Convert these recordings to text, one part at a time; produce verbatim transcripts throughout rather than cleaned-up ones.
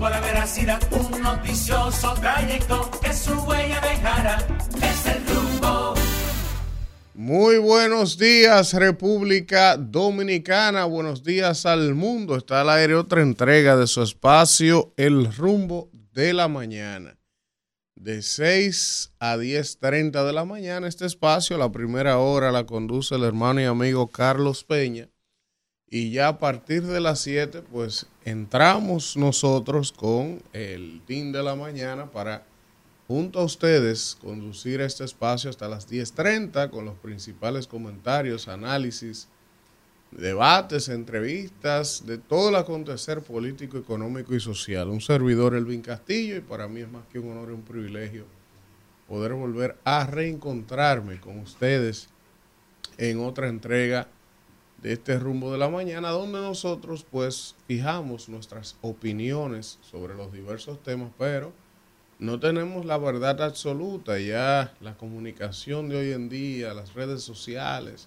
rumbo a la veracidad, un noticioso trayecto que su huella dejará. Es el rumbo. Muy buenos días, República Dominicana. Buenos días al mundo. Está al aire otra entrega de su espacio, El Rumbo de la Mañana. De seis a diez treinta de la mañana, este espacio, la primera hora, la conduce el hermano y amigo Carlos Peña. Y ya a partir de las siete, pues entramos nosotros con el team de la mañana para, junto a ustedes, conducir este espacio hasta las diez treinta con los principales comentarios, análisis, debates, entrevistas, de todo el acontecer político, económico y social. Un servidor, Elvin Castillo, y para mí es más que un honor y un privilegio poder volver a reencontrarme con ustedes en otra entrega de este Rumbo de la Mañana, donde nosotros pues fijamos nuestras opiniones sobre los diversos temas, pero no tenemos la verdad absoluta. Ya la comunicación de hoy en día, las redes sociales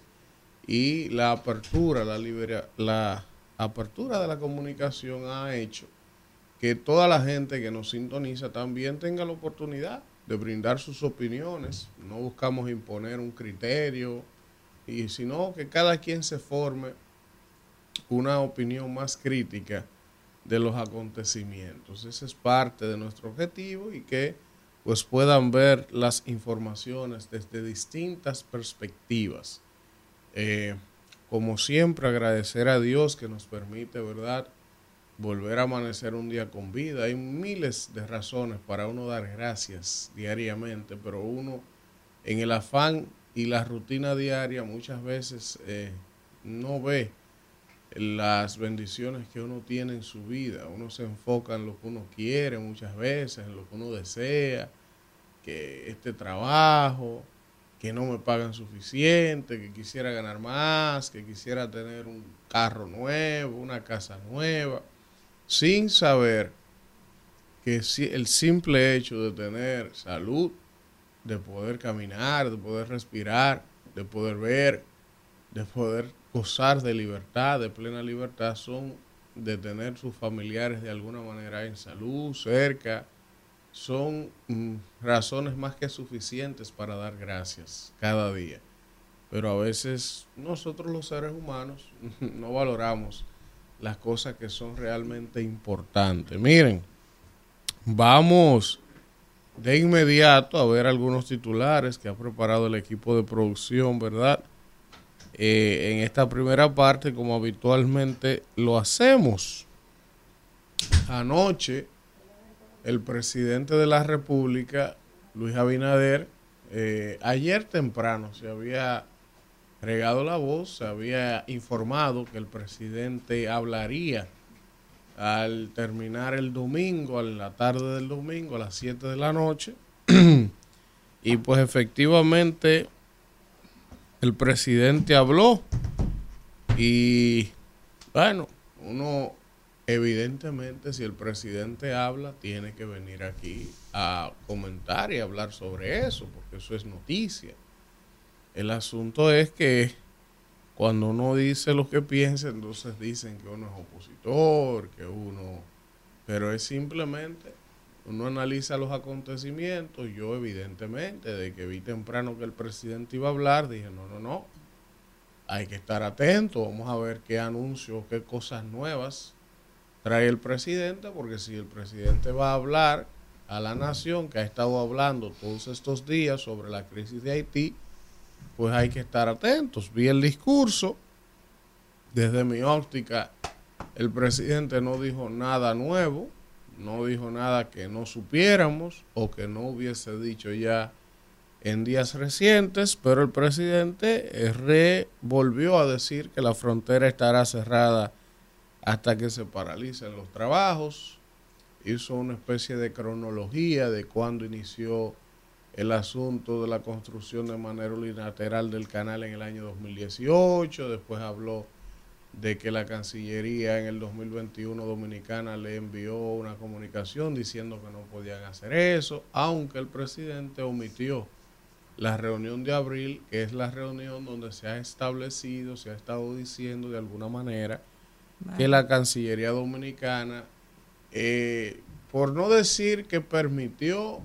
y la apertura, la, libera, la apertura de la comunicación ha hecho que toda la gente que nos sintoniza también tenga la oportunidad de brindar sus opiniones. No buscamos imponer un criterio, y sino que cada quien se forme una opinión más crítica de los acontecimientos. Ese es parte de nuestro objetivo, y que pues puedan ver las informaciones desde distintas perspectivas. Eh, como siempre, agradecer a Dios que nos permite, ¿verdad?, volver a amanecer un día con vida. Hay miles de razones para uno dar gracias diariamente, pero uno, en el afán y la rutina diaria, muchas veces eh, no ve las bendiciones que uno tiene en su vida. Uno se enfoca en lo que uno quiere muchas veces, en lo que uno desea, que este trabajo, que no me pagan suficiente, que quisiera ganar más, que quisiera tener un carro nuevo, una casa nueva, sin saber que si el simple hecho de tener salud, de poder caminar, de poder respirar, de poder ver, de poder gozar de libertad, de plena libertad, son de tener sus familiares de alguna manera en salud, cerca, son mm, razones más que suficientes para dar gracias cada día. Pero a veces nosotros los seres humanos no valoramos las cosas que son realmente importantes. Miren, vamos de inmediato a ver algunos titulares que ha preparado el equipo de producción, ¿verdad? Eh, en esta primera parte, como habitualmente lo hacemos. Anoche, el presidente de la República, Luis Abinader, eh, ayer temprano se había regado la voz, se había informado que el presidente hablaría al terminar el domingo, a la tarde del domingo, a las siete de la noche. Y pues efectivamente el presidente habló. Y bueno, uno evidentemente, si el presidente habla, tiene que venir aquí a comentar y hablar sobre eso, porque eso es noticia. El asunto es que cuando uno dice lo que piensa, entonces dicen que uno es opositor, que uno... Pero es simplemente, uno analiza los acontecimientos. Yo evidentemente, de que vi temprano que el presidente iba a hablar, dije, no, no, no, hay que estar atento, vamos a ver qué anuncios, qué cosas nuevas trae el presidente, porque si el presidente va a hablar a la nación, que ha estado hablando todos estos días sobre la crisis de Haití, pues hay que estar atentos. Vi el discurso. Desde mi óptica, el presidente no dijo nada nuevo, no dijo nada que no supiéramos o que no hubiese dicho ya en días recientes, pero el presidente re volvió a decir que la frontera estará cerrada hasta que se paralicen los trabajos. Hizo una especie de cronología de cuándo inició el asunto de la construcción de manera unilateral del canal en el año dos mil dieciocho, después habló de que la Cancillería en el dos mil veintiuno dominicana le envió una comunicación diciendo que no podían hacer eso, aunque el presidente omitió la reunión de abril, que es la reunión donde se ha establecido, se ha estado diciendo de alguna manera, vale, que la Cancillería dominicana eh, por no decir que permitió,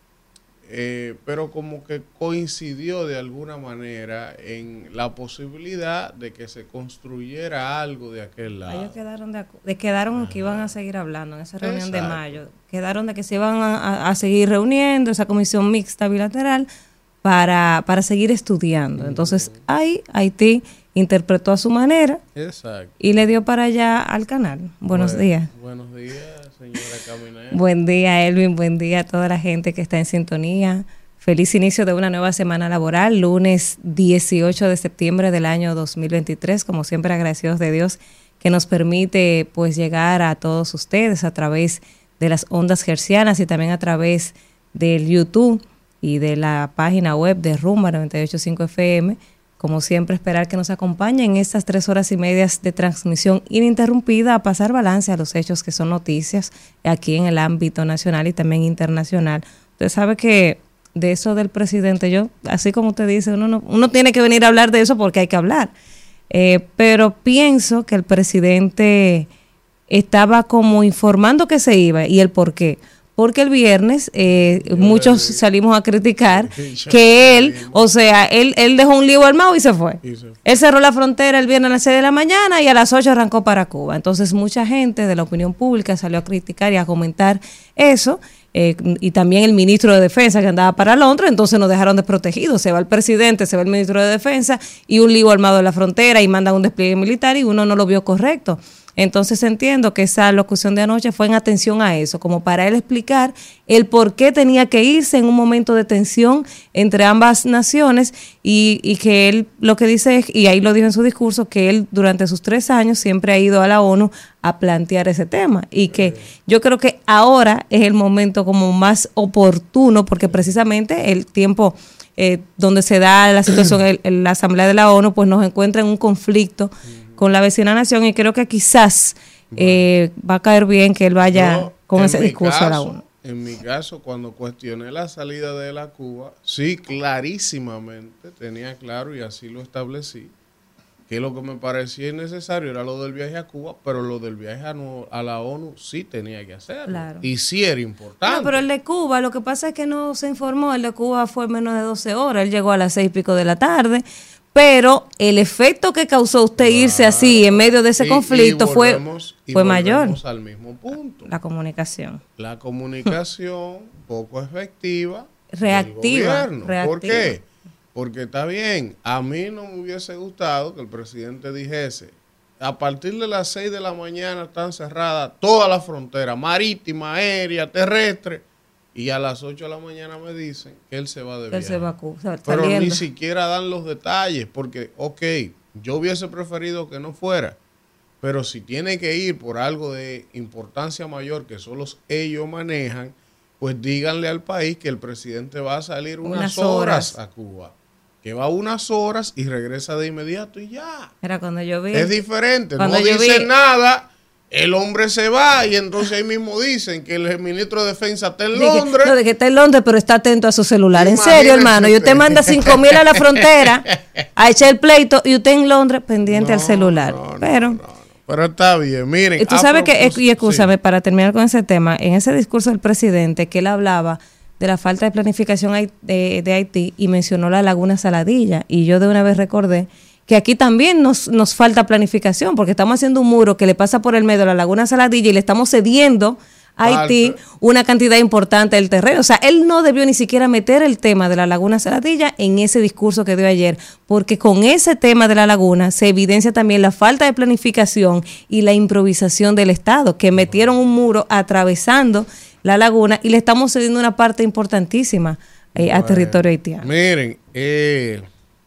eh, pero como que coincidió de alguna manera en la posibilidad de que se construyera algo de aquel lado. Ellos quedaron de, de quedaron Ajá. que iban a seguir hablando en esa reunión Exacto. de mayo. Quedaron de que se iban a, a seguir reuniendo, esa comisión mixta bilateral, para, para seguir estudiando. Uh-huh. Entonces, ahí Haití interpretó a su manera Exacto. y le dio para allá al canal. Buenos bueno, días. Buenos días, señora Caminera. Buen día, Elvin. Buen día a toda la gente que está en sintonía. Feliz inicio de una nueva semana laboral, lunes dieciocho de septiembre del año dos mil veintitrés. Como siempre, agradecidos de Dios que nos permite pues llegar a todos ustedes a través de las ondas hercianas y también a través del YouTube y de la página web de Rumba noventa y ocho punto cinco F M. Como siempre, esperar que nos acompañen en estas tres horas y medias de transmisión ininterrumpida a pasar balance a los hechos que son noticias aquí en el ámbito nacional y también internacional. Usted sabe que de eso del presidente, yo, así como usted dice, uno, no, uno tiene que venir a hablar de eso porque hay que hablar. Eh, pero pienso que el presidente estaba como informando que se iba y el por qué. Porque el viernes eh, muchos salimos a criticar que él, o sea, él, él dejó un lío armado y se fue. Él cerró la frontera el viernes a las seis de la mañana y a las ocho arrancó para Cuba. Entonces mucha gente de la opinión pública salió a criticar y a comentar eso. Eh, y también el ministro de Defensa que andaba para Londres, entonces nos dejaron desprotegidos. Se va el presidente, se va el ministro de Defensa y un lío armado en la frontera y mandan un despliegue militar y uno no lo vio correcto. Entonces entiendo que esa locución de anoche fue en atención a eso, como para él explicar el por qué tenía que irse en un momento de tensión entre ambas naciones y, y que él lo que dice es, y ahí lo dijo en su discurso, que él durante sus tres años siempre ha ido a la ONU a plantear ese tema y que yo creo que ahora es el momento como más oportuno porque precisamente el tiempo eh, donde se da la situación en, en la Asamblea de la ONU pues nos encuentra en un conflicto con la vecina nación y creo que quizás bueno, eh, va a caer bien que él vaya no, con ese discurso caso, a la ONU. En mi caso, cuando cuestioné la salida de la Cuba, sí, clarísimamente tenía claro y así lo establecí, que lo que me parecía innecesario era lo del viaje a Cuba, pero lo del viaje a, no, a la ONU sí tenía que hacerlo. Claro. Y sí era importante. No, pero el de Cuba, lo que pasa es que no se informó, el de Cuba fue menos de doce horas, él llegó a las seis y pico de la tarde. Pero el efecto que causó usted claro. irse así en medio de ese y, conflicto y volvemos, fue, fue mayor. Al mismo punto. La comunicación. La comunicación poco efectiva. Reactiva, del reactiva. ¿Por qué? Porque está bien. A mí no me hubiese gustado que el presidente dijese, a partir de las seis de la mañana están cerradas todas las fronteras, marítima, aérea, terrestre. Y a las ocho de la mañana me dicen que él se va de viaje. Él se va a Cuba, pero saliendo. Ni siquiera dan los detalles, porque, ok, yo hubiese preferido que no fuera, pero si tiene que ir por algo de importancia mayor que solo ellos manejan, pues díganle al país que el presidente va a salir unas, unas horas. horas a Cuba, que va unas horas y regresa de inmediato y ya. Era cuando yo vi. Es diferente, no dicen vi, nada. El hombre se va y entonces ahí mismo dicen que el ministro de Defensa está en de Londres. Que, no, de que está en Londres, pero está atento a su celular. En serio, hermano. Y usted manda cinco mil a la frontera a echar el pleito y usted en Londres pendiente no, al celular. No, no, pero, no, no. pero está bien, miren. Y tú sabes que, y escúchame, sí. para terminar con ese tema, en ese discurso del presidente que él hablaba de la falta de planificación de, de Haití y mencionó la laguna Saladilla. Y yo de una vez recordé que aquí también nos, nos falta planificación, porque estamos haciendo un muro que le pasa por el medio de la laguna Saladilla y le estamos cediendo a Haití una cantidad importante del terreno. O sea, él no debió ni siquiera meter el tema de la laguna Saladilla en ese discurso que dio ayer, porque con ese tema de la laguna se evidencia también la falta de planificación y la improvisación del Estado, que metieron un muro atravesando la laguna y le estamos cediendo una parte importantísima eh, bueno, a territorio haitiano. Miren, eh...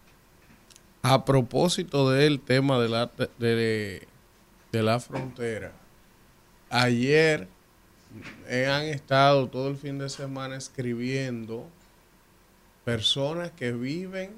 a propósito del tema de la, de, de la frontera, ayer eh, han estado todo el fin de semana escribiendo personas que viven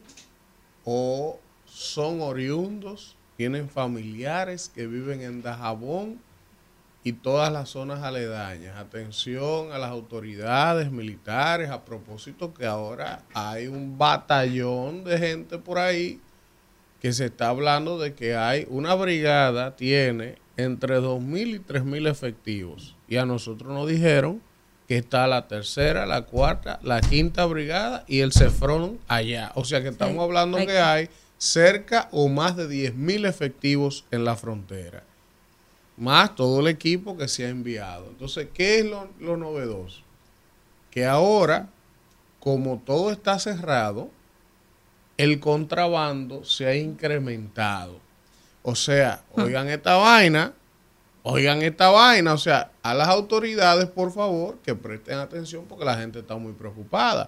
o son oriundos, tienen familiares que viven en Dajabón y todas las zonas aledañas. Atención a las autoridades militares, a propósito que ahora hay un batallón de gente por ahí que se está hablando de que hay una brigada, tiene entre dos mil y tres mil efectivos. Y a nosotros nos dijeron que está la tercera, la cuarta, la quinta brigada y el Cefrón allá. O sea que estamos sí, hablando hay que hay cerca o más de diez mil efectivos en la frontera. Más todo el equipo que se ha enviado. Entonces, ¿qué es lo, lo novedoso? Que ahora, como todo está cerrado, el contrabando se ha incrementado. O sea, oigan esta vaina, oigan esta vaina, o sea, a las autoridades, por favor, que presten atención porque la gente está muy preocupada.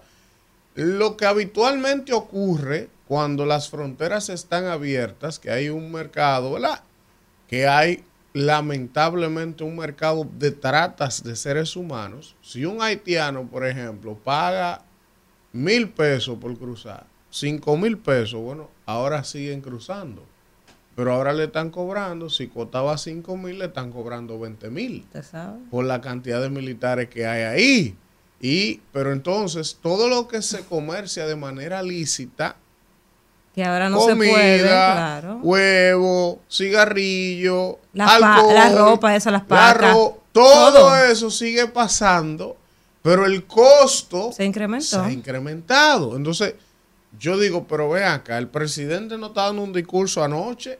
Lo que habitualmente ocurre cuando las fronteras están abiertas, que hay un mercado, ¿verdad? Que hay lamentablemente un mercado de tratas de seres humanos. Si un haitiano, por ejemplo, paga mil pesos por cruzar, cinco mil pesos, bueno, ahora siguen cruzando. Pero ahora le están cobrando, si costaba cinco mil, le están cobrando veinte mil. Por la cantidad de militares que hay ahí. Y, pero entonces, todo lo que se comercia de manera lícita, que ahora no comida, se puede, claro, huevo, cigarrillo, la alcohol, la ropa, eso, las pacas, ro todo, todo eso sigue pasando, pero el costo se incrementó. Se ha incrementado. Entonces, yo digo, pero ve acá, el presidente no está dando un discurso anoche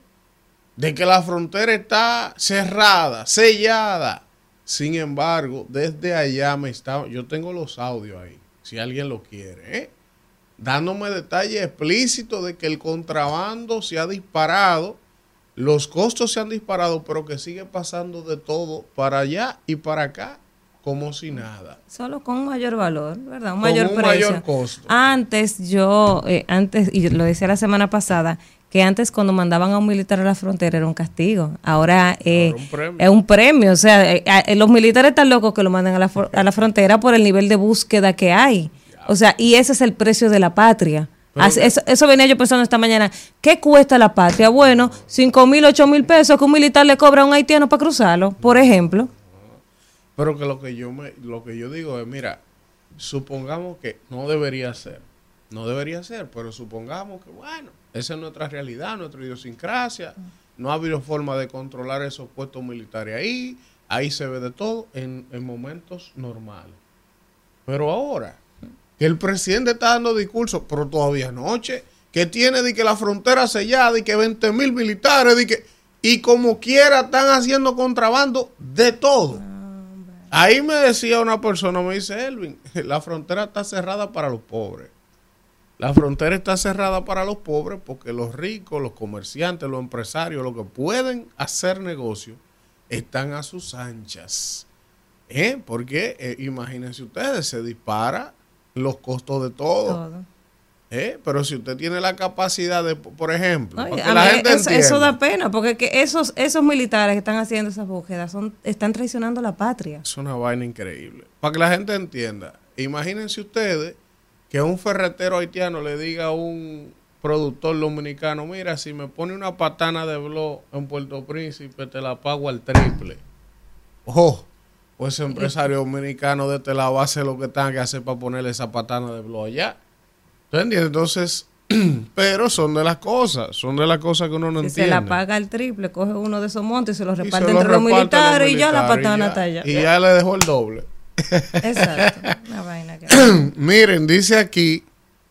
de que la frontera está cerrada, sellada. Sin embargo, desde allá me está, yo tengo los audios ahí, si alguien lo quiere, ¿eh? dándome detalles explícitos de que el contrabando se ha disparado, los costos se han disparado, pero que sigue pasando de todo para allá y para acá como si nada. Solo con un mayor valor, ¿verdad? Un con mayor un precio. mayor costo. Antes yo, eh, antes, y lo decía la semana pasada, que antes cuando mandaban a un militar a la frontera era un castigo. Ahora eh, un es un premio. O sea, eh, eh, los militares están locos que lo mandan a la, a la frontera por el nivel de búsqueda que hay. O sea, y ese es el precio de la patria. Así, eso, eso venía yo pensando esta mañana. ¿Qué cuesta la patria? Bueno, cinco mil, ocho mil pesos que un militar le cobra a un haitiano para cruzarlo, por ejemplo. Pero que lo que yo me, lo que yo digo es, mira, supongamos que no debería ser. No debería ser, pero supongamos que, bueno, esa es nuestra realidad, nuestra idiosincrasia. No ha habido forma de controlar esos puestos militares ahí. Ahí se ve de todo en, en momentos normales. Pero ahora, que el presidente está dando discursos, pero todavía anoche, que tiene de que la frontera sellada y que veinte mil militares, de que, y como quiera están haciendo contrabando de todo. Ahí me decía una persona, me dice, Elvin, la frontera está cerrada para los pobres. La frontera está cerrada para los pobres porque los ricos, los comerciantes, los empresarios, los que pueden hacer negocio, están a sus anchas. ¿Eh? Porque eh, imagínense ustedes, se dispara los costos de todo. todo. ¿Eh? Pero si usted tiene la capacidad de, por ejemplo, Ay, para que la gente eso, eso da pena, porque que esos, esos militares que están haciendo esas búsquedas son, están traicionando la patria. Es una vaina increíble. Para que la gente entienda, imagínense ustedes que un ferretero haitiano le diga a un productor dominicano, mira, si me pone una patana de blog en Puerto Príncipe, te la pago al triple. Ojo, pues ese empresario dominicano de este lado hace lo que tenga que hacer para ponerle esa patana de blog allá. ¿Entiendes? Entonces, pero son de las cosas, son de las cosas que uno no si entiende. Se la paga al triple, coge uno de esos montes y se los reparte entre los militares y ya la patana está allá. Y ya le dejó el doble. Exacto. Una vaina que... Miren, dice aquí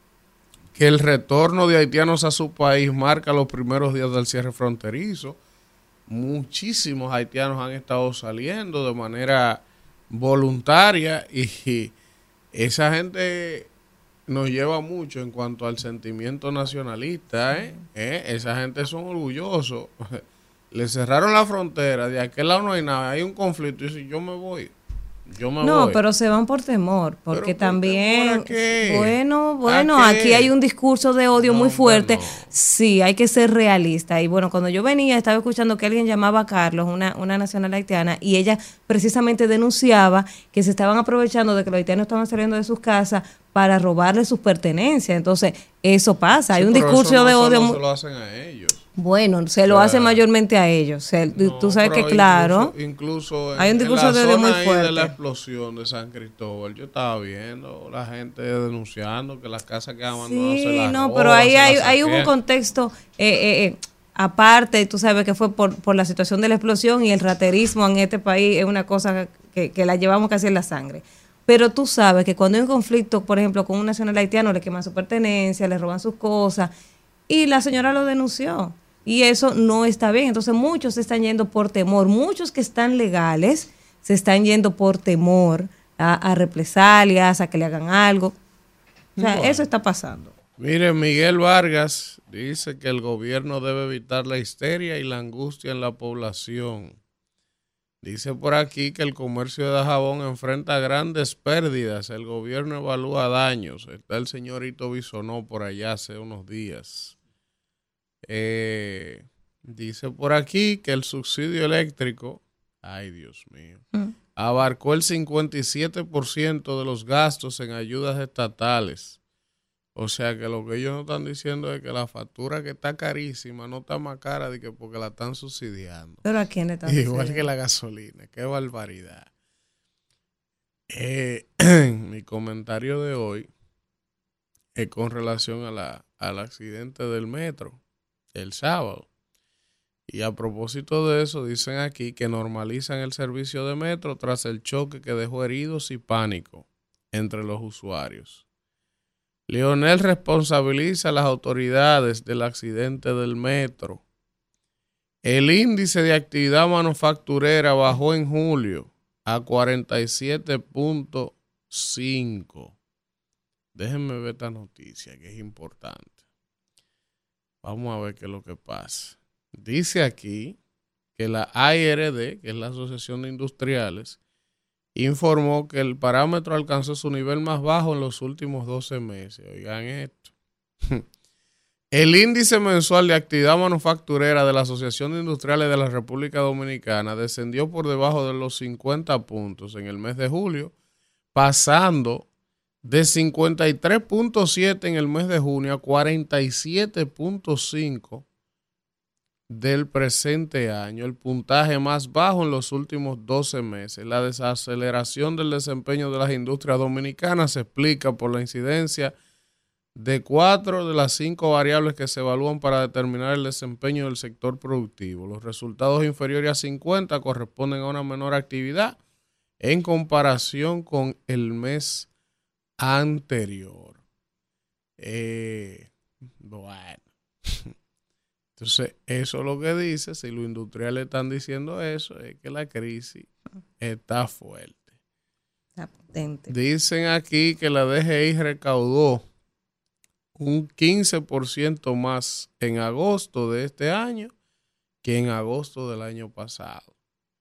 que el retorno de haitianos a su país marca los primeros días del cierre fronterizo. Muchísimos haitianos han estado saliendo de manera voluntaria y esa gente nos lleva mucho en cuanto al sentimiento nacionalista, ¿eh? ¿Eh? Esa gente son orgullosos. Le cerraron la frontera, de aquel lado no hay nada, hay un conflicto y dice, yo me voy. Yo me no, voy. Pero se van por temor, porque ¿Pero también, por qué? bueno, bueno, aquí hay un discurso de odio no, muy fuerte. No. Sí, hay que ser realista. Y bueno, cuando yo venía, estaba escuchando que alguien llamaba a Carlos, una, una nacional haitiana, y ella precisamente denunciaba que se estaban aprovechando de que los haitianos estaban saliendo de sus casas para robarle sus pertenencias. Entonces, eso pasa. Hay sí, un discurso no de odio. No se lo hacen a ellos. Bueno, se lo o sea, hace mayormente a ellos. Se, no, tú sabes que, claro, incluso, incluso en, hay un discurso en la de odio muy zona fuerte. De la explosión de San Cristóbal, yo estaba viendo la gente denunciando que las casas que abandonadas sí, se las no, roban, pero ahí hay, hay hay hubo un contexto. Eh, eh, eh, aparte, tú sabes que fue por, por la situación de la explosión y el raterismo en este país es una cosa que, que la llevamos casi en la sangre. Pero tú sabes que cuando hay un conflicto, por ejemplo, con un nacional haitiano, le queman su pertenencia, le roban sus cosas, y la señora lo denunció. Y eso no está bien. Entonces muchos se están yendo por temor. Muchos que están legales se están yendo por temor a, a represalias, a que le hagan algo. O sea, bueno, eso está pasando. Mire, Miguel Vargas dice que el gobierno debe evitar la histeria y la angustia en la población. Dice por aquí que el comercio de Dajabón enfrenta grandes pérdidas. El gobierno evalúa daños. Está el señorito Bisonó por allá hace unos días. Eh, dice por aquí que el subsidio eléctrico, ay Dios mío, mm. abarcó el cincuenta y siete por ciento de los gastos en ayudas estatales. O sea que lo que ellos no están diciendo es que la factura que está carísima no está más cara de que porque la están subsidiando. ¿Pero a quién le están Igual subsidiando? que la gasolina. Qué barbaridad. Eh, mi comentario de hoy es con relación a la, al accidente del metro el sábado. Y a propósito de eso, dicen aquí que normalizan el servicio de metro tras el choque que dejó heridos y pánico entre los usuarios. Leonel responsabiliza a las autoridades del accidente del metro. El índice de actividad manufacturera bajó en julio a cuarenta y siete punto cinco. Déjenme ver esta noticia que es importante. Vamos a ver qué es lo que pasa. Dice aquí que la A R D, que es la Asociación de Industriales, informó que el parámetro alcanzó su nivel más bajo en los últimos doce meses. Oigan esto. El índice mensual de actividad manufacturera de la Asociación de Industriales de la República Dominicana descendió por debajo de los cincuenta puntos en el mes de julio, pasando de cincuenta y tres punto siete en el mes de junio a cuarenta y siete punto cinco del presente año, el puntaje más bajo en los últimos doce meses. La desaceleración del desempeño de las industrias dominicanas se explica por la incidencia de cuatro de las cinco variables que se evalúan para determinar el desempeño del sector productivo. Los resultados inferiores a cincuenta corresponden a una menor actividad en comparación con el mes anterior. Eh, bueno. Entonces, eso es lo que dice. Si los industriales están diciendo eso, es que la crisis está fuerte. Está potente. Dicen aquí que la D G I recaudó un quince por ciento más en agosto de este año que en agosto del año pasado.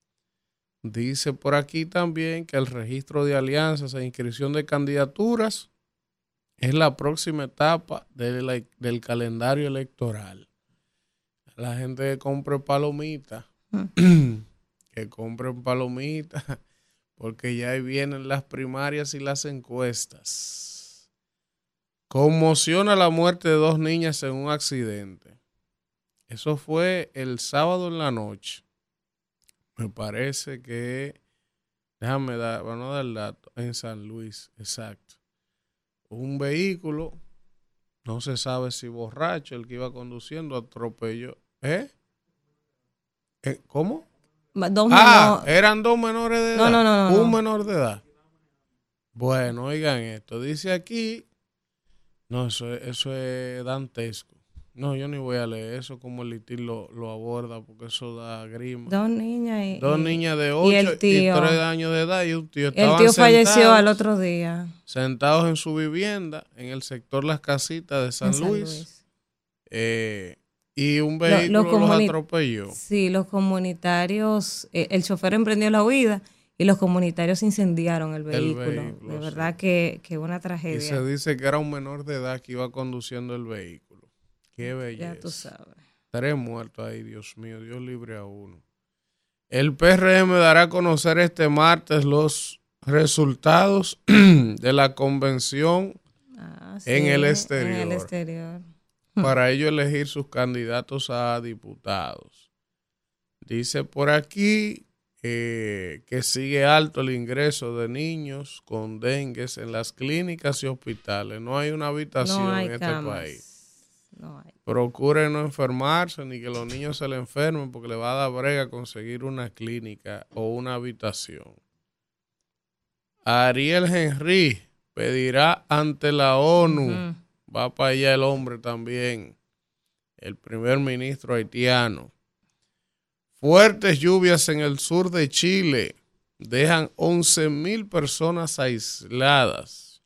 Dice por aquí también que el registro de alianzas e inscripción de candidaturas es la próxima etapa de la, del calendario electoral. La gente que compre palomitas, mm. que compren palomitas, porque ya ahí vienen las primarias y las encuestas. Conmociona la muerte de dos niñas en un accidente. Eso fue el sábado en la noche. Me parece que, déjame dar, para no dar el dato, en San Luis, exacto. Un vehículo, no se sabe si borracho, el que iba conduciendo atropelló. ¿Eh? ¿Eh? ¿Cómo? Dos ah, menor... eran dos menores de edad. No, no, no, no. Un menor de edad. Bueno, oigan esto. Dice aquí, no, eso, eso es dantesco. No, yo ni voy a leer eso como el litín lo, lo aborda, porque eso da grima. Dos niñas y, Dos niñas de ocho y, y tres años de edad y un tío. El tío falleció al otro día. Sentados en su vivienda, en el sector Las Casitas de San, San Luis. Luis. Eh, y un vehículo los, los, los atropelló. Sí, los comunitarios, eh, el chofer emprendió la huida y los comunitarios incendiaron el vehículo. El vehículo de verdad sí. que, que una tragedia. Y se dice que era un menor de edad que iba conduciendo el vehículo. Qué belleza. Ya tú sabes. Tres muertos ahí, Dios mío, Dios libre a uno. El P R M dará a conocer este martes los resultados de la convención ah, sí, en el exterior. En el exterior. Para ello elegir sus candidatos a diputados. Dice por aquí eh, que sigue alto el ingreso de niños con dengue en las clínicas y hospitales. No hay una habitación no hay en camas. Este país. no hay. Procure no enfermarse ni que los niños se le enfermen porque le va a dar brega conseguir una clínica o una habitación. Ariel Henry pedirá ante la ONU. Uh-huh. Va para allá el hombre también. El primer ministro haitiano. Fuertes lluvias en el sur de Chile dejan once mil personas aisladas.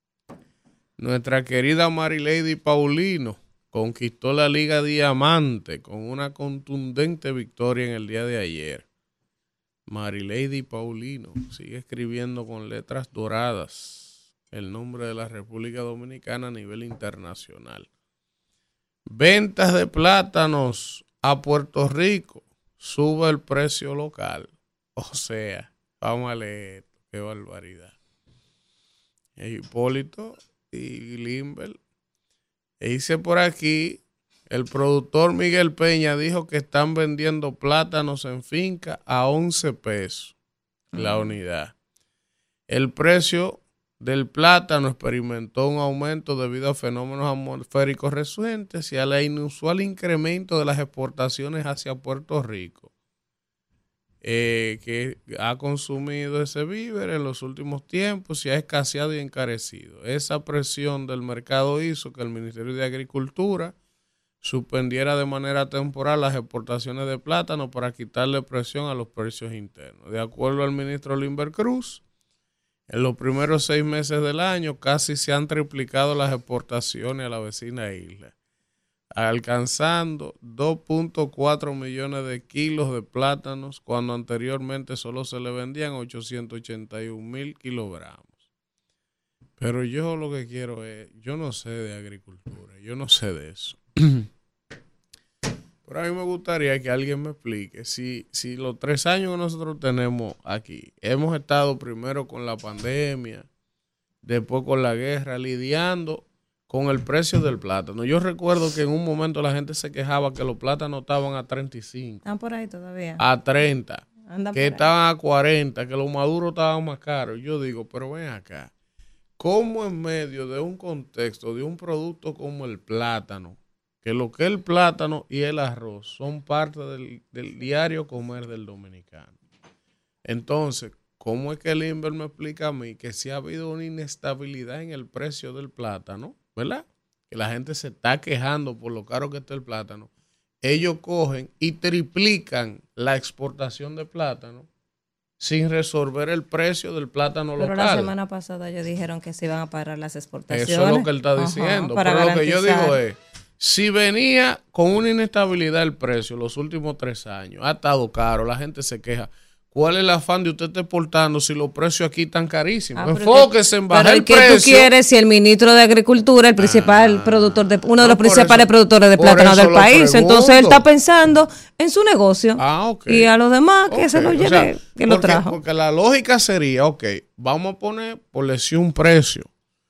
Nuestra querida Marilady Paulino conquistó la Liga Diamante con una contundente victoria en el día de ayer. Marilady Paulino sigue escribiendo con letras doradas el nombre de la República Dominicana a nivel internacional. Ventas de plátanos a Puerto Rico. Sube el precio local. O sea, vamos a leer esto. Qué barbaridad. Hipólito y Limber. E dice por aquí, el productor Miguel Peña dijo que están vendiendo plátanos en finca a once pesos la unidad. El precio del plátano experimentó un aumento debido a fenómenos atmosféricos recientes y a la inusual incremento de las exportaciones hacia Puerto Rico, eh, que ha consumido ese víver en los últimos tiempos y ha escaseado y encarecido. Esa presión del mercado hizo que el Ministerio de Agricultura suspendiera de manera temporal las exportaciones de plátano para quitarle presión a los precios internos. De acuerdo al ministro Limber Cruz, en los primeros seis meses del año casi se han triplicado las exportaciones a la vecina isla, alcanzando dos punto cuatro millones de kilos de plátanos cuando anteriormente solo se le vendían ochocientos ochenta y un mil kilogramos. Pero yo lo que quiero es, yo no sé de agricultura, yo no sé de eso. Pero a mí me gustaría que alguien me explique si, si los tres años que nosotros tenemos aquí, hemos estado primero con la pandemia, después con la guerra, lidiando con el precio del plátano. Yo recuerdo que en un momento la gente se quejaba que los plátanos estaban a treinta y cinco. ¿Están por ahí todavía? A treinta. Anda que estaban a cuarenta, que los maduros estaban más caros. Yo digo, pero ven acá, ¿cómo en medio de un contexto, de un producto como el plátano, que lo que es el plátano y el arroz son parte del, del diario comer del dominicano? Entonces, ¿cómo es que el Limber me explica a mí que si ha habido una inestabilidad en el precio del plátano, ¿verdad? Que la gente se está quejando por lo caro que está el plátano. Ellos cogen y triplican la exportación de plátano sin resolver el precio del plátano Pero local. Pero la semana pasada ellos dijeron que se iban a parar las exportaciones. Eso es lo que él está diciendo. Ajá, pero lo que yo digo es, si venía con una inestabilidad el precio los últimos tres años, ha estado caro, la gente se queja. ¿Cuál es el afán de usted estar exportando si los precios aquí están carísimos? Ah, Enfóquese en bajar el precio. ¿Qué tú quieres si el ministro de Agricultura, el principal ah, productor, de uno de los principales eso, productores de plátano del país, pregunto. Entonces él está pensando en su negocio ah, okay. y a los demás que okay. se lo lleve, o sea, que porque, lo trajo? Porque la lógica sería, ok, vamos a poner por decir un precio.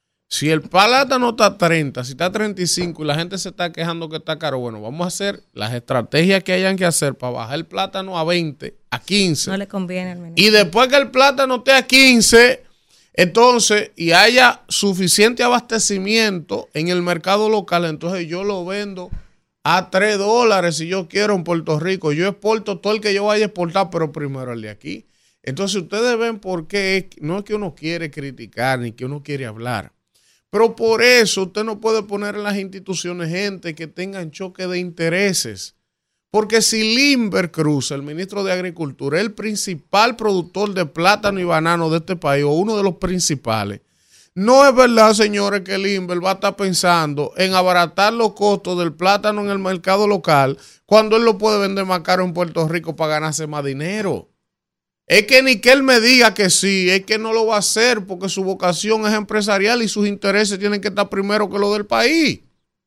Si el plátano está a treinta, si está a treinta y cinco y la gente se está quejando que está caro, bueno, vamos a hacer las estrategias que hayan que hacer para bajar el plátano a veinte, a quince. No le conviene al ministro. Y después que el plátano esté a quince, entonces, y haya suficiente abastecimiento en el mercado local, entonces yo lo vendo a tres dólares si yo quiero en Puerto Rico. Yo exporto todo el que yo vaya a exportar, pero primero el de aquí. Entonces ustedes ven por qué, no es que uno quiere criticar ni que uno quiere hablar. Pero por eso usted no puede poner en las instituciones gente que tengan choque de intereses. Porque si Limber Cruz, el ministro de Agricultura, es el principal productor de plátano y banano de este país, o uno de los principales, no es verdad, señores, que Limber va a estar pensando en abaratar los costos del plátano en el mercado local cuando él lo puede vender más caro en Puerto Rico para ganarse más dinero. Es que ni que él me diga que sí, es que no lo va a hacer porque su vocación es empresarial y sus intereses tienen que estar primero que los del país.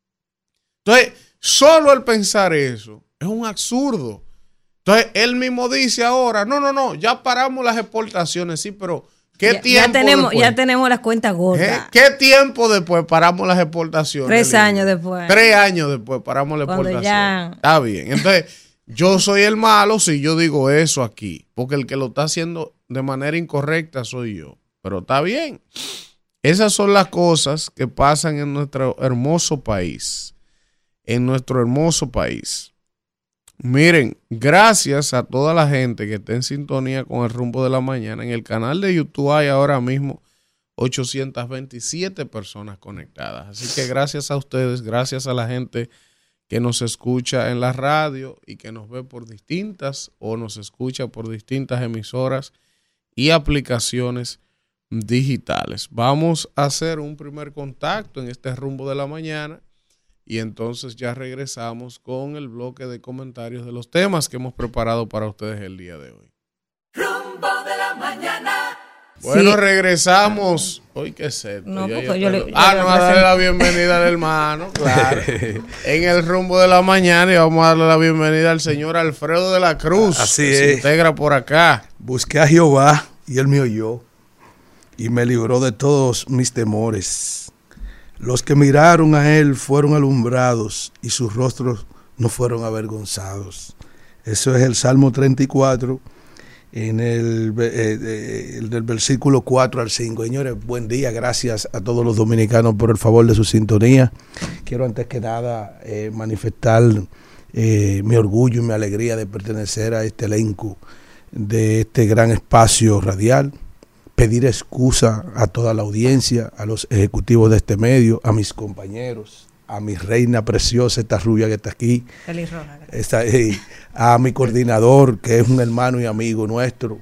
Entonces, solo el pensar eso es un absurdo. Entonces, él mismo dice ahora, no, no, no, ya paramos las exportaciones, sí, pero ¿qué ya, tiempo ya tenemos, después? Ya tenemos las cuentas gordas. ¿Eh? ¿Qué tiempo después paramos las exportaciones? Tres años después. Tres años después paramos las exportaciones. Ya... Está bien, entonces... Yo soy el malo si yo digo eso aquí, porque el que lo está haciendo de manera incorrecta soy yo. Pero está bien. Esas son las cosas que pasan en nuestro hermoso país. en nuestro hermoso país. Miren, gracias a toda la gente que está en sintonía con el Rumbo de la Mañana. En el canal de YouTube hay ahora mismo ochocientas veintisiete personas conectadas. Así que gracias a ustedes, gracias a la gente que nos escucha en la radio y que nos ve por distintas o nos escucha por distintas emisoras y aplicaciones digitales. Vamos a hacer un primer contacto en este Rumbo de la Mañana y entonces ya regresamos con el bloque de comentarios de los temas que hemos preparado para ustedes el día de hoy. Rumbo de la Mañana. Bueno, Sí. regresamos. Hoy qué sé. No, Ya porque yo yo le- estoy- yo Ah, le no, a darle presento. la bienvenida al hermano, claro. En el Rumbo de la Mañana y vamos a darle la bienvenida al señor Alfredo de la Cruz. Así que se es. integra por acá. Busqué a Jehová y él me oyó y me libró de todos mis temores. Los que miraron a él fueron alumbrados y sus rostros no fueron avergonzados. Eso es el Salmo treinta y cuatro, en el, eh, eh, el del versículo cuatro al cinco. Señores, buen día, gracias a todos los dominicanos por el favor de su sintonía. Quiero antes que nada eh, manifestar eh, mi orgullo y mi alegría de pertenecer a este elenco de este gran espacio radial, pedir excusa a toda la audiencia, a los ejecutivos de este medio, a mis compañeros, a mi reina preciosa, esta rubia que está aquí, Feliz Roja. esta, eh, a mi coordinador, que es un hermano y amigo nuestro,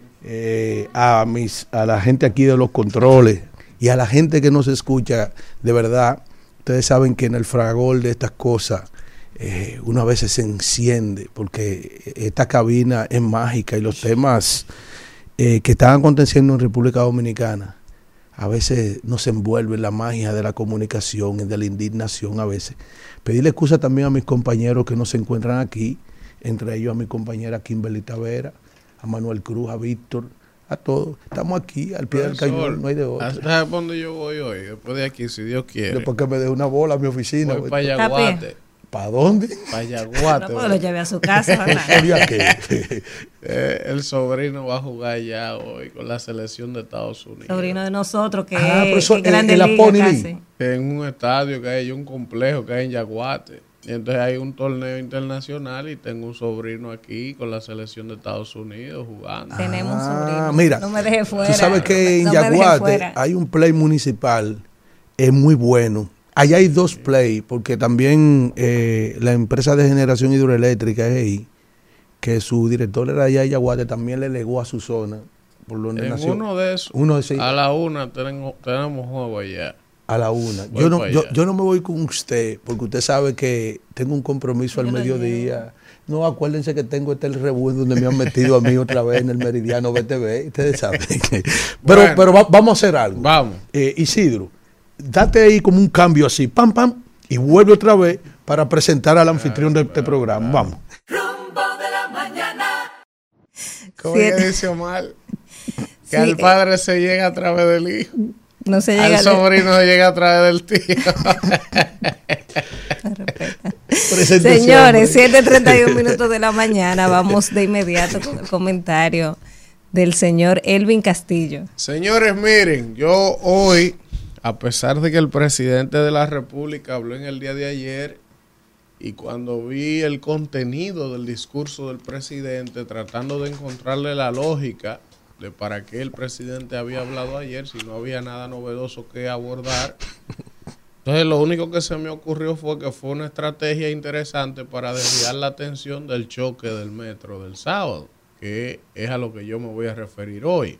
eh, a, mis, a la gente aquí de los controles y a la gente que nos escucha. De verdad, ustedes saben que en el fragor de estas cosas, Eh, uno a veces se enciende porque esta cabina es mágica y los temas eh, que están aconteciendo en República Dominicana a veces nos envuelve en la magia de la comunicación y de la indignación a veces. Pedirle excusa también a mis compañeros que no se encuentran aquí, entre ellos a mi compañera Kimberly Tavera, a Manuel Cruz, a Víctor, a todos. Estamos aquí al pie del cañón, no hay de otra. ¿Sabes dónde yo voy hoy? Después de aquí, si Dios quiere. Después que me dé una bola a mi oficina. Voy para Yaguate. ¿Para dónde? Para Yaguate. No, pues lo llevé a su casa, ¿verdad? ¿Sabía qué? Eh, el sobrino va a jugar ya hoy con la selección de Estados Unidos. Sobrino de nosotros, que Ah, pero es eso, que grande en la liga Pony casi. League. En un estadio que hay, un complejo que hay en Yaguate. Y entonces hay un torneo internacional y tengo un sobrino aquí con la selección de Estados Unidos jugando. Tenemos un Ah, sobrino. mira, no me deje fuera. tú sabes que en no me deje Yaguate fuera. hay un play municipal, es muy bueno. Allá hay dos play, porque también eh, la empresa de generación hidroeléctrica E G I, que su director era allá en Yaguate, también le legó a su zona. Por donde En nació. uno de esos, Uno de esos- a la una tenemos, tenemos juego allá. A la una. Voy Yo no, para yo, allá. yo no me voy con usted, porque usted sabe que tengo un compromiso al Yo lo mediodía. No, acuérdense que tengo este el revuelo donde me han metido a mí otra vez en el Meridiano B T V. Ustedes saben. pero Bueno. pero va- vamos a hacer algo. Vamos. Eh, Isidro, date ahí como un cambio así, pam, pam, y vuelve otra vez para presentar al anfitrión de este programa. Vamos. Rumbo de la Mañana. ¿Cómo Sí. ella dice Omar? Que Sí, al eh. padre se llega a través del hijo. No se Al llega sobrino se llega a través del tío. Preséntese, Señores, hombre. siete treinta y uno minutos de la mañana. Vamos de inmediato con el comentario del señor Elvin Castillo. Señores, miren, yo hoy, a pesar de que el presidente de la República habló en el día de ayer, y cuando vi el contenido del discurso del presidente, tratando de encontrarle la lógica de para qué el presidente había hablado ayer, si no había nada novedoso que abordar, entonces lo único que se me ocurrió fue que fue una estrategia interesante para desviar la atención del choque del metro del sábado, que es a lo que yo me voy a referir hoy.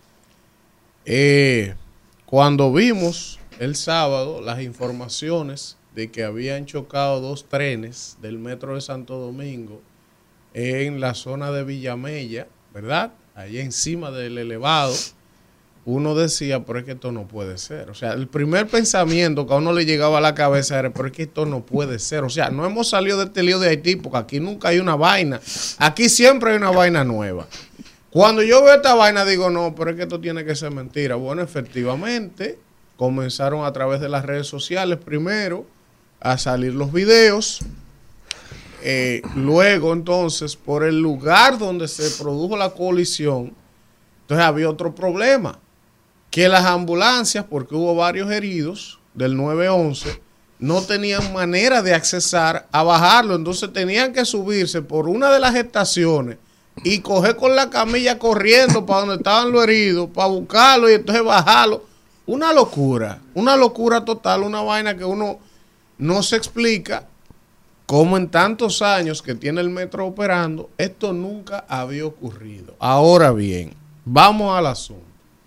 Eh, cuando vimos el sábado las informaciones de que habían chocado dos trenes del metro de Santo Domingo en la zona de Villamella, ¿verdad? Allí encima del elevado, uno decía, pero es que esto no puede ser. O sea, el primer pensamiento que a uno le llegaba a la cabeza era, pero es que esto no puede ser. O sea, no hemos salido de este lío de Haití porque aquí nunca hay una vaina. Aquí siempre hay una vaina nueva. Cuando yo veo esta vaina digo, no, pero es que esto tiene que ser mentira. Bueno, efectivamente, comenzaron a través de las redes sociales primero a salir los videos. Eh, luego, entonces, por el lugar donde se produjo la colisión, entonces había otro problema, que las ambulancias, porque hubo varios heridos del nueve once, no tenían manera de accesar a bajarlo, entonces tenían que subirse por una de las estaciones y coger con la camilla corriendo para donde estaban los heridos, para buscarlo y entonces bajarlo. Una locura, una locura total, una vaina que uno no se explica cómo en tantos años que tiene el metro operando, esto nunca había ocurrido. Ahora bien, vamos al asunto.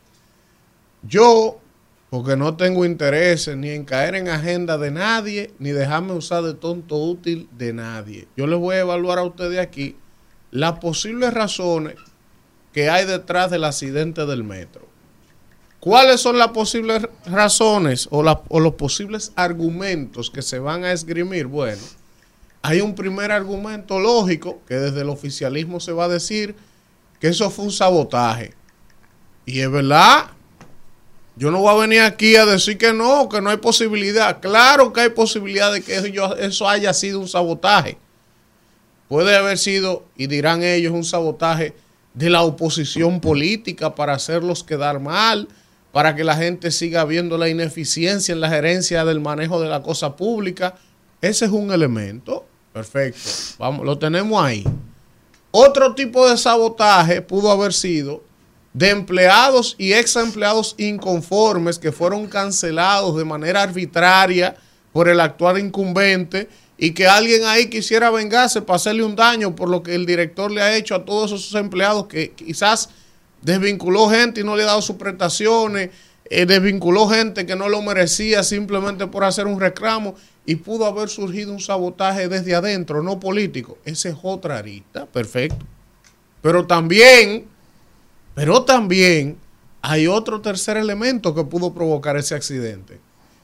Yo, porque no tengo intereses ni en caer en agenda de nadie, ni dejarme usar de tonto útil de nadie. Yo les voy a evaluar a ustedes aquí las posibles razones que hay detrás del accidente del metro. ¿Cuáles son las posibles razones o, la, o los posibles argumentos que se van a esgrimir? Bueno, hay un primer argumento lógico que desde el oficialismo se va a decir que eso fue un sabotaje. Y es verdad. Yo no voy a venir aquí a decir que no, que no hay posibilidad. Claro que hay posibilidad de que eso haya sido un sabotaje. Puede haber sido, y dirán ellos, un sabotaje de la oposición política para hacerlos quedar mal, para que la gente siga viendo la ineficiencia en la gerencia del manejo de la cosa pública. Ese es un elemento. Perfecto. Vamos, lo tenemos ahí. Otro tipo de sabotaje pudo haber sido de empleados y ex empleados inconformes que fueron cancelados de manera arbitraria por el actual incumbente y que alguien ahí quisiera vengarse para hacerle un daño por lo que el director le ha hecho a todos esos empleados, que quizás desvinculó gente y no le ha dado sus prestaciones, eh, desvinculó gente que no lo merecía simplemente por hacer un reclamo, y pudo haber surgido un sabotaje desde adentro, no político. Esa es otra arista, perfecto. Pero también Pero también hay otro tercer elemento que pudo provocar ese accidente.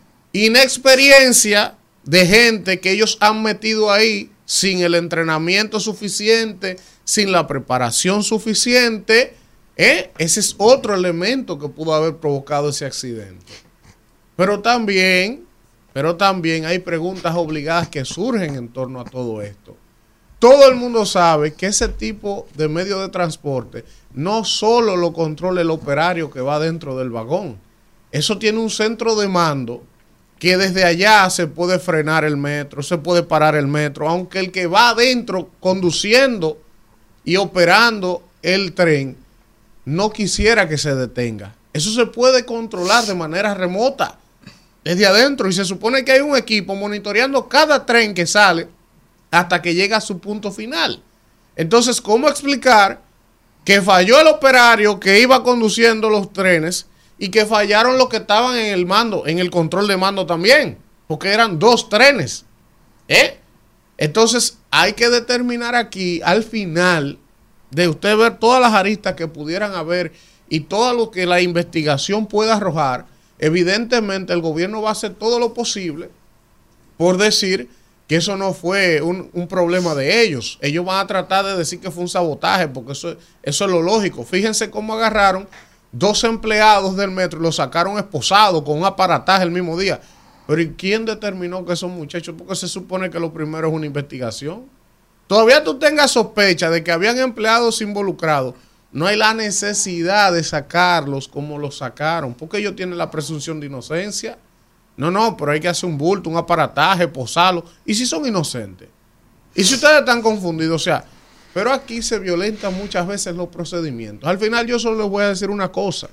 Inexperiencia de gente que ellos han metido ahí sin el entrenamiento suficiente, sin la preparación suficiente. ¿eh? Ese es otro elemento que pudo haber provocado ese accidente. Pero también, pero también hay preguntas obligadas que surgen en torno a todo esto. Todo el mundo sabe que ese tipo de medio de transporte no solo lo controla el operario que va dentro del vagón. Eso tiene un centro de mando que desde allá se puede frenar el metro, se puede parar el metro, aunque el que va adentro conduciendo y operando el tren no quisiera que se detenga. Eso se puede controlar de manera remota desde adentro, y se supone que hay un equipo monitoreando cada tren que sale hasta que llega a su punto final. Entonces, ¿cómo explicar que falló el operario que iba conduciendo los trenes y que fallaron los que estaban en el mando, en el control de mando también? Porque eran dos trenes. ¿eh? Entonces, hay que determinar aquí, al final, de usted ver todas las aristas que pudieran haber y todo lo que la investigación pueda arrojar. Evidentemente, el gobierno va a hacer todo lo posible por decir que eso no fue un, un problema de ellos. Ellos van a tratar de decir que fue un sabotaje, porque eso, eso es lo lógico. Fíjense cómo agarraron dos empleados del metro y los sacaron esposados con un aparataje el mismo día. Pero ¿y quién determinó que esos muchachos? Porque se supone que lo primero es una investigación. Todavía tú tengas sospecha de que habían empleados involucrados, no hay la necesidad de sacarlos como los sacaron, porque ellos tienen la presunción de inocencia. No, no, pero hay que hacer un bulto, un aparataje, posarlo. ¿Y si son inocentes? ¿Y si ustedes están confundidos? O sea, pero aquí se violentan muchas veces los procedimientos. Al final yo solo les voy a decir una cosa.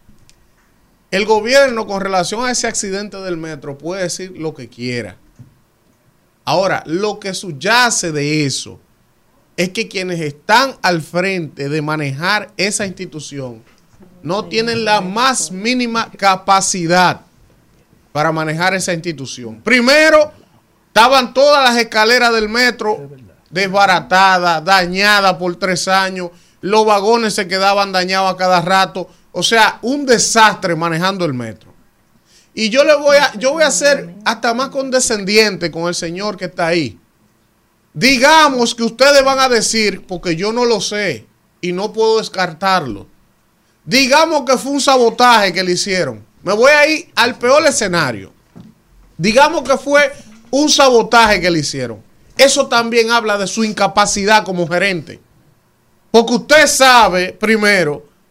El gobierno, con relación a ese accidente del metro, puede decir lo que quiera. Ahora, lo que subyace de eso es que quienes están al frente de manejar esa institución no tienen la más mínima capacidad para manejar esa institución. Primero, estaban todas las escaleras del metro desbaratadas, dañadas por tres años, los vagones se quedaban dañados a cada rato, o sea, un desastre manejando el metro. Y yo le voy a, yo voy a ser hasta más condescendiente con el señor que está ahí. Digamos que ustedes van a decir, porque yo no lo sé y no puedo descartarlo, digamos que fue un sabotaje que le hicieron. Me voy a ir al peor escenario. Digamos que fue un sabotaje que le hicieron. Eso también habla de su incapacidad como gerente. Porque usted sabe, primero,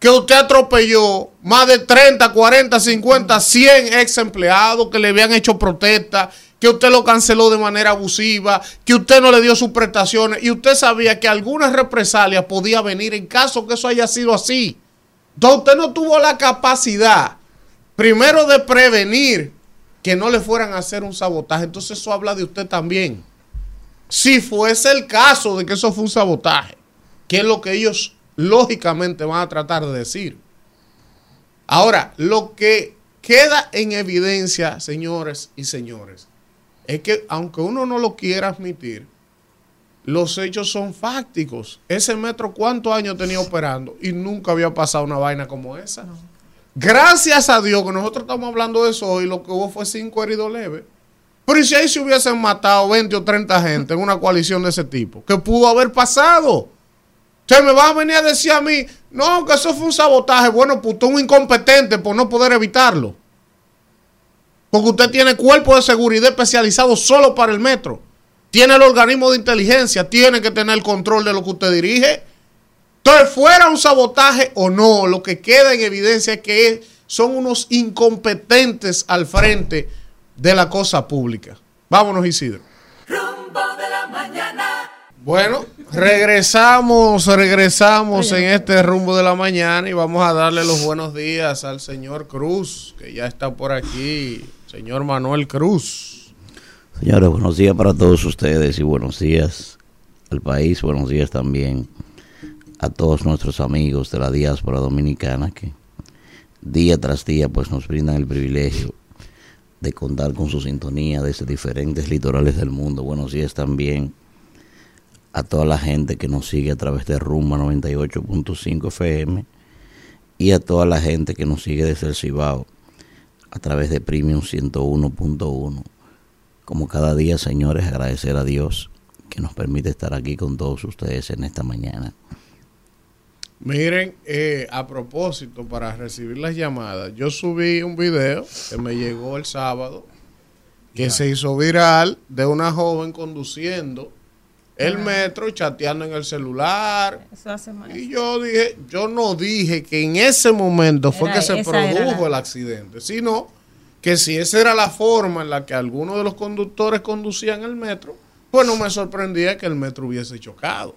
que usted atropelló más de treinta, cuarenta, cincuenta, cien ex empleados que le habían hecho protesta, que usted lo canceló de manera abusiva, que usted no le dio sus prestaciones y usted sabía que algunas represalias podía venir en caso que eso haya sido así. Entonces usted no tuvo la capacidad, primero, de prevenir que no le fueran a hacer un sabotaje. Entonces eso habla de usted también. Si fuese el caso de que eso fue un sabotaje, que es lo que ellos lógicamente van a tratar de decir. Ahora, lo que queda en evidencia, señores y señores, es que aunque uno no lo quiera admitir, los hechos son fácticos. Ese metro, ¿cuántos años tenía operando? Y nunca había pasado una vaina como esa. No. Gracias a Dios que nosotros estamos hablando de eso hoy, lo que hubo fue cinco heridos leves. Pero ¿y si ahí se hubiesen matado veinte o treinta gente en una coalición de ese tipo? ¿Qué pudo haber pasado? Usted me va a venir a decir a mí, no, que eso fue un sabotaje. Bueno, pues usted es un incompetente por no poder evitarlo. Porque usted tiene cuerpo de seguridad especializado solo para el metro. Tiene el organismo de inteligencia, tiene que tener el control de lo que usted dirige. Entonces, fuera un sabotaje o no, lo que queda en evidencia es que son unos incompetentes al frente de la cosa pública. Vámonos, Isidro. Rumbo de la mañana. Bueno, regresamos, regresamos en este rumbo de la mañana y vamos a darle los buenos días al señor Cruz, que ya está por aquí. Señor Manuel Cruz. Señores, buenos días para todos ustedes y buenos días al país, buenos días también a todos nuestros amigos de la diáspora dominicana que día tras día pues nos brindan el privilegio de contar con su sintonía desde diferentes litorales del mundo. Buenos días también a toda la gente que nos sigue a través de Rumba noventa y ocho punto cinco F M y a toda la gente que nos sigue desde el Cibao a través de Premium ciento uno punto uno. Como cada día, señores, agradecer a Dios que nos permite estar aquí con todos ustedes en esta mañana. Miren, eh, a propósito, para recibir las llamadas, yo subí un video que me llegó el sábado, que yeah. se hizo viral, de una joven conduciendo el metro, chateando en el celular. Eso hace más. Y yo dije, yo no dije que en ese momento fue era, que se produjo la... el accidente, sino que si esa era la forma en la que algunos de los conductores conducían el metro, pues no me sorprendía que el metro hubiese chocado.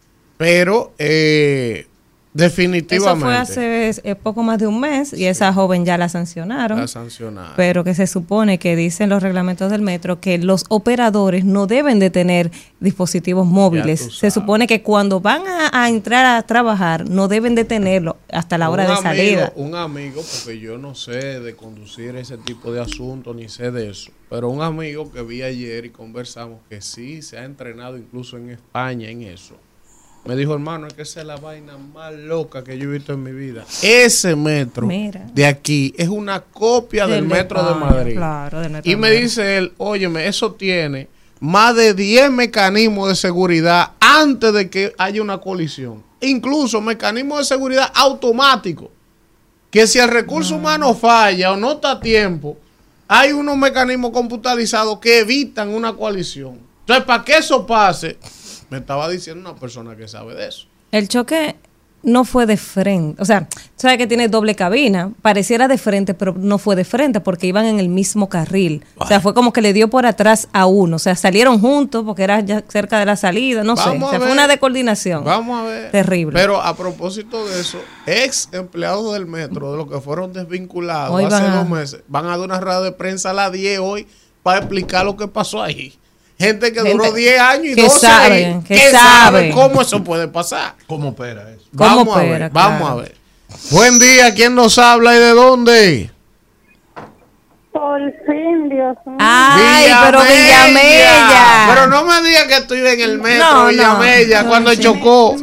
Pero eh, definitivamente. Eso fue hace eh, poco más de un mes y sí. esa joven ya la sancionaron. La sancionaron. Pero que se supone que dicen los reglamentos del metro que los operadores no deben de tener dispositivos móviles. Se supone que cuando van a, a entrar a trabajar no deben de tenerlo hasta la hora un de amigo, salida. Un amigo, porque yo no sé de conducir ese tipo de asuntos ni sé de eso, pero un amigo que vi ayer y conversamos que sí se ha entrenado incluso en España en eso. Me dijo, hermano, es que esa es la vaina más loca que yo he visto en mi vida. Ese metro Mira. de aquí es una copia del, del metro de, de Madrid. Claro, del metro y de me Madrid. Dice él, óyeme, eso tiene más de diez mecanismos de seguridad antes de que haya una colisión. Incluso mecanismos de seguridad automáticos. Que si el recurso no. humano falla o no está a tiempo, hay unos mecanismos computarizados que evitan una colisión. Entonces, para que eso pase... Me estaba diciendo una persona que sabe de eso. El choque no fue de frente. O sea, sabes que tiene doble cabina. Pareciera de frente, pero no fue de frente porque iban en el mismo carril. Ay. O sea, fue como que le dio por atrás a uno. O sea, salieron juntos porque era ya cerca de la salida. No Vamos sé. O sea, fue una descoordinación. Vamos a ver. Terrible. Pero a propósito de eso, ex empleados del metro, de los que fueron desvinculados hoy hace a... dos meses, van a dar una rueda de prensa a las diez hoy para explicar lo que pasó ahí. Gente que Gente duró diez años y doce saben, que, que sabe cómo eso puede pasar. ¿Cómo opera eso? Vamos ¿Cómo a opera, ver, claro. vamos a ver. Buen día, ¿quién nos habla y de dónde? Por fin, Dios mío. Ay, Villamella. pero Villamella. Pero no me digas que estoy en el metro, no, Villamella, no, cuando sí. chocó.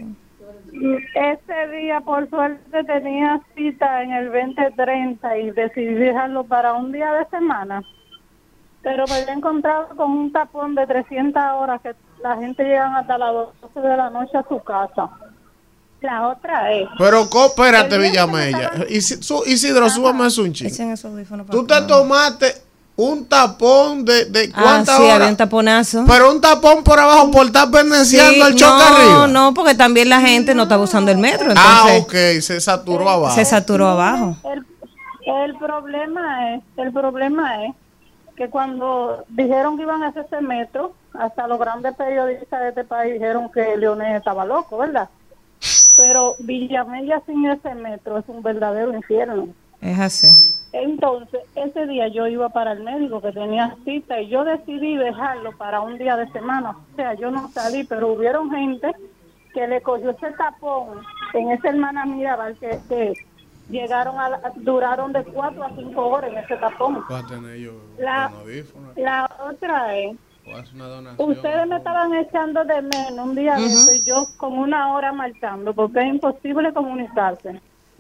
Ese día, por suerte, tenía cita en el veinte treinta y decidí dejarlo para un día de semana. Pero me había encontrado con un tapón de trescientas horas que la gente llega hasta las doce de la noche a su casa. La otra es... Pero coopérate, Villamella. Estaba... Isidro, súbame eso un chico. Tú te tomaste un tapón de, de Ah, ¿cuántas sí, horas? había un taponazo. Pero un tapón por abajo por estar pendenciando Sí, el choque no, arriba. no, porque también la gente no estaba usando el metro, entonces Ah, ok, se saturó abajo. se saturó abajo. El, el problema es, el problema es que cuando dijeron que iban a hacer ese metro, hasta los grandes periodistas de este país dijeron que Leonel estaba loco, ¿verdad? Pero Villamella sin ese metro es un verdadero infierno. Es así. Entonces, ese día yo iba para el médico que tenía cita y yo decidí dejarlo para un día de semana. O sea, yo no salí, pero hubieron gente que le cogió ese tapón en esa hermana Mirabal que, que llegaron a, la- duraron de cuatro a cinco horas en ese tapón. Voy a tener yo La, un audífono. la otra es, Voy a hacer una donación. ustedes me estaban echando de menos un día de eso y yo con una hora marchando porque es imposible comunicarse.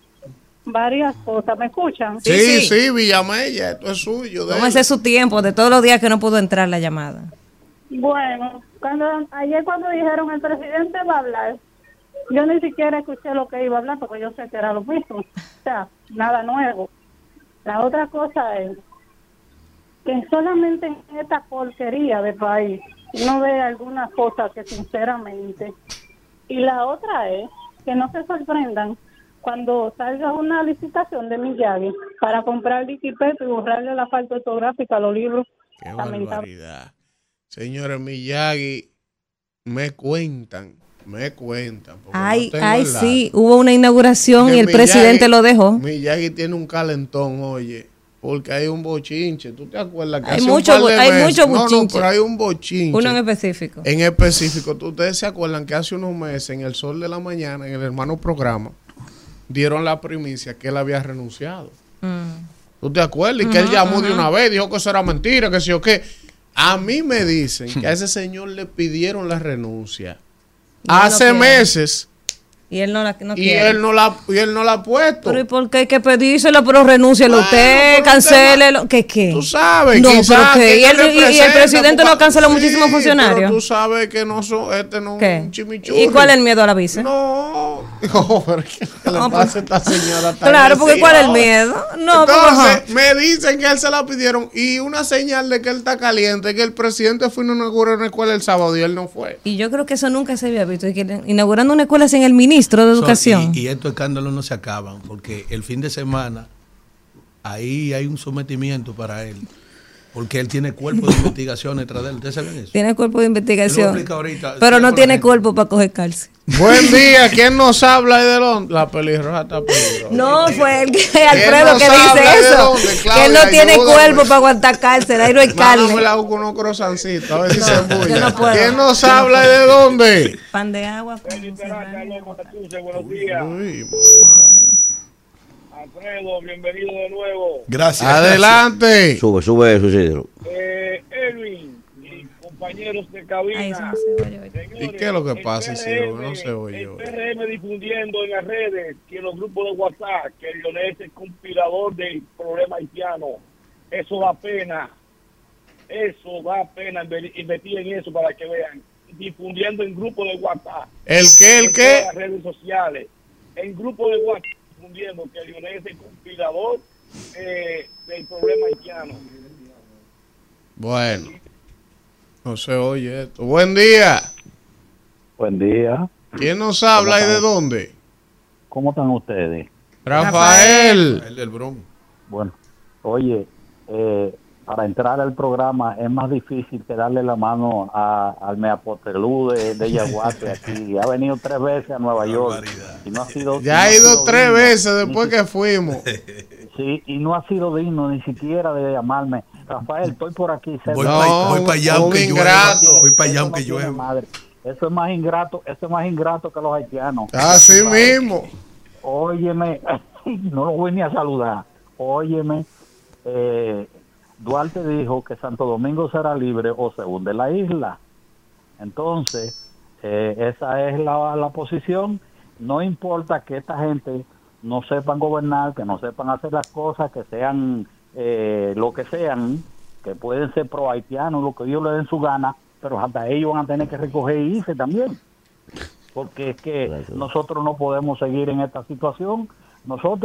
Varias cosas, ¿me escuchan? Sí, Sí, sí, sí. Villamella, esto es suyo. de Tómese él. su tiempo de todos los días que no pudo entrar la llamada. Bueno, cuando ayer cuando dijeron el presidente va a hablar, yo ni siquiera escuché lo que iba a hablar porque yo sé que era lo mismo. O sea, nada nuevo. La otra cosa es que solamente en esta porquería de país uno ve algunas cosas que sinceramente. Y la otra es que no se sorprendan cuando salga una licitación de Miyagi para comprar Wikipedia y borrarle la falta ortográfica a los libros. Qué Lamentable. barbaridad. Señores, Miyagi, me cuentan, me cuentan. porque Ay, no tengo ay, el dato, sí, hubo una inauguración que y el Miyagi- presidente lo dejó. Miyagi tiene un calentón, oye, porque hay un bochinche. ¿Tú te acuerdas que Hay hace mucho un par de bo- hay meses- mucho No, no, bochinche. pero hay un bochinche. Uno en específico. En específico, ¿tú- ustedes se acuerdan que hace unos meses en el Sol de la Mañana, en el hermano programa, dieron la primicia que él había renunciado? Mm. ¿Tú te acuerdas? Y que él llamó de una vez, dijo que eso era mentira, que sí o qué. A mí me dicen que a ese señor le pidieron la renuncia Y él no hace quiere. meses Y él no la no y quiere. él no la y él no la ha puesto. Pero ¿y por qué hay que pedírselo? Pero renúncielo Bueno, usted, por un cancélelo. ¿Qué qué? Tú sabes, No, quizás pero ¿qué? que ¿Y el, él y- y el representa, presidente no porque- canceló sí, muchísimos funcionarios? Pero tú sabes que no son, este no es ¿Qué? un chimichurri. ¿Y cuál es el miedo a la visa? No, no, pero ¿qué le No, pasa pues- a esta señora tan Claro, porque ¿cuál es el agresiva? miedo? No, pues, ajá. Entonces, me dicen que él se la pidieron y una señal de que él está caliente, que el presidente fue a inaugurar una escuela el sábado y él no fue. Y yo creo que eso nunca se había visto. Y que inaugurando una escuela sin el ministro de Educación. Y, y estos escándalos no se acaban, porque el fin de semana ahí hay un sometimiento para él, porque él tiene cuerpo de investigación detrás de él. ¿Ustedes saben eso? Tiene cuerpo de Te lo voy a investigación. explicar ahorita. Pero Sí, no con tiene la gente. cuerpo para coger cárcel. Buen día, ¿quién nos habla y de dónde? La pelirroja está peligrosa. No, fue el que, Alfredo no que sabe dice de eso. dónde, que él Claudia? no tiene Ayúdame. cuerpo para aguantar cárcel. Ahí no hay Mándame carne. la con unos croissantcitos, a ver si se que embulla. no puedo. ¿Quién nos Que no habla y de dónde? Pan de agua. con Feliz serrano. Carlos Matatuce, buenos días. Uy, mamá. Alfredo, bienvenido de nuevo. Gracias. Adelante. Sube, sube eso, Isidro. Eh, Edwin y compañeros de Ay, cabina. eso no se oye hoy. Señores, ¿Y qué es lo que el pasa, P R Isidro? M, No se oye El hoy. P R M difundiendo en las redes y en los grupos de WhatsApp que Leonel es el conspirador del problema haitiano. Eso da pena. Eso da pena inve- invertir en eso para que vean. Difundiendo en grupos de WhatsApp. ¿El qué, el en qué? todas las redes sociales. En grupos de WhatsApp difundiendo que Leonel es el conspirador eh, del problema haitiano. Bueno, no se oye esto. Buen día. Buen día. ¿Quién nos habla y de dónde? ¿Cómo están ustedes? Rafael. El del Bronx. Bueno, oye, eh, para entrar al programa es más difícil que darle la mano a, al Meapotelú de, de Yaguate aquí. Ha venido tres veces a Nueva York barbaridad. y no ha sido. Ya ha no ido sido tres digno, veces ni después si- que fuimos. Sí, y no ha sido digno ni siquiera de llamarme. Rafael, estoy por aquí. cerca. Voy No, para voy pa allá un aunque llueva. ingrato. Voy para allá Eso aunque no tiene llueva. madre. Eso es más ingrato, eso es más ingrato que los haitianos. Así mismo. Óyeme, no lo voy ni a saludar. Óyeme, eh, Duarte dijo que Santo Domingo será libre o se hunde la isla. Entonces, eh, esa es la, la posición. No importa que esta gente no sepan gobernar, que no sepan hacer las cosas, que sean eh, lo que sean, que pueden ser pro haitianos, lo que ellos le den su gana, pero hasta ellos van a tener que recoger y irse también. Porque es que Gracias. nosotros no podemos seguir en esta situación. Nosotros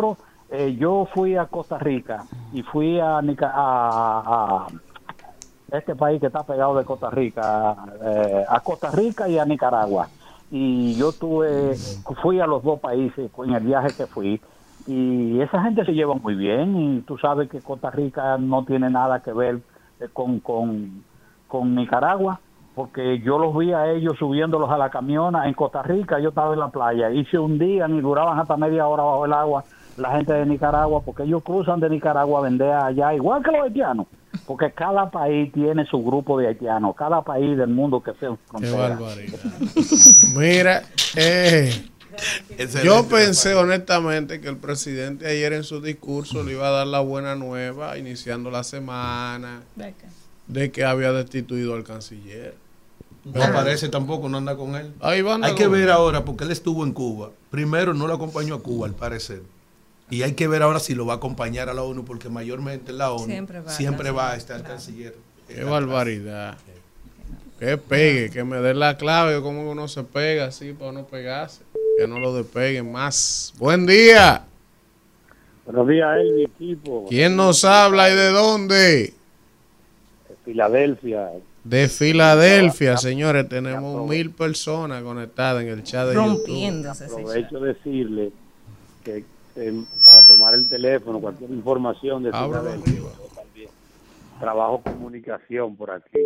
eh, yo fui a Costa Rica y fui a, Nica- a, a este país que está pegado de Costa Rica, eh, a Costa Rica y a Nicaragua. Y yo tuve, fui a los dos países en el viaje que fui, y esa gente se lleva muy bien, y tú sabes que Costa Rica no tiene nada que ver con, con, con Nicaragua, porque yo los vi a ellos subiéndolos a la camiona en Costa Rica. Yo estaba en la playa y se hundían y duraban hasta media hora bajo el agua la gente de Nicaragua, porque ellos cruzan de Nicaragua a vender allá, igual que los haitianos, porque cada país tiene su grupo de haitianos, cada país del mundo que sea frontera. Qué barbaridad. Mira, eh, yo pensé honestamente que el presidente ayer en su discurso le iba a dar la buena nueva, iniciando la semana, de que había destituido al canciller. No aparece tampoco, no anda con él. Ahí van Hay que ver ahora, porque él estuvo en Cuba. Primero no lo acompañó a Cuba, al parecer. Y hay que ver ahora si lo va a acompañar a la ONU, porque mayormente la ONU siempre va, siempre va a estar claro. Canciller. Qué barbaridad. Que pegue, que me dé la clave de cómo uno se pega así para no pegarse. Que no lo despeguen más. Buen día. Buenos días, el mi equipo. ¿Quién nos habla y de dónde? De Filadelfia. De Filadelfia, señores. Tenemos mil personas conectadas en el chat de Rompiéndose. YouTube. Aprovecho decirle que eh, para tomar el teléfono, cualquier información de Filadelfia, yo también trabajo comunicación por aquí.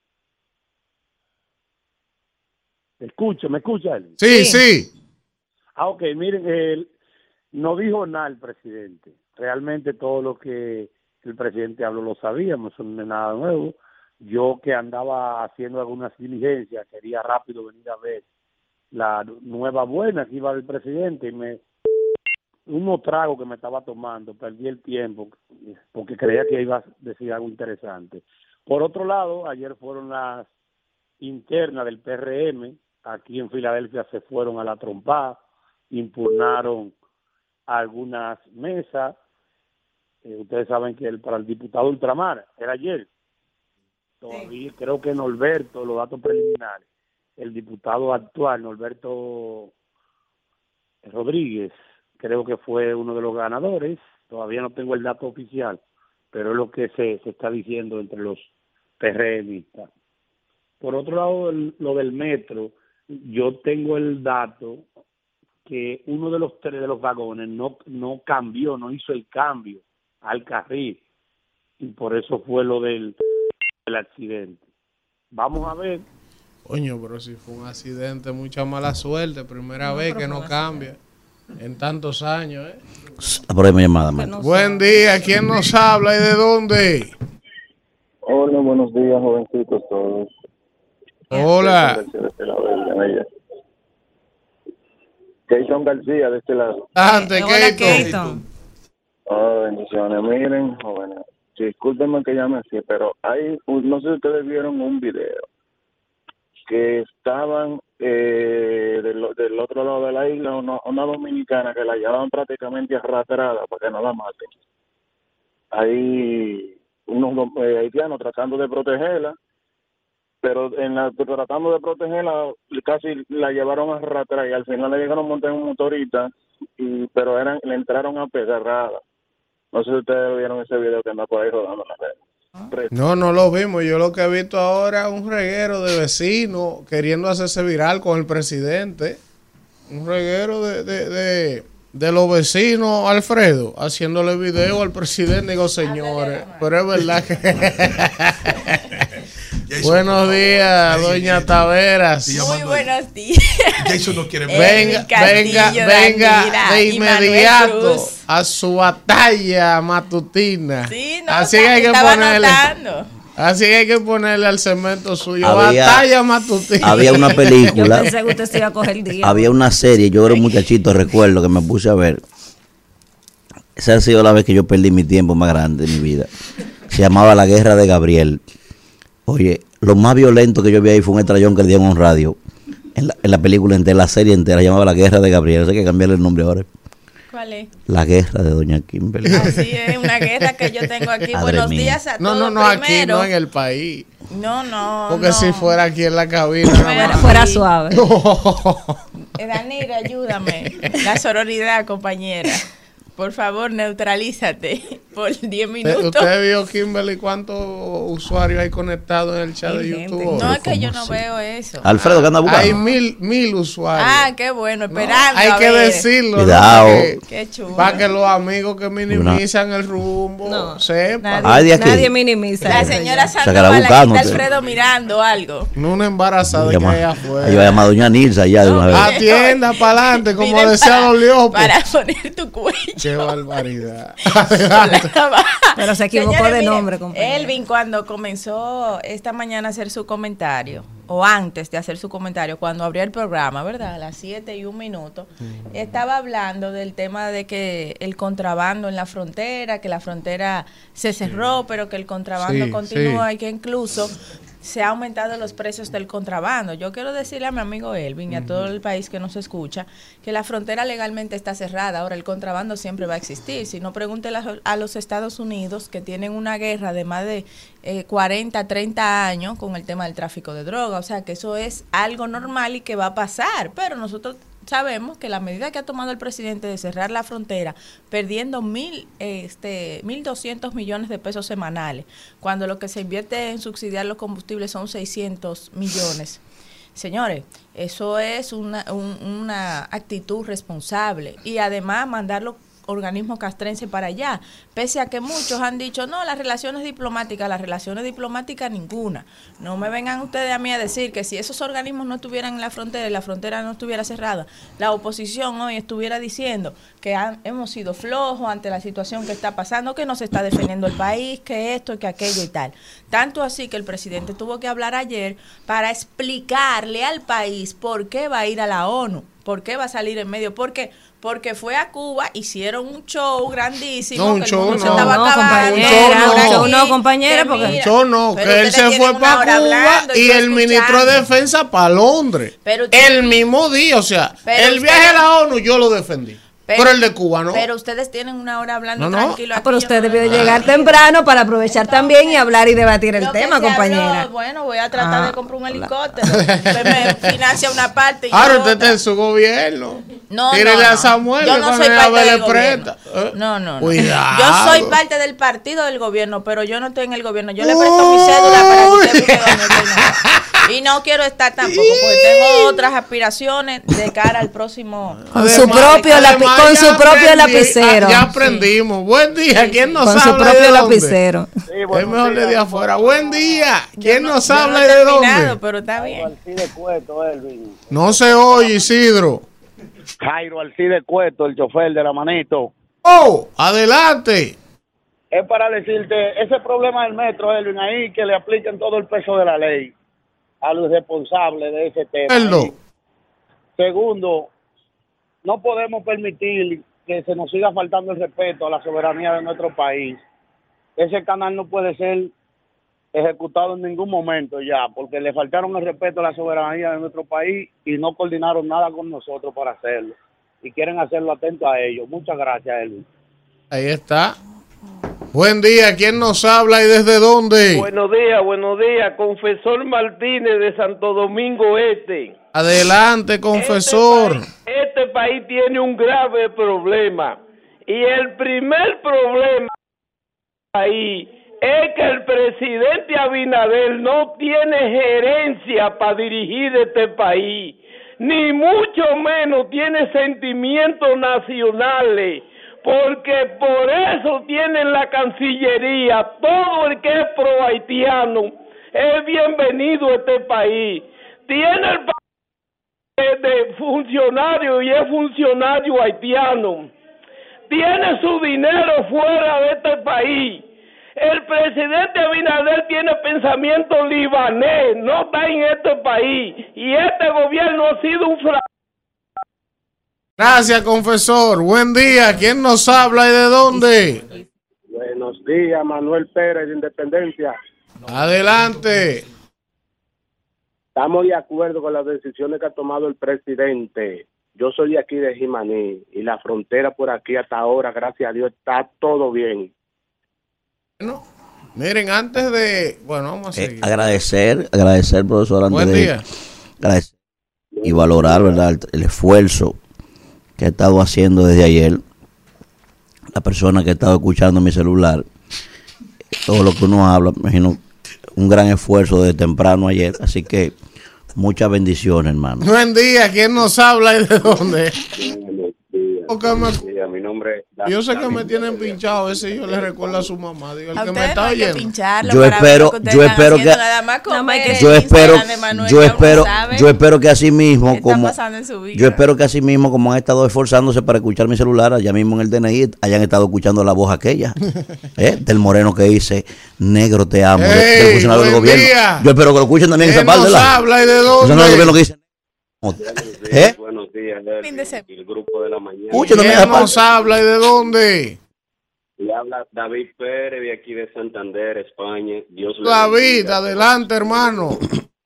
¿Me escucha? ¿Me escucha él? Sí, sí. Ah, ok, miren, él no dijo nada el presidente. Realmente todo lo que el presidente habló lo sabíamos, eso no es nada nuevo. Yo que andaba haciendo algunas diligencias, quería rápido venir a ver la nueva buena que iba del presidente, y me unos tragos que me estaba tomando, perdí el tiempo porque creía que iba a decir algo interesante. Por otro lado, ayer fueron las internas del P R M, aquí en Filadelfia se fueron a la trompada, impugnaron algunas mesas. Eh, ustedes saben que el, para el diputado Ultramar era ayer. Todavía sí. Creo que Norberto, los datos preliminares, el diputado actual, Norberto Rodríguez, creo que fue uno de los ganadores. Todavía no tengo el dato oficial, pero es lo que se, se está diciendo entre los PRMistas. Por otro lado, el, lo del metro, yo tengo el dato que uno de los tres de los vagones no, no cambió, no hizo el cambio al carril, y por eso fue lo del, del accidente. Vamos a ver. Coño, pero si fue un accidente, mucha mala suerte, primera no, vez que no cambia en tantos años, ¿eh? Por ahí me llamada, no Buen día, ¿quién nos habla y de dónde? Hola, buenos días, jovencitos todos. Hola. Keyton García, de este lado. Ante Hola, Keyton. Oh, bendiciones. Miren, jóvenes, discúlpenme que llame así, pero hay, no sé si ustedes vieron un video que estaban eh, del, del otro lado de la isla, una, una dominicana que la llevaban prácticamente arrastrada para que no la maten. Hay unos eh, haitianos tratando de protegerla, pero en la, tratando de protegerla casi la llevaron a arrastrar, y al final le llegaron a montar en un motorista, y, pero eran, le entraron a pegarrada. No sé si ustedes vieron ese video que anda por ahí rodando en las redes. No, no lo vimos. Yo lo que he visto ahora es un reguero de vecinos queriendo hacerse viral con el presidente. Un reguero de, de, de, de los vecinos, Alfredo, haciéndole video al presidente. Digo, señores, pero es verdad que... Buenos días, doña Taveras. Muy buenos días. Jason no quiere venga, venga, venga de inmediato a su batalla matutina. Sí, no, así que hay que ponerle, así que hay que ponerle al segmento suyo. Había, batalla matutina. Había una película. Yo pensé que usted se iba a coger el día. Había una serie, yo era un muchachito, recuerdo que me puse a ver. Esa ha sido la vez que yo perdí mi tiempo más grande de mi vida. Se llamaba La Guerra de Gabriel. Oye, lo más violento que yo vi ahí fue un estrellón que le dieron en radio. En la, en la película entera, la serie entera, llamaba La Guerra de Gabriel. Hay que cambiarle el nombre ahora. ¿Cuál es? La Guerra de Doña Kimberly. Así es, una guerra que yo tengo aquí. Madre Buenos mía. días a no, todos. No, no, no, primero. aquí, no en el país. No, no, Porque no. si fuera aquí en la cabina. Fuera, no, fuera suave. Eh, Danira, ayúdame. La sororidad, compañera. Por favor, neutralízate por diez minutos. ¿Usted vio, Kimberly, cuántos usuarios hay conectados en el chat de YouTube? No, es que yo no así? veo eso. Alfredo, ¿qué anda buscando? Hay mil, mil usuarios. Ah, qué bueno, esperando. No, hay a que ver. decirlo. Cuidado. ¿no? Qué, qué chulo. Para que los amigos que minimizan el rumbo no, sepan. Nadie, nadie minimiza. La señora Sandoval, aquí está Alfredo mirando algo. No una embarazada que hay afuera. Yo voy a llamar a doña Nilsa allá de una vez. Atienda para adelante, como decía para, los Leopos. Para poner tu cuello. Qué barbaridad. Pero se equivocó Señores, de nombre, compañero. Elvin, cuando comenzó esta mañana a hacer su comentario, o antes de hacer su comentario, cuando abrió el programa, ¿verdad? A las siete y un minuto, uh-huh. estaba hablando del tema de que el contrabando en la frontera, que la frontera se cerró, sí. pero que el contrabando sí, continúa sí. y que incluso se ha aumentado los precios del contrabando. Yo quiero decirle a mi amigo Elvin y a todo el país que nos escucha que la frontera legalmente está cerrada. Ahora el contrabando siempre va a existir. Si no, pregúntele a los Estados Unidos, que tienen una guerra de más de eh, cuarenta, treinta años con el tema del tráfico de droga. O sea que eso es algo normal y que va a pasar. Pero nosotros sabemos que la medida que ha tomado el presidente de cerrar la frontera, perdiendo mil, este, mil doscientos millones de pesos semanales, cuando lo que se invierte en subsidiar los combustibles son seiscientos millones. Señores, eso es una, un, una actitud responsable y además mandarlo organismos castrenses para allá, pese a que muchos han dicho, no, las relaciones diplomáticas, las relaciones diplomáticas ninguna. No me vengan ustedes a mí a decir que si esos organismos no estuvieran en la frontera y la frontera no estuviera cerrada, la oposición hoy estuviera diciendo que han, hemos sido flojos ante la situación que está pasando, que no se está defendiendo el país, que esto y que aquello y tal. Tanto así que el presidente tuvo que hablar ayer para explicarle al país por qué va a ir a la ONU, por qué va a salir en medio, porque porque fue a Cuba, hicieron un show grandísimo, no, un que show el mundo no, se estaba no, acabando. compañera, un show no, no, compañera, que porque un show no, pero que él se fue para Cuba hablando, y, y el ministro de Defensa para Londres, pero usted, el mismo día, o sea, el usted, viaje a la ONU yo lo defendí. Pero, pero el de Cuba no. Pero ustedes tienen una hora hablando no, no. tranquilo. Ah, pero usted debió de llegar temprano para aprovechar también y hablar y debatir el tema, compañera. Habló, bueno, voy a tratar ah, de comprar un helicóptero. Usted me financia una parte. Y ahora usted está en su gobierno. No, Tírele no, no. a Samuel. Yo no soy parte del gobierno. ¿Eh? No, no, no. Cuidado. Yo soy parte del partido del gobierno, pero yo no estoy en el gobierno. Yo le presto mi cédula para que usted busque donde estoy. Y no quiero estar tampoco, porque tengo otras aspiraciones de cara al próximo. Con su propio, lapi con su propio lapicero. Ya aprendimos. Sí. Buen día. Sí, ¿quién nos con habla? Con su propio lapicero. Sí, es mejor de, de afuera. Buen día. ¿Quién no, nos habla no y de dónde? Pero está bien. Alcide Cueto, Elvin. No se oye, Isidro. Jairo Alcide Cueto, el chofer de la manito. Oh, adelante. Es para decirte, ese problema del metro, Elvin, ahí que le apliquen todo el peso de la ley a los responsables de ese tema. Ahí. Segundo, no podemos permitir que se nos siga faltando el respeto a la soberanía de nuestro país. Ese canal no puede ser ejecutado en ningún momento ya, porque le faltaron el respeto a la soberanía de nuestro país y no coordinaron nada con nosotros para hacerlo. Y quieren hacerlo atento a ellos. Muchas gracias, Elvin. Ahí está. Buen día, ¿quién nos habla y desde dónde? Buenos días, buenos días, confesor Martínez de Santo Domingo Este. Adelante, confesor. Este país, este país tiene un grave problema y el primer problema ahí es que el presidente Abinader no tiene gerencia para dirigir este país, ni mucho menos tiene sentimientos nacionales. Porque por eso tienen la Cancillería, todo el que es pro haitiano es bienvenido a este país. Tiene el país de funcionario y es funcionario haitiano. Tiene su dinero fuera de este país. El presidente Abinader tiene pensamiento libanés, no está en este país. Y este gobierno ha sido un fracaso. Gracias, confesor. Buen día. ¿Quién nos habla y de dónde? Buenos días, Manuel Pérez de Independencia. Adelante. Estamos de acuerdo con las decisiones que ha tomado el presidente. Yo soy de aquí de Jimaní y la frontera por aquí hasta ahora, gracias a Dios, está todo bien. Bueno, miren, antes de... Bueno, vamos a seguir. Eh, agradecer, agradecer, profesor, antes Buen día. de... Agradecer y valorar, ¿verdad?, el, el esfuerzo que ha estado haciendo desde ayer la persona que ha estado escuchando mi celular, todo lo que uno habla, me imagino un gran esfuerzo desde temprano ayer, así que muchas bendiciones, hermano. Buen día, ¿quién nos habla y de dónde? Buenos días, mi nombre es David. Yo sé que me tienen pinchado, a veces yo le recuerdo a su mamá, digo, el A que me ustedes está no hay que oyendo. pincharlo Yo para ver espero, lo que ustedes yo están espero que, haciendo, nada más comer en yo el espero, Instagram de Manuel, yo que uno espero, sabe yo espero que así mismo qué está como, pasando en su vida. yo espero que así mismo como han estado esforzándose para escuchar mi celular, allá mismo en el D N I, hayan estado escuchando la voz aquella, ¿eh? del moreno que dice, negro te amo, Ey, del funcionario del buen gobierno. día. Yo espero que lo escuchen también esa ¿Quién parte, nos ¿verdad? habla y de El dónde? funcionario del gobierno que dice, ¿eh? Buenos días, Derby, el grupo de la mañana. Escuchen también ¿Quién esa nos parte. habla y de dónde? Le habla David Pérez de aquí de Santander, España. Dios le David, bendiga. adelante, hermano.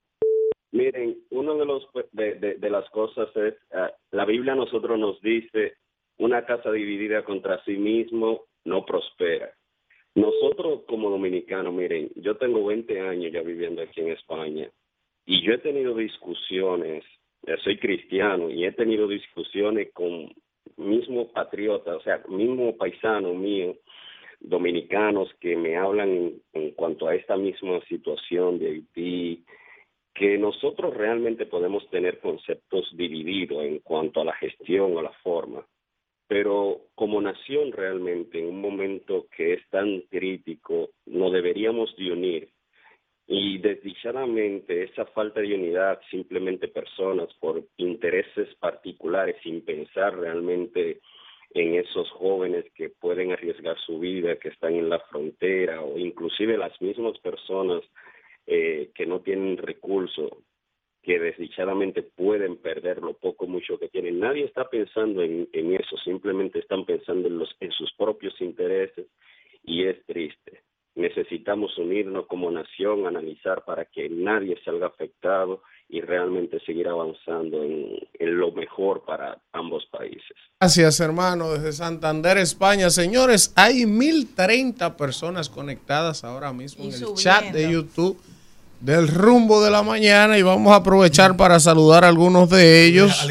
Miren, uno de los de, de, de las cosas es uh, la Biblia a nosotros nos dice una casa dividida contra sí mismo no prospera. Nosotros como dominicanos, miren, yo tengo veinte años ya viviendo aquí en España y yo he tenido discusiones, eh, soy cristiano y he tenido discusiones con mismo patriotas, o sea, mismo paisano mío, dominicanos que me hablan en, en cuanto a esta misma situación de Haití, que nosotros realmente podemos tener conceptos divididos en cuanto a la gestión o la forma, pero como nación realmente en un momento que es tan crítico nos deberíamos de unir y desdichadamente esa falta de unidad, simplemente personas por intereses particulares sin pensar realmente en esos jóvenes que pueden arriesgar su vida, que están en la frontera o inclusive las mismas personas eh, que no tienen recursos, que desdichadamente pueden perder lo poco mucho que tienen. Nadie está pensando en, en eso, simplemente están pensando en, los, en sus propios intereses y es triste. Necesitamos unirnos como nación, analizar para que nadie salga afectado y realmente seguir avanzando en, en lo mejor para ambos países. Gracias, hermano, desde Santander, España. Señores, hay mil treinta personas conectadas ahora mismo Y en el subiendo. chat de YouTube del Rumbo de la Mañana y vamos a aprovechar para saludar a algunos de ellos.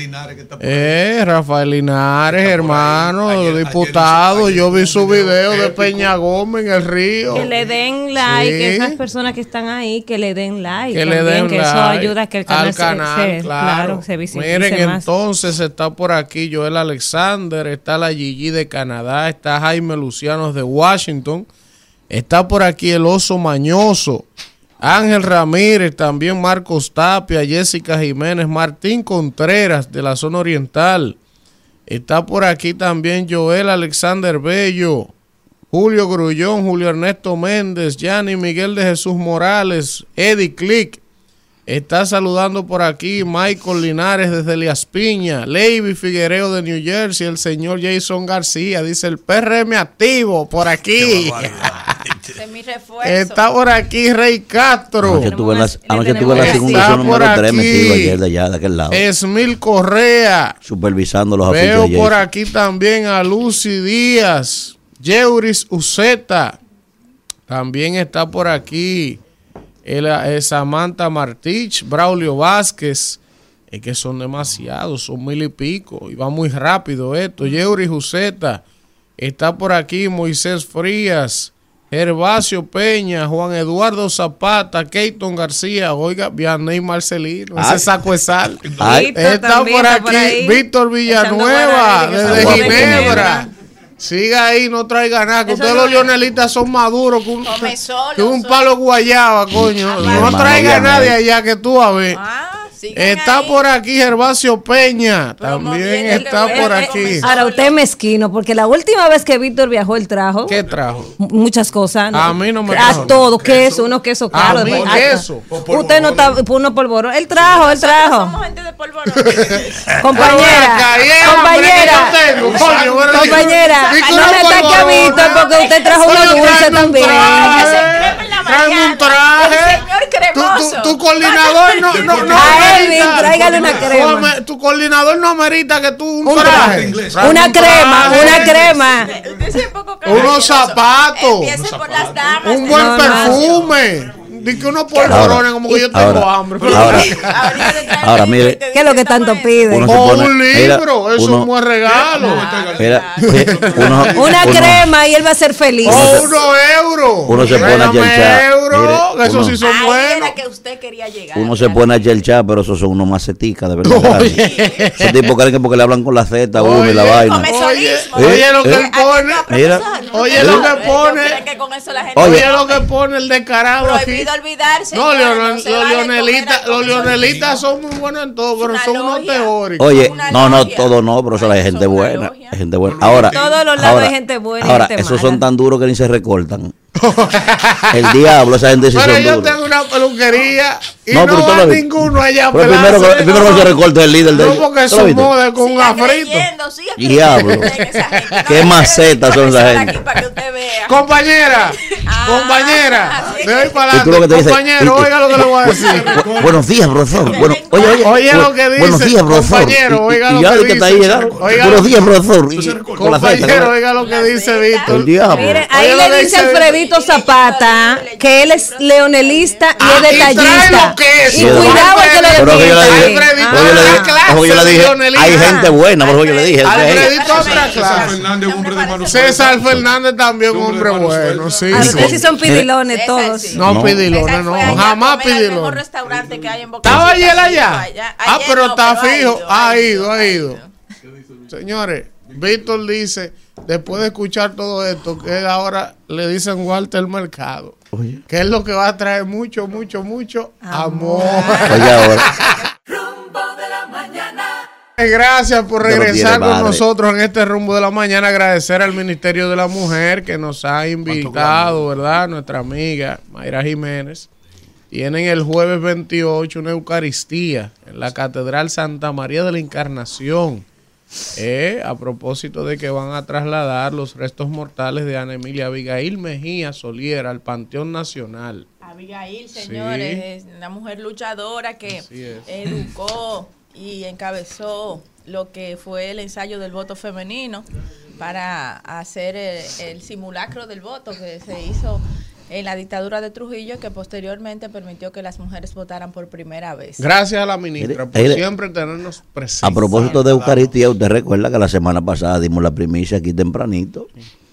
Eh, Rafael Linares, hermano, diputado. Yo vi su video de Peña Gómez en el río. Que le den like, Sí. que esas personas que están ahí, que le den like. Que le también, den que eso like ayuda a que el canal, al se- canal, se, claro. claro, se visibilice Miren, más. entonces está por aquí Joel Alexander, está la Gigi de Canadá, está Jaime Lucianos de Washington, está por aquí el Oso Mañoso, Ángel Ramírez, también Marcos Tapia, Jessica Jiménez, Martín Contreras de la zona oriental, está por aquí también Joel Alexander Bello, Julio Grullón, Julio Ernesto Méndez, Yanni Miguel de Jesús Morales, Eddie Click, está saludando por aquí Michael Linares desde Elías Piña, Leiby Figuereo de New Jersey, el señor Jason García, dice el P R M activo por aquí. Ese es mi refuerzo. Está por aquí Rey Castro. Anoche tuve la, anoche tuve la Está circunstancia por número tres metido aquí ayer de allá, de aquel lado, Esmil Correa. supervisando los afiches Veo de por Jason. aquí también a Lucy Díaz, Yeuris Uceta. También está por aquí el, el Samantha Martich, Braulio Vázquez. Es que son demasiados, son mil y pico. Y va muy rápido esto. Yeuris Uceta. Está por aquí Moisés Frías, Gervasio Peña, Juan Eduardo Zapata, Keiton García, oiga, Vianney Marcelino, Ay. ese saco de sal. Ay. Está también por está por aquí ahí. Víctor Villanueva, Echando buena desde vida, que Ginebra. Siga ahí, no traiga nada, que Eso ustedes no los es. leonelistas son maduros, que un, Come solo, que un solo. palo guayaba, coño. Mi No hermano traiga Vianney. nadie allá, que tú a ver. Ah, sigan Está ahí. por aquí Gervasio Peña, también Promoviendo el está que por voy a aquí. comer. Ahora, usted es mezquino, porque la última vez que Víctor viajó, él trajo ¿Qué trajo? m- muchas cosas. A mí no me A trajo todo, queso, unos quesos A caros. mí después- queso. hasta- Usted no está, uno polvorón. Él trajo, él trajo. Somos gente de polvorón. Compañera, compañera, compañera, no me ataque a Víctor porque usted trajo uno dulce también. Traen un traje. El señor Tu, cremoso. tu, tu coordinador no, no, no A Elvin, amerita. tráigale una crema. Tu ame- Tu coordinador no amerita que tú un, Un traje. traje. Trae Una un crema, traje, una crema. Usted sí es un poco Unos caballeroso. zapatos. Empiece por las damas. Un buen No, no. perfume. Un Dice que unos polvorones como que yo tengo ahora, hambre. Ahora, ahora, mire. ¿Qué es lo que tanto piden? O un libro, eso es un buen regalo. Mira, uno, una uno, crema y él va a ser feliz. O unos euros. Uno se pone a chelchar. Euros, esos sí son buenos. Que usted quería llegar. Uno se pone a chelchar, pero esos son unos maceticas, de verdad. Esos tipos creen que porque le hablan con la Z uno y la vaina. Oye, oye lo que él pone. Mira, oye lo que pone. Oye lo que pone el descarado aquí. Prohibido olvidarse. No, los leonelitas, los leonelitas son muy buenos en todo, pero son unos teóricos. Oye, no, no, todo no, pero eso hay gente buena. Hay gente buena. Ahora, todos los lados hay gente buena. Ahora, esos son tan duros que ni se recortan. El diablo, esa gente sí pero son yo duros. tengo una peluquería y no, no, pero hay lo ninguno allá. Pero primero, que, primero que se recorta el líder de no, ellos. porque es un moda con un afrito. Diablo. Qué macetas son esa gente. Compañera, compañera, de hoy para ¿Y tú lo que adelante, te dice? compañero, ¿Y- oiga lo que le voy a decir. Buenos días, profesor. Bueno, oye, oye, Oye lo que dice, buenos días, profesor. compañero, oiga Y- lo y ya que de que está ahí dice. llegando. Oiga Buenos lo- días, profesor. Y- con la Z, Compañero, ¿no? oiga lo que dice Víctor. El diablo. Mire, ahí Oye, lo le que dice dice- Alfredito Zapata que él es leonelista y Ah, es y trae detallista. lo que es. Y cuidado el que lo Pero que yo le dije, defienda. Alfredito, oye, le dije, otra clase oye, yo le de dije, leonelista. hay gente buena, por eso yo le dije. Alfredito otra César clase. Fernández, un hombre de mano César Fernández también un hombre mano bueno, suelta. sí. A ustedes sí son pidilones todos. No, No. pidilones, no, jamás pidilones. restaurante que hay en Boca ¿Estaba Chica, ayer allá? allá. Ah, Ayer pero no, está pero ha fijo. ido, Ha ha ido, ha ido. ido. Señores, Víctor dice, después de escuchar todo esto, que ahora le dicen Walter Mercado, Oye. que es lo que va a traer mucho, mucho, mucho amor. Oye, ahora. Rumbo de la mañana. Gracias por Ya no regresar tiene con madre. nosotros en este rumbo de la mañana. Agradecer al Ministerio de la Mujer que nos ha invitado, ¿verdad? Nuestra amiga Mayra Jiménez. Tienen el jueves veintiocho una Eucaristía en la Catedral Santa María de la Encarnación. Eh, a propósito de que van a trasladar los restos mortales de Ana Emilia Abigail Mejía Solier al Panteón Nacional. Abigail, señores, Sí. es una mujer luchadora que Así es. educó y encabezó lo que fue el ensayo del voto femenino para hacer el, el simulacro del voto que se hizo en la dictadura de Trujillo, que posteriormente permitió que las mujeres votaran por primera vez. Gracias a la ministra por Mire, siempre tenernos presentes. A propósito de Eucaristía, usted recuerda que la semana pasada dimos la primicia aquí tempranito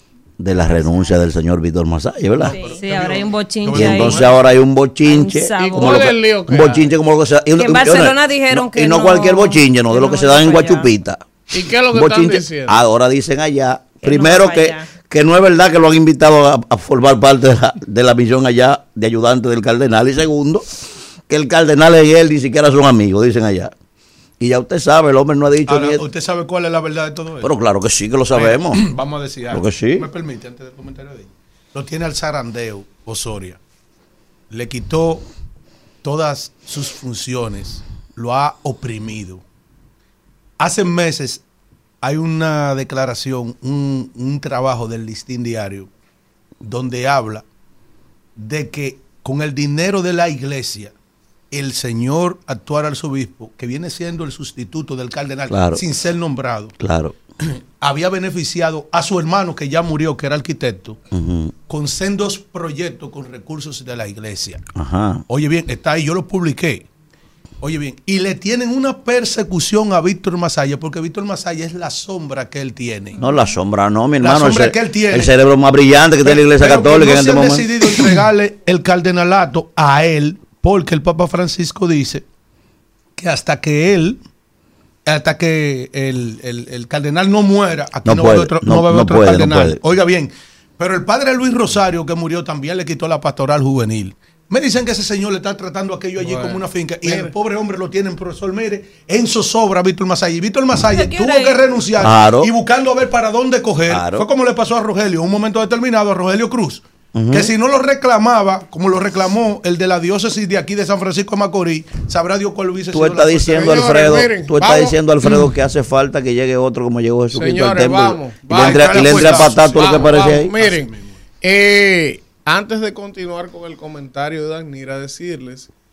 de la renuncia del señor Víctor Masalle, ¿verdad? Sí, sí, ahora hay un bochinche Y ahí. entonces ahora hay un bochinche. Hay un sabor. como lo ¿Cuál es que- el lío que un bochinche como lo que se da. y- Que en y- Barcelona no, dijeron no, que Y no no- cualquier bochinche, no, de que lo que no se da en vaya para allá. Guachupita. ¿Y qué es lo que Bochinche. están diciendo? Ahora dicen allá, Que primero no va que, para allá. que no es verdad que lo han invitado a, a formar parte de la, de la misión allá de ayudante del cardenal. Y segundo, que el cardenal y él ni siquiera son amigos, dicen allá. Y ya usted sabe, el hombre no ha dicho Ahora, ni esto. ¿usted sabe cuál es la verdad de todo esto? Pero claro que sí, que lo sabemos. Vamos a decir Porque algo. sí. ¿Me permite antes del comentario de ahí? Lo tiene al zarandeo Osoria. Le quitó todas sus funciones. Lo ha oprimido. Hace meses hay una declaración, un, un trabajo del Listín Diario, donde habla de que con el dinero de la iglesia, el señor actual arzobispo, que viene siendo el sustituto del cardenal, Claro. sin ser nombrado, Claro. había beneficiado a su hermano que ya murió, que era arquitecto, Ujú. con sendos proyectos con recursos de la iglesia. Ajá. Oye bien, está ahí, yo lo publiqué. Oye bien, y le tienen una persecución a Víctor Masaya, porque Víctor Masaya es la sombra que él tiene. No, la sombra no, mi La hermano. sombra el, que él tiene. el cerebro más brillante que tiene la iglesia Pero que católica no en se este han momento. decidido entregarle el cardenalato a él, porque el Papa Francisco dice que hasta que él, hasta que el, el- el cardenal no muera, aquí No no, va a puede, haber otro, no- no va a haber no otro puede, no cardenal. puede. Oiga bien, pero el padre Luis Rosario, que murió, también le quitó la pastoral juvenil. Me dicen que ese señor le está tratando aquello allí Bueno, como una finca. Y mire. el pobre hombre lo tienen, profesor, mire, en zozobra Víctor Masaya. Y Víctor Masaya ¿Qué tuvo quiere que ir? renunciar Claro. y buscando a ver para dónde coger. Claro. Fue como le pasó a Rogelio, en un momento determinado, a Rogelio Cruz. Que si no lo reclamaba, como lo reclamó el de la diócesis de aquí de San Francisco de Macorís, sabrá Dios cuál hubiese Tú sido la estás diciendo, Señores, Alfredo, miren, tú estás vamos. diciendo, Alfredo, que hace falta que llegue otro como llegó Jesucristo al Señores, templo. vamos, y vamos, le entra, y le entra a vamos, patar todo lo que Vamos, aparece vamos. ahí. Miren, eh, antes de continuar con el comentario de Danira, decirles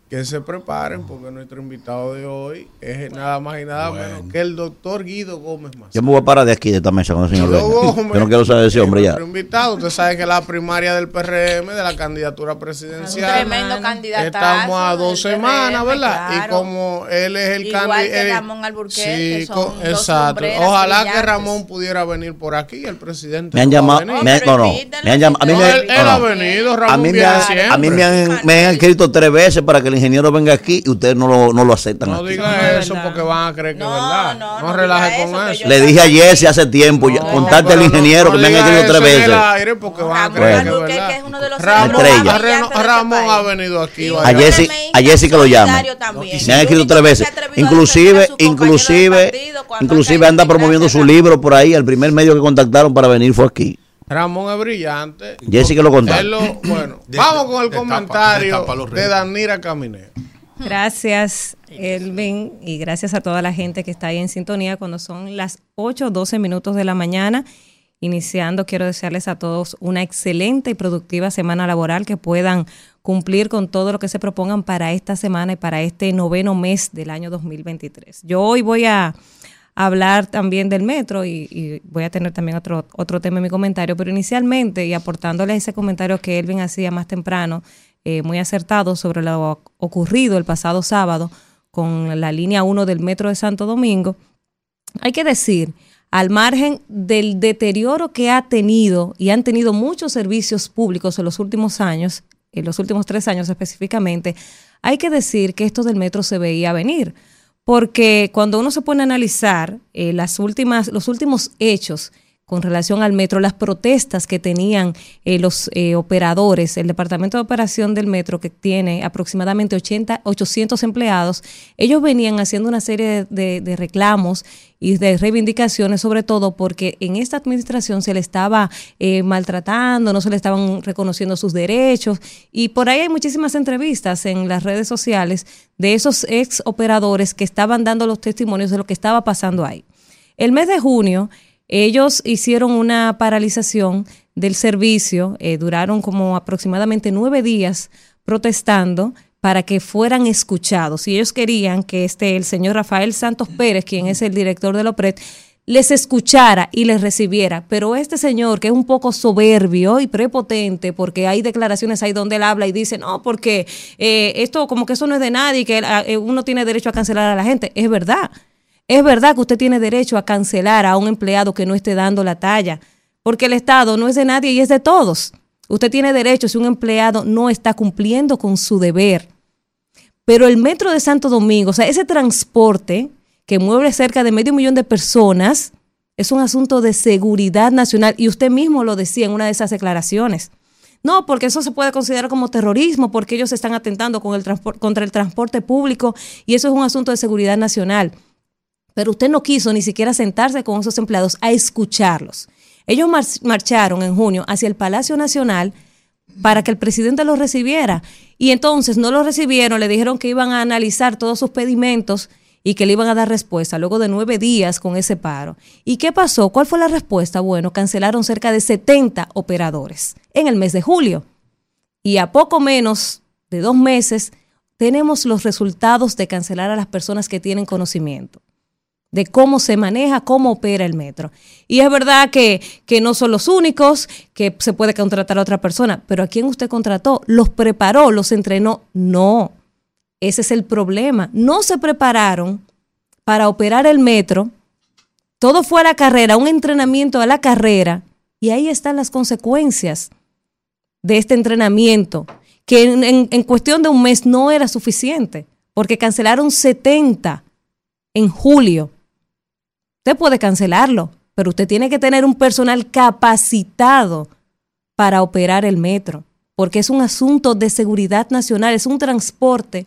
que se preparen porque nuestro invitado de hoy es nada más y nada bueno. menos que el doctor Guido Gómez Mazara. Yo me voy a parar de aquí, de esta mesa, con el señor venga. Gómez, Yo no quiero saber de ese hombre ya. Nuestro invitado, usted sabe que la primaria del P R M, de la candidatura presidencial, tremendo candidato. Estamos a dos semanas, ¿verdad? Claro. Y como él es el candidato. Igual que Ramón Alburquerque, sí, que son con, dos exacto. Ojalá brillantes. que Ramón pudiera venir por aquí, el presidente. Me han no llamado, va a me, no, no, me han llamado, a mí me, él, él no, ha no. venido, Ramón a mí me viene han, siempre. a mí me han, me han escrito tres veces para que el ingeniero venga aquí y ustedes no lo, no lo aceptan. No aquí. diga eso porque van a creer que es verdad. No, no relaje con eso. Le dije a Jesse hace tiempo, no, contacte al ingeniero no, no que me han escrito tres veces. Aire porque van a creer que es verdad. Que es uno de los Ramón, Ramón ha venido aquí. A Jesse, a Jesse que lo llame. Me han escrito tres veces. Inclusive, inclusive, inclusive anda promoviendo su libro por ahí. El primer medio que contactaron para venir fue aquí. Ramón es brillante. Jesse que lo contacta. Bueno, vamos con el comentario de Danira Caminero. Gracias, Elvin, y gracias a toda la gente que está ahí en sintonía cuando son las ocho doce minutos de la mañana. Iniciando, quiero desearles a todos una excelente y productiva semana laboral, que puedan cumplir con todo lo que se propongan para esta semana y para este noveno mes del año dos mil veintitrés. Yo hoy voy a hablar también del metro y, y voy a tener también otro, otro tema en mi comentario, pero inicialmente, y aportándole ese comentario que Elvin hacía más temprano, Eh, muy acertado sobre lo ocurrido el pasado sábado con la línea uno del metro de Santo Domingo, hay que decir, al margen del deterioro que ha tenido y han tenido muchos servicios públicos en los últimos años, en los últimos tres años específicamente, hay que decir que esto del metro se veía venir, porque cuando uno se pone a analizar eh, las últimas, los últimos hechos con relación al metro, las protestas que tenían eh, los eh, operadores, el Departamento de Operación del Metro, que tiene aproximadamente ochenta, ochocientos empleados, ellos venían haciendo una serie de, de, de reclamos y de reivindicaciones, sobre todo porque en esta administración se le estaba eh, maltratando, no se le estaban reconociendo sus derechos, y por ahí hay muchísimas entrevistas en las redes sociales de esos ex operadores que estaban dando los testimonios de lo que estaba pasando ahí. El mes de junio, ellos hicieron una paralización del servicio, eh, duraron como aproximadamente nueve días protestando para que fueran escuchados. Y ellos querían que este, el señor Rafael Santos Pérez, quien es el director del OPRED, les escuchara y les recibiera. Pero este señor, que es un poco soberbio y prepotente, porque hay declaraciones ahí donde él habla y dice, no, porque eh, esto como que eso no es de nadie, que eh, uno tiene derecho a cancelar a la gente. Es verdad. Es verdad que usted tiene derecho a cancelar a un empleado que no esté dando la talla, porque el Estado no es de nadie y es de todos. Usted tiene derecho si un empleado no está cumpliendo con su deber. Pero el metro de Santo Domingo, o sea, ese transporte que mueve cerca de medio millón de personas, es un asunto de seguridad nacional, y usted mismo lo decía en una de esas declaraciones. No, porque eso se puede considerar como terrorismo, porque ellos están atentando con el transpor- contra el transporte público, y eso es un asunto de seguridad nacional. Pero usted no quiso ni siquiera sentarse con esos empleados a escucharlos. Ellos mar- marcharon en junio hacia el Palacio Nacional para que el presidente los recibiera. Y entonces no los recibieron, le dijeron que iban a analizar todos sus pedimentos y que le iban a dar respuesta luego de nueve días con ese paro. ¿Y qué pasó? ¿Cuál fue la respuesta? Bueno, cancelaron cerca de setenta operadores en el mes de julio. Y a poco menos de dos meses tenemos los resultados de cancelar a las personas que tienen conocimiento de cómo se maneja, cómo opera el metro. Y es verdad que, que no son los únicos, que se puede contratar a otra persona, pero ¿a quién usted contrató? ¿Los preparó? ¿Los entrenó? No, ese es el problema. No se prepararon para operar el metro, todo fue a la carrera, un entrenamiento a la carrera, y ahí están las consecuencias de este entrenamiento, que en, en, en cuestión de un mes no era suficiente, porque cancelaron setenta en julio. Usted puede cancelarlo, pero usted tiene que tener un personal capacitado para operar el metro, porque es un asunto de seguridad nacional, es un transporte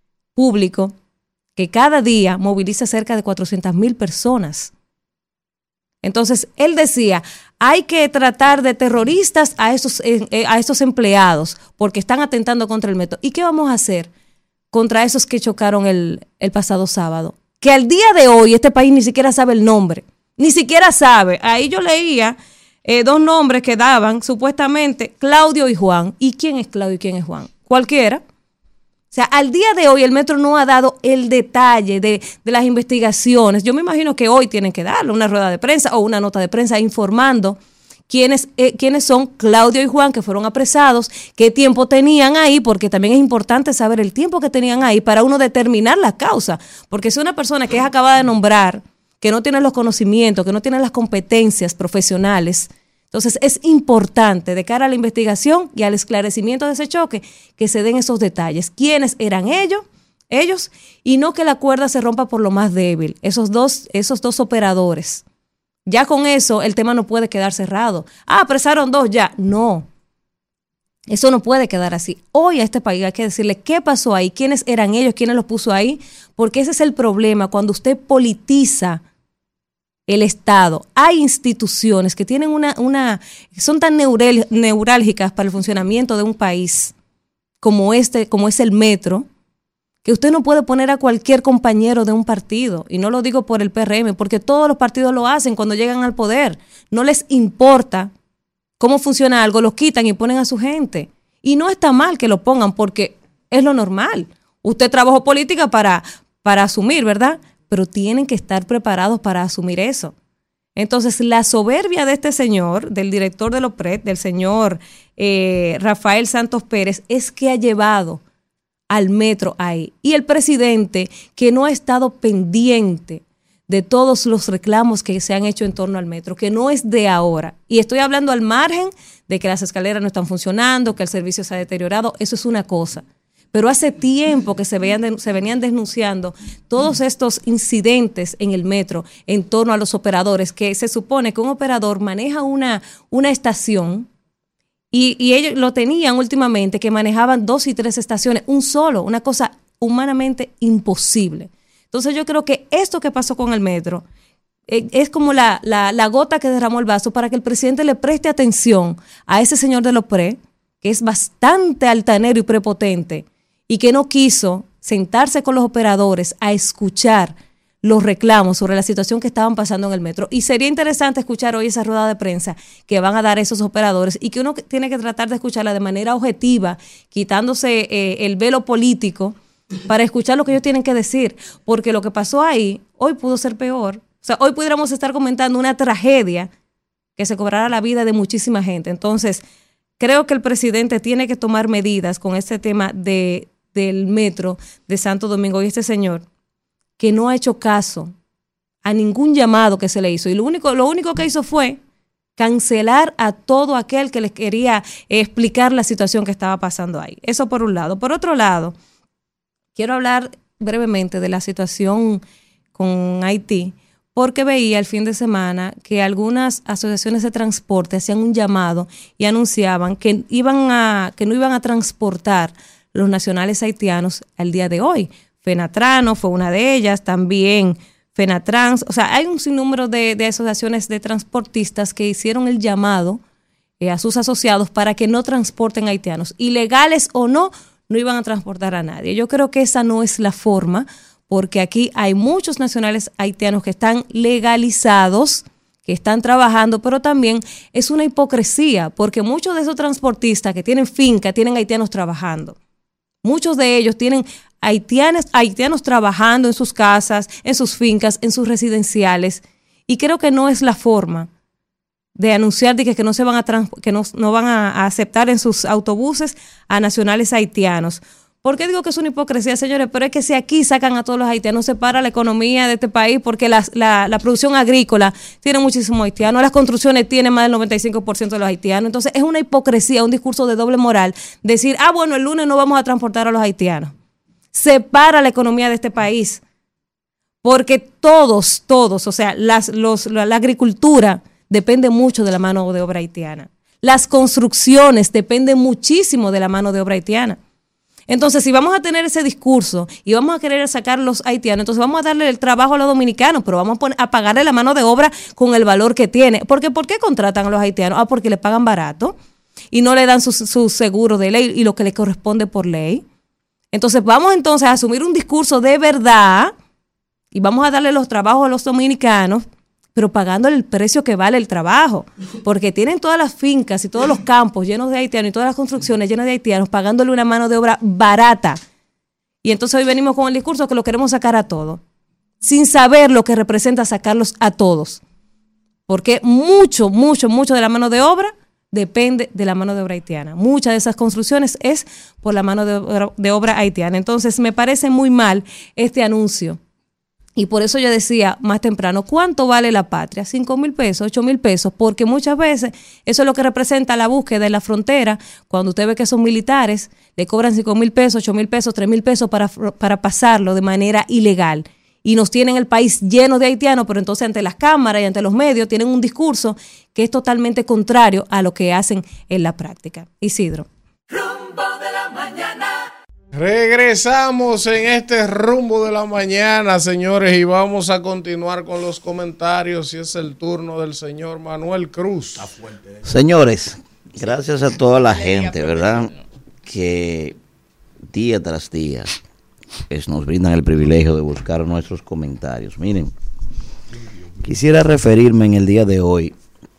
público que cada día moviliza cerca de cuatrocientas mil personas. Entonces, él decía, hay que tratar de terroristas a esos, eh, a esos empleados, porque están atentando contra el metro. ¿Y qué vamos a hacer contra esos que chocaron el, el pasado sábado? Que al día de hoy este país ni siquiera sabe el nombre, ni siquiera sabe. Ahí yo leía eh, dos nombres que daban supuestamente Claudio y Juan. ¿Y quién es Claudio y quién es Juan? Cualquiera. O sea, al día de hoy el metro no ha dado el detalle de, de las investigaciones. Yo me imagino que hoy tienen que darle una rueda de prensa o una nota de prensa informando quiénes, eh, quiénes son Claudio y Juan, que fueron apresados, qué tiempo tenían ahí, porque también es importante saber el tiempo que tenían ahí para uno determinar la causa. Porque si una persona que es acabada de nombrar, que no tiene los conocimientos, que no tiene las competencias profesionales, entonces es importante de cara a la investigación y al esclarecimiento de ese choque que se den esos detalles. ¿Quiénes eran ellos? Ellos, y no que la cuerda se rompa por lo más débil. Esos dos, esos dos operadores. Ya con eso el tema no puede quedar cerrado. Ah, apresaron dos ya. No. Eso no puede quedar así. Hoy a este país hay que decirle qué pasó ahí, quiénes eran ellos, quiénes los puso ahí, porque ese es el problema cuando usted politiza el Estado. Hay instituciones que tienen una, una son tan neural, neurálgicas para el funcionamiento de un país como este, como es el metro, que usted no puede poner a cualquier compañero de un partido, y no lo digo por el P R M, porque todos los partidos lo hacen cuando llegan al poder. No les importa cómo funciona algo, lo quitan y ponen a su gente. Y no está mal que lo pongan, porque es lo normal. Usted trabajó política para, para asumir, ¿verdad? Pero tienen que estar preparados para asumir eso. Entonces, la soberbia de este señor, del director del OPRED, del señor eh, Rafael Santos Pérez, es que ha llevado al metro ahí. Y el presidente, que no ha estado pendiente de todos los reclamos que se han hecho en torno al metro, que no es de ahora. Y estoy hablando al margen de que las escaleras no están funcionando, que el servicio se ha deteriorado, eso es una cosa. Pero hace tiempo que se, veían, se venían denunciando todos estos incidentes en el metro en torno a los operadores, que se supone que un operador maneja una, una estación y, y ellos lo tenían últimamente, que manejaban dos y tres estaciones, un solo, una cosa humanamente imposible. Entonces yo creo que esto que pasó con el metro eh, es como la, la, la gota que derramó el vaso para que el presidente le preste atención a ese señor de Lopre, que es bastante altanero y prepotente, y que no quiso sentarse con los operadores a escuchar los reclamos sobre la situación que estaban pasando en el metro. Y sería interesante escuchar hoy esa rueda de prensa que van a dar esos operadores y que uno tiene que tratar de escucharla de manera objetiva, quitándose eh, el velo político para escuchar lo que ellos tienen que decir. Porque lo que pasó ahí hoy pudo ser peor. O sea, hoy pudiéramos estar comentando una tragedia que se cobrara la vida de muchísima gente. Entonces, creo que el presidente tiene que tomar medidas con este tema de del metro de Santo Domingo y este señor que no ha hecho caso a ningún llamado que se le hizo, y lo único, lo único que hizo fue cancelar a todo aquel que les quería explicar la situación que estaba pasando ahí. Eso por un lado. Por otro lado, quiero hablar brevemente de la situación con Haití, porque veía el fin de semana que algunas asociaciones de transporte hacían un llamado y anunciaban que iban a, que no iban a transportar los nacionales haitianos al día de hoy. Fenatrano fue una de ellas, también Fenatrans. O sea, hay un sinnúmero de, de asociaciones de transportistas que hicieron el llamado eh, a sus asociados para que no transporten haitianos. Ilegales o no, no iban a transportar a nadie. Yo creo que esa no es la forma, porque aquí hay muchos nacionales haitianos que están legalizados, que están trabajando, pero también es una hipocresía, porque muchos de esos transportistas que tienen finca tienen haitianos trabajando. Muchos de ellos tienen haitianos, haitianos trabajando en sus casas, en sus fincas, en sus residenciales, y creo que no es la forma de anunciar de que, que no se van a trans, que no, no van a, a aceptar en sus autobuses a nacionales haitianos. ¿Por qué digo que es una hipocresía, señores? Pero es que si aquí sacan a todos los haitianos, se para la economía de este país, porque la, la, la producción agrícola tiene muchísimos haitianos, las construcciones tienen más del noventa y cinco por ciento de los haitianos. Entonces es una hipocresía, un discurso de doble moral, decir, ah, bueno, el lunes no vamos a transportar a los haitianos. Se para la economía de este país, porque todos, todos, o sea, las, los, la, la agricultura depende mucho de la mano de obra haitiana. Las construcciones dependen muchísimo de la mano de obra haitiana. Entonces, si vamos a tener ese discurso y vamos a querer sacar los haitianos, entonces vamos a darle el trabajo a los dominicanos, pero vamos a, poner, a pagarle la mano de obra con el valor que tiene. Porque, ¿por qué contratan a los haitianos? Ah, porque le pagan barato y no le dan su, su seguro de ley y lo que le corresponde por ley. Entonces, vamos entonces a asumir un discurso de verdad y vamos a darle los trabajos a los dominicanos, pero pagándole el precio que vale el trabajo, porque tienen todas las fincas y todos los campos llenos de haitianos y todas las construcciones llenas de haitianos, pagándole una mano de obra barata, Y entonces hoy venimos con el discurso que lo queremos sacar a todos, sin saber lo que representa sacarlos a todos. Porque mucho, mucho, mucho de la mano de obra depende de la mano de obra haitiana. Muchas de esas construcciones es por la mano de obra, de obra haitiana. Entonces me parece muy mal este anuncio. Y por eso yo decía más temprano, ¿cuánto vale la patria? ¿Cinco mil pesos? ¿Ocho mil pesos? Porque muchas veces eso es lo que representa la búsqueda de la frontera. Cuando usted ve que son militares, le cobran cinco mil pesos, ocho mil pesos, tres mil pesos para, para pasarlo de manera ilegal. Y nos tienen el país lleno de haitianos, pero entonces ante las cámaras y ante los medios tienen un discurso que es totalmente contrario a lo que hacen en la práctica. Isidro. Rumbo de la mañana. Regresamos en este rumbo de la mañana, señores, y vamos a continuar con los comentarios. Y es el turno del señor Manuel Cruz. Señores, gracias a toda la gente, ¿verdad?, que día tras día pues, nos brindan el privilegio de buscar nuestros comentarios. Miren, quisiera referirme en el día de hoy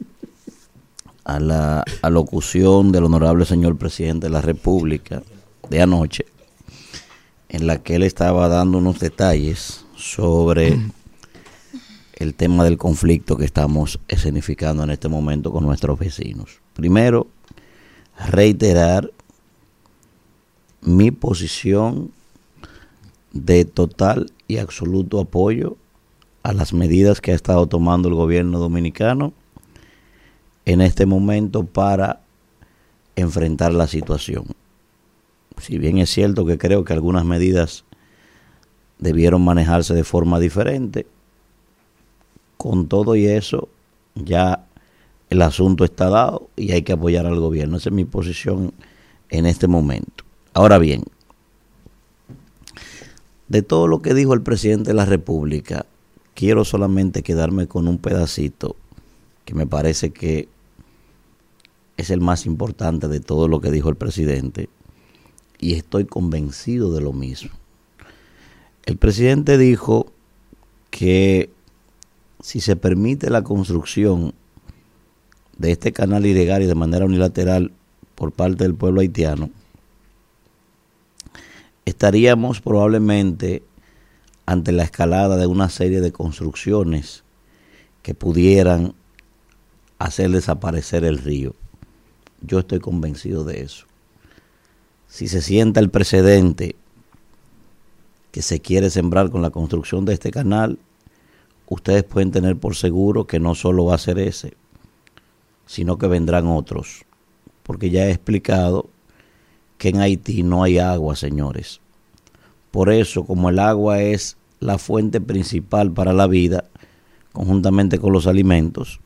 a la alocución del honorable señor presidente de la República de anoche, en la que él estaba dando unos detalles sobre el tema del conflicto que estamos escenificando en este momento con nuestros vecinos. Primero, reiterar mi posición de total y absoluto apoyo a las medidas que ha estado tomando el gobierno dominicano en este momento para enfrentar la situación. Si bien es cierto que creo que algunas medidas debieron manejarse de forma diferente, con todo y eso ya el asunto está dado y hay que apoyar al gobierno. Esa es mi posición en este momento. Ahora bien, de todo lo que dijo el presidente de la República, quiero solamente quedarme con un pedacito que me parece que es el más importante de todo lo que dijo el presidente, y estoy convencido de lo mismo. El presidente dijo que si se permite la construcción de este canal ilegal y de manera unilateral por parte del pueblo haitiano, estaríamos probablemente ante la escalada de una serie de construcciones que pudieran hacer desaparecer el río. Yo estoy convencido de eso. Si se sienta el precedente que se quiere sembrar con la construcción de este canal, ustedes pueden tener por seguro que no solo va a ser ese, sino que vendrán otros. Porque ya he explicado que en Haití no hay agua, señores. Por eso, como el agua es la fuente principal para la vida, conjuntamente con los alimentos,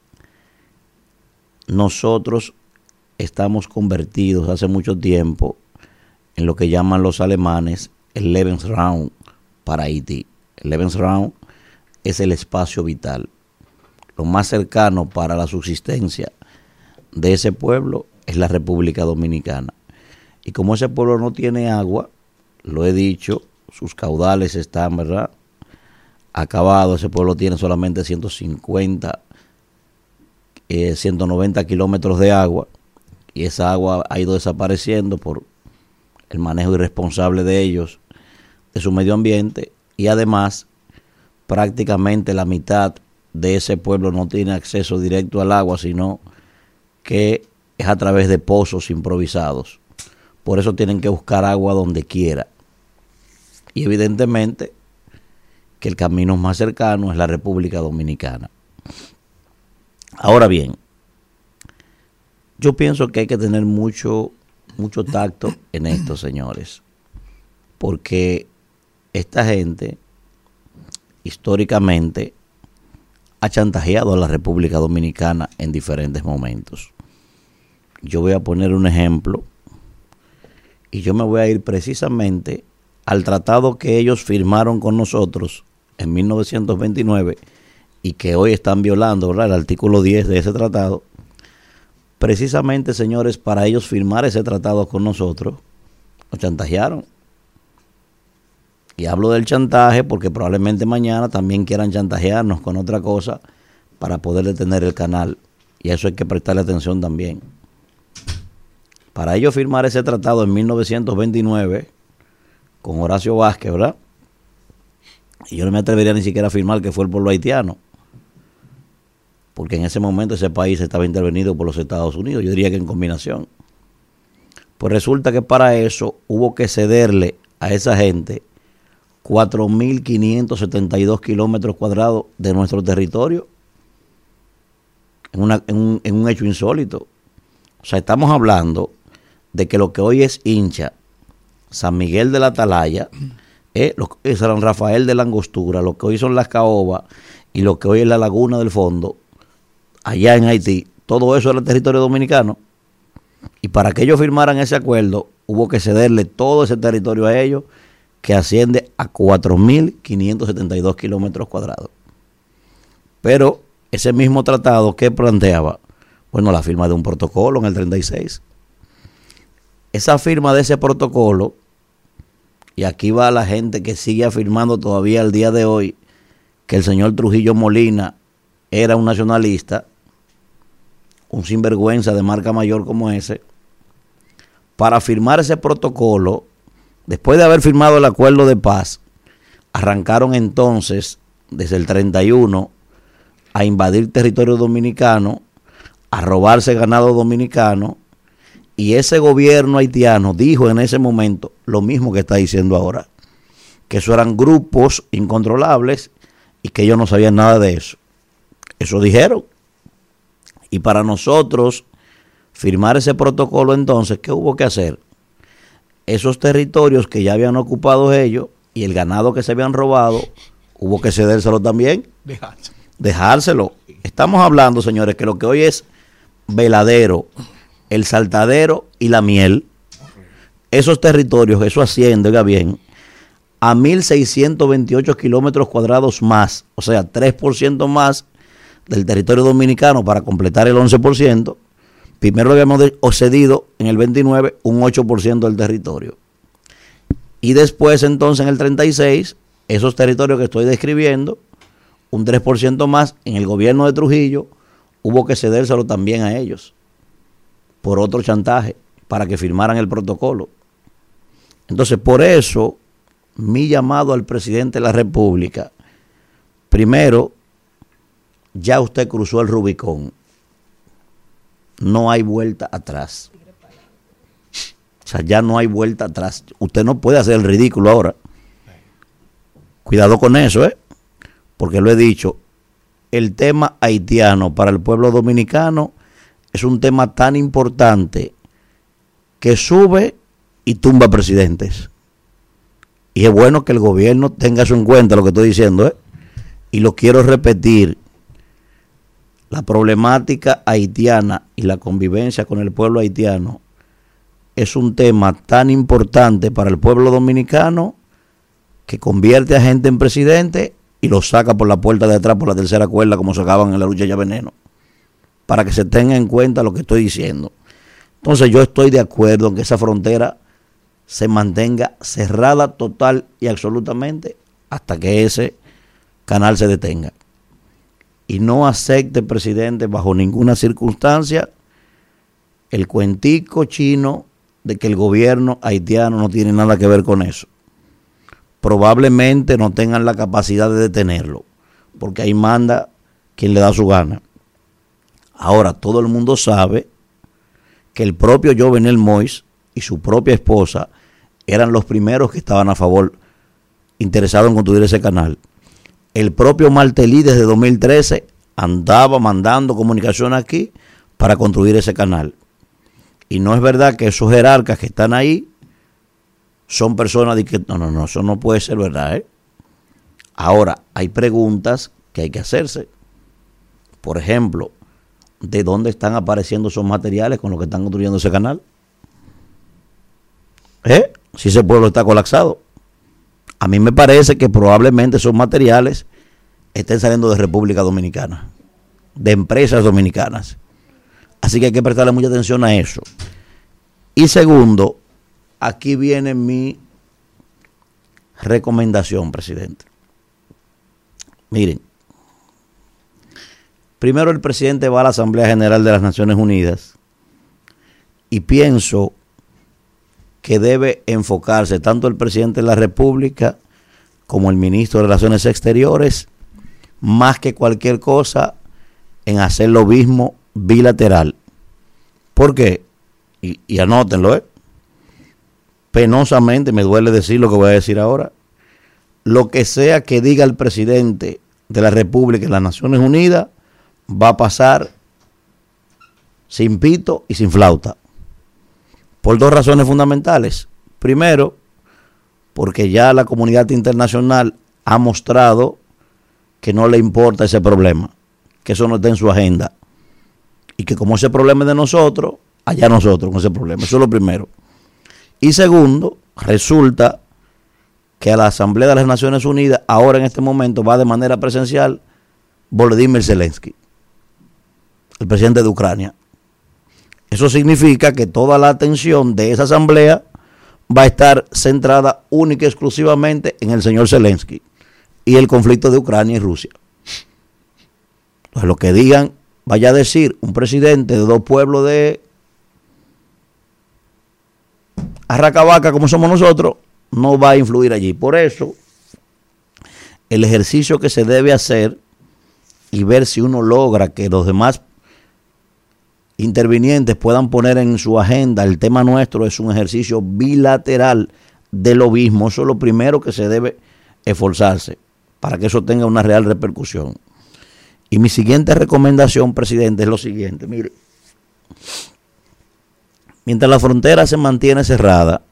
nosotros estamos convertidos hace mucho tiempo en lo que llaman los alemanes el Lebensraum para Haití. El Lebensraum es el espacio vital. Lo más cercano para la subsistencia de ese pueblo es la República Dominicana. Y como ese pueblo no tiene agua, lo he dicho, sus caudales están, ¿verdad?, acabados. Ese pueblo tiene solamente ciento cincuenta, eh, ciento noventa kilómetros de agua, y esa agua ha ido desapareciendo por el manejo irresponsable de ellos, de su medio ambiente, y además prácticamente la mitad de ese pueblo no tiene acceso directo al agua, sino que es a través de pozos improvisados. Por eso tienen que buscar agua donde quiera. Y evidentemente que el camino más cercano es la República Dominicana. Ahora bien, yo pienso que hay que tener mucho, mucho tacto en esto, señores, porque esta gente históricamente ha chantajeado a la República Dominicana en diferentes momentos. Yo voy a poner un ejemplo y yo me voy a ir precisamente al tratado que ellos firmaron con nosotros en mil novecientos veintinueve y que hoy están violando, ¿verdad?, el artículo diez de ese tratado. Precisamente, señores, para ellos firmar ese tratado con nosotros, nos chantajearon. Y hablo del chantaje porque probablemente mañana también quieran chantajearnos con otra cosa para poder detener el canal. Y a eso hay que prestarle atención también. Para ellos firmar ese tratado en mil novecientos veintinueve con Horacio Vázquez, ¿verdad? Y yo no me atrevería ni siquiera a afirmar que fue el pueblo haitiano, porque en ese momento ese país estaba intervenido por los Estados Unidos, yo diría que en combinación. Pues resulta que para eso hubo que cederle a esa gente cuatro mil quinientos setenta y dos kilómetros cuadrados de nuestro territorio, en, una, en, un, en un hecho insólito. O sea, estamos hablando de que lo que hoy es Hincha, San Miguel de la Atalaya, eh, lo que hoy es San Rafael de la Angostura, lo que hoy son las Caobas y lo que hoy es la Laguna del Fondo, allá en Haití, todo eso era el territorio dominicano. Y para que ellos firmaran ese acuerdo, hubo que cederle todo ese territorio a ellos, que asciende a cuatro mil quinientos setenta y dos kilómetros cuadrados. Pero ese mismo tratado, ¿qué planteaba? Bueno, la firma de un protocolo en el treinta y seis. Esa firma de ese protocolo, y aquí va la gente que sigue afirmando todavía al día de hoy que el señor Trujillo Molina era un nacionalista, un sinvergüenza de marca mayor como ese. Para firmar ese protocolo, después de haber firmado el acuerdo de paz, arrancaron entonces desde el treinta y uno a invadir territorio dominicano, a robarse ganado dominicano, y ese gobierno haitiano dijo en ese momento lo mismo que está diciendo ahora, que eso eran grupos incontrolables y que ellos no sabían nada de eso. Eso dijeron. Y para nosotros firmar ese protocolo, entonces, ¿qué hubo que hacer? Esos territorios que ya habían ocupado ellos y el ganado que se habían robado, hubo que cedérselo también. Dejárselo. Dejárselo. Estamos hablando, señores, que lo que hoy es Veladero, El Saltadero y La Miel, esos territorios, eso asciende, oiga bien, a mil seiscientos veintiocho kilómetros cuadrados más, o sea, tres por ciento más del territorio dominicano para completar el once por ciento. Primero lo habíamos cedido en el veintinueve un ocho por ciento del territorio. Y después entonces en el treinta y seis, esos territorios que estoy describiendo, un tres por ciento más en el gobierno de Trujillo, hubo que cedérselo también a ellos por otro chantaje para que firmaran el protocolo. Entonces, por eso, mi llamado al presidente de la República, primero, ya usted cruzó el Rubicón. No hay vuelta atrás. O sea, ya no hay vuelta atrás. Usted no puede hacer el ridículo ahora. Cuidado con eso, ¿eh? Porque lo he dicho, el tema haitiano para el pueblo dominicano es un tema tan importante que sube y tumba presidentes. Y es bueno que el gobierno tenga eso en cuenta, lo que estoy diciendo, ¿eh? Y lo quiero repetir. La problemática haitiana y la convivencia con el pueblo haitiano es un tema tan importante para el pueblo dominicano que convierte a gente en presidente y lo saca por la puerta de atrás, por la tercera cuerda, como sacaban en la lucha ya veneno, para que se tenga en cuenta lo que estoy diciendo. Entonces yo estoy de acuerdo en que esa frontera se mantenga cerrada total y absolutamente hasta que ese canal se detenga. Y no acepte, presidente, bajo ninguna circunstancia el cuentico chino de que el gobierno haitiano no tiene nada que ver con eso. Probablemente no tengan la capacidad de detenerlo, porque ahí manda quien le da su gana. Ahora, todo el mundo sabe que el propio Jovenel Moïse y su propia esposa eran los primeros que estaban a favor, interesados en construir ese canal. El propio Martelly desde dos mil trece andaba mandando comunicación aquí para construir ese canal. Y no es verdad que esos jerarcas que están ahí son personas de que no, no, no, eso no puede ser verdad, ¿eh? Ahora, hay preguntas que hay que hacerse. Por ejemplo, ¿de dónde están apareciendo esos materiales con los que están construyendo ese canal? ¿Eh? Si ese pueblo está colapsado. A mí me parece que probablemente esos materiales estén saliendo de República Dominicana, de empresas dominicanas. Así que hay que prestarle mucha atención a eso. Y segundo, aquí viene mi recomendación, presidente. Miren, primero el presidente va a la Asamblea General de las Naciones Unidas y pienso que debe enfocarse tanto el presidente de la República como el ministro de Relaciones Exteriores, más que cualquier cosa, en hacer lo mismo bilateral. ¿Por qué? Y, y anótenlo, ¿eh? Penosamente, me duele decir lo que voy a decir ahora, lo que sea que diga el presidente de la República en las Naciones Unidas va a pasar sin pito y sin flauta, por dos razones fundamentales. Primero, porque ya la comunidad internacional ha mostrado que no le importa ese problema, que eso no está en su agenda, y que como ese problema es de nosotros, allá nosotros con ese problema. Eso es lo primero. Y segundo, resulta que a la Asamblea de las Naciones Unidas, ahora en este momento, va de manera presencial Volodymyr Zelensky, el presidente de Ucrania. Eso significa que toda la atención de esa asamblea va a estar centrada única y exclusivamente en el señor Zelensky y el conflicto de Ucrania y Rusia. Entonces, lo que digan, vaya a decir un presidente de dos pueblos de arracabaca como somos nosotros, no va a influir allí. Por eso, el ejercicio que se debe hacer y ver si uno logra que los demás intervinientes puedan poner en su agenda el tema nuestro es un ejercicio bilateral de lobismo. Eso es lo primero que se debe esforzarse para que eso tenga una real repercusión. Y mi siguiente recomendación, presidente, es lo siguiente. Mire, mientras la frontera se mantiene cerrada,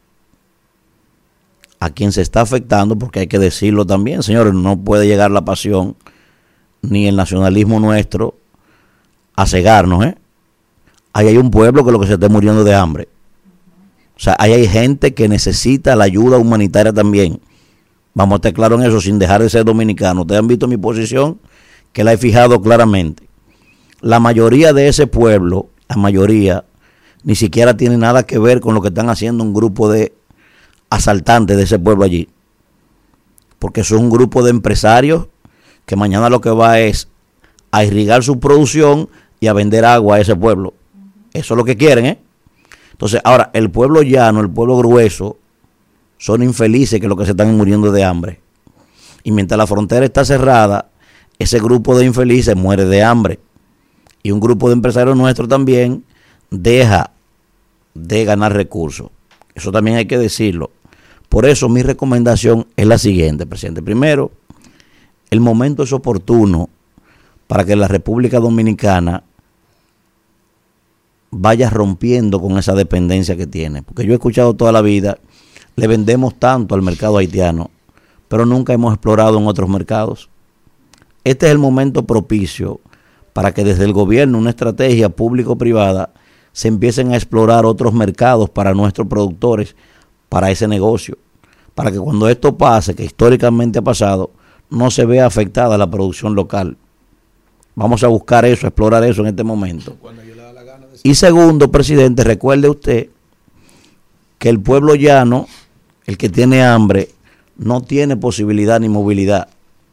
a quien se está afectando, porque hay que decirlo también, señores, no puede llegar la pasión ni el nacionalismo nuestro a cegarnos, ¿eh? Ahí hay un pueblo que lo que se está muriendo de hambre. O sea, ahí hay gente que necesita la ayuda humanitaria también. Vamos a estar claros en eso sin dejar de ser dominicanos. Ustedes han visto mi posición, que la he fijado claramente. La mayoría de ese pueblo, la mayoría, ni siquiera tiene nada que ver con lo que están haciendo un grupo de asaltantes de ese pueblo allí. Porque son un grupo de empresarios que mañana lo que va es a irrigar su producción y a vender agua a ese pueblo. Eso es lo que quieren, ¿eh? Entonces, ahora, el pueblo llano, el pueblo grueso, son infelices que los que se están muriendo de hambre. Y mientras la frontera está cerrada, ese grupo de infelices muere de hambre. Y un grupo de empresarios nuestros también deja de ganar recursos. Eso también hay que decirlo. Por eso mi recomendación es la siguiente, presidente. Primero, el momento es oportuno para que la República Dominicana vaya rompiendo con esa dependencia que tiene. Porque yo he escuchado toda la vida, le vendemos tanto al mercado haitiano, pero nunca hemos explorado en otros mercados. Este es el momento propicio para que desde el gobierno, una estrategia público-privada, se empiecen a explorar otros mercados para nuestros productores, para ese negocio. Para que cuando esto pase, que históricamente ha pasado, no se vea afectada la producción local. Vamos a buscar eso, a explorar eso en este momento. Y segundo, presidente, recuerde usted que el pueblo llano, el que tiene hambre, no tiene posibilidad ni movilidad.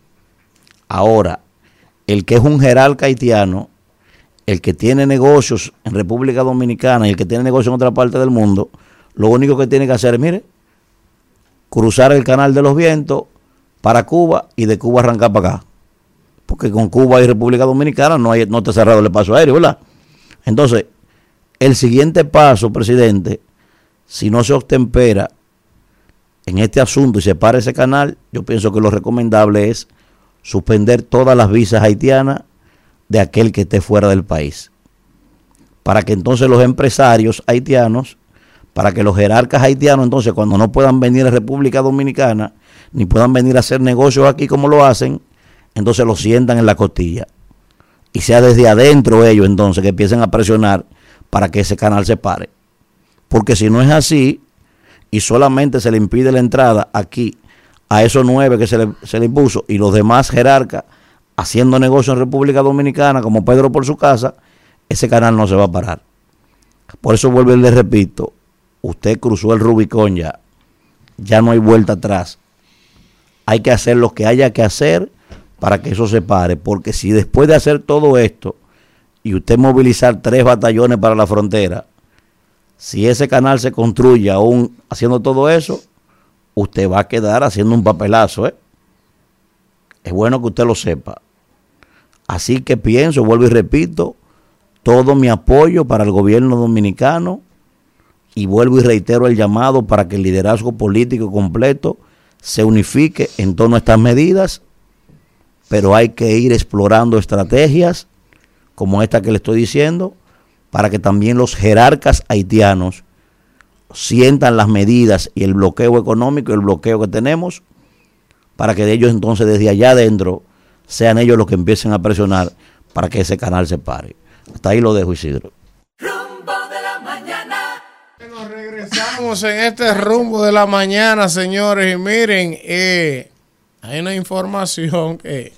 Ahora, el que es un jerarca haitiano, el que tiene negocios en República Dominicana y el que tiene negocios en otra parte del mundo, lo único que tiene que hacer es, mire, cruzar el Canal de los Vientos para Cuba y de Cuba arrancar para acá. Porque con Cuba y República Dominicana no hay, no está cerrado el paso aéreo, ¿verdad? Entonces, el siguiente paso, presidente, si no se obtempera en este asunto y se para ese canal, yo pienso que lo recomendable es suspender todas las visas haitianas de aquel que esté fuera del país. Para que entonces los empresarios haitianos, para que los jerarcas haitianos, entonces cuando no puedan venir a República Dominicana, ni puedan venir a hacer negocios aquí como lo hacen, entonces los sientan en la costilla. Y sea desde adentro ellos entonces que empiecen a presionar para que ese canal se pare. Porque si no es así, y solamente se le impide la entrada aquí a esos nueve que se le, se le impuso, y los demás jerarcas haciendo negocio en República Dominicana, como Pedro por su casa, ese canal no se va a parar. Por eso vuelvo y le repito, usted cruzó el Rubicón ya, ya no hay vuelta atrás. Hay que hacer lo que haya que hacer para que eso se pare, porque si después de hacer todo esto y usted movilizar tres batallones para la frontera, Si ese canal se construye aún haciendo todo eso, usted va a quedar haciendo un papelazo, ¿eh? Es bueno que usted lo sepa. Así que pienso, vuelvo y repito, todo mi apoyo para el gobierno dominicano y vuelvo y reitero el llamado para que el liderazgo político completo se unifique en torno a estas medidas, pero hay que ir explorando estrategias como esta que le estoy diciendo para que también los jerarcas haitianos sientan las medidas y el bloqueo económico y el bloqueo que tenemos para que de ellos entonces desde allá adentro sean ellos los que empiecen a presionar para que ese canal se pare. Hasta ahí lo dejo, Isidro. Rumbo de la mañana. Nos regresamos en este rumbo de la mañana, señores. Y miren, eh, hay una información que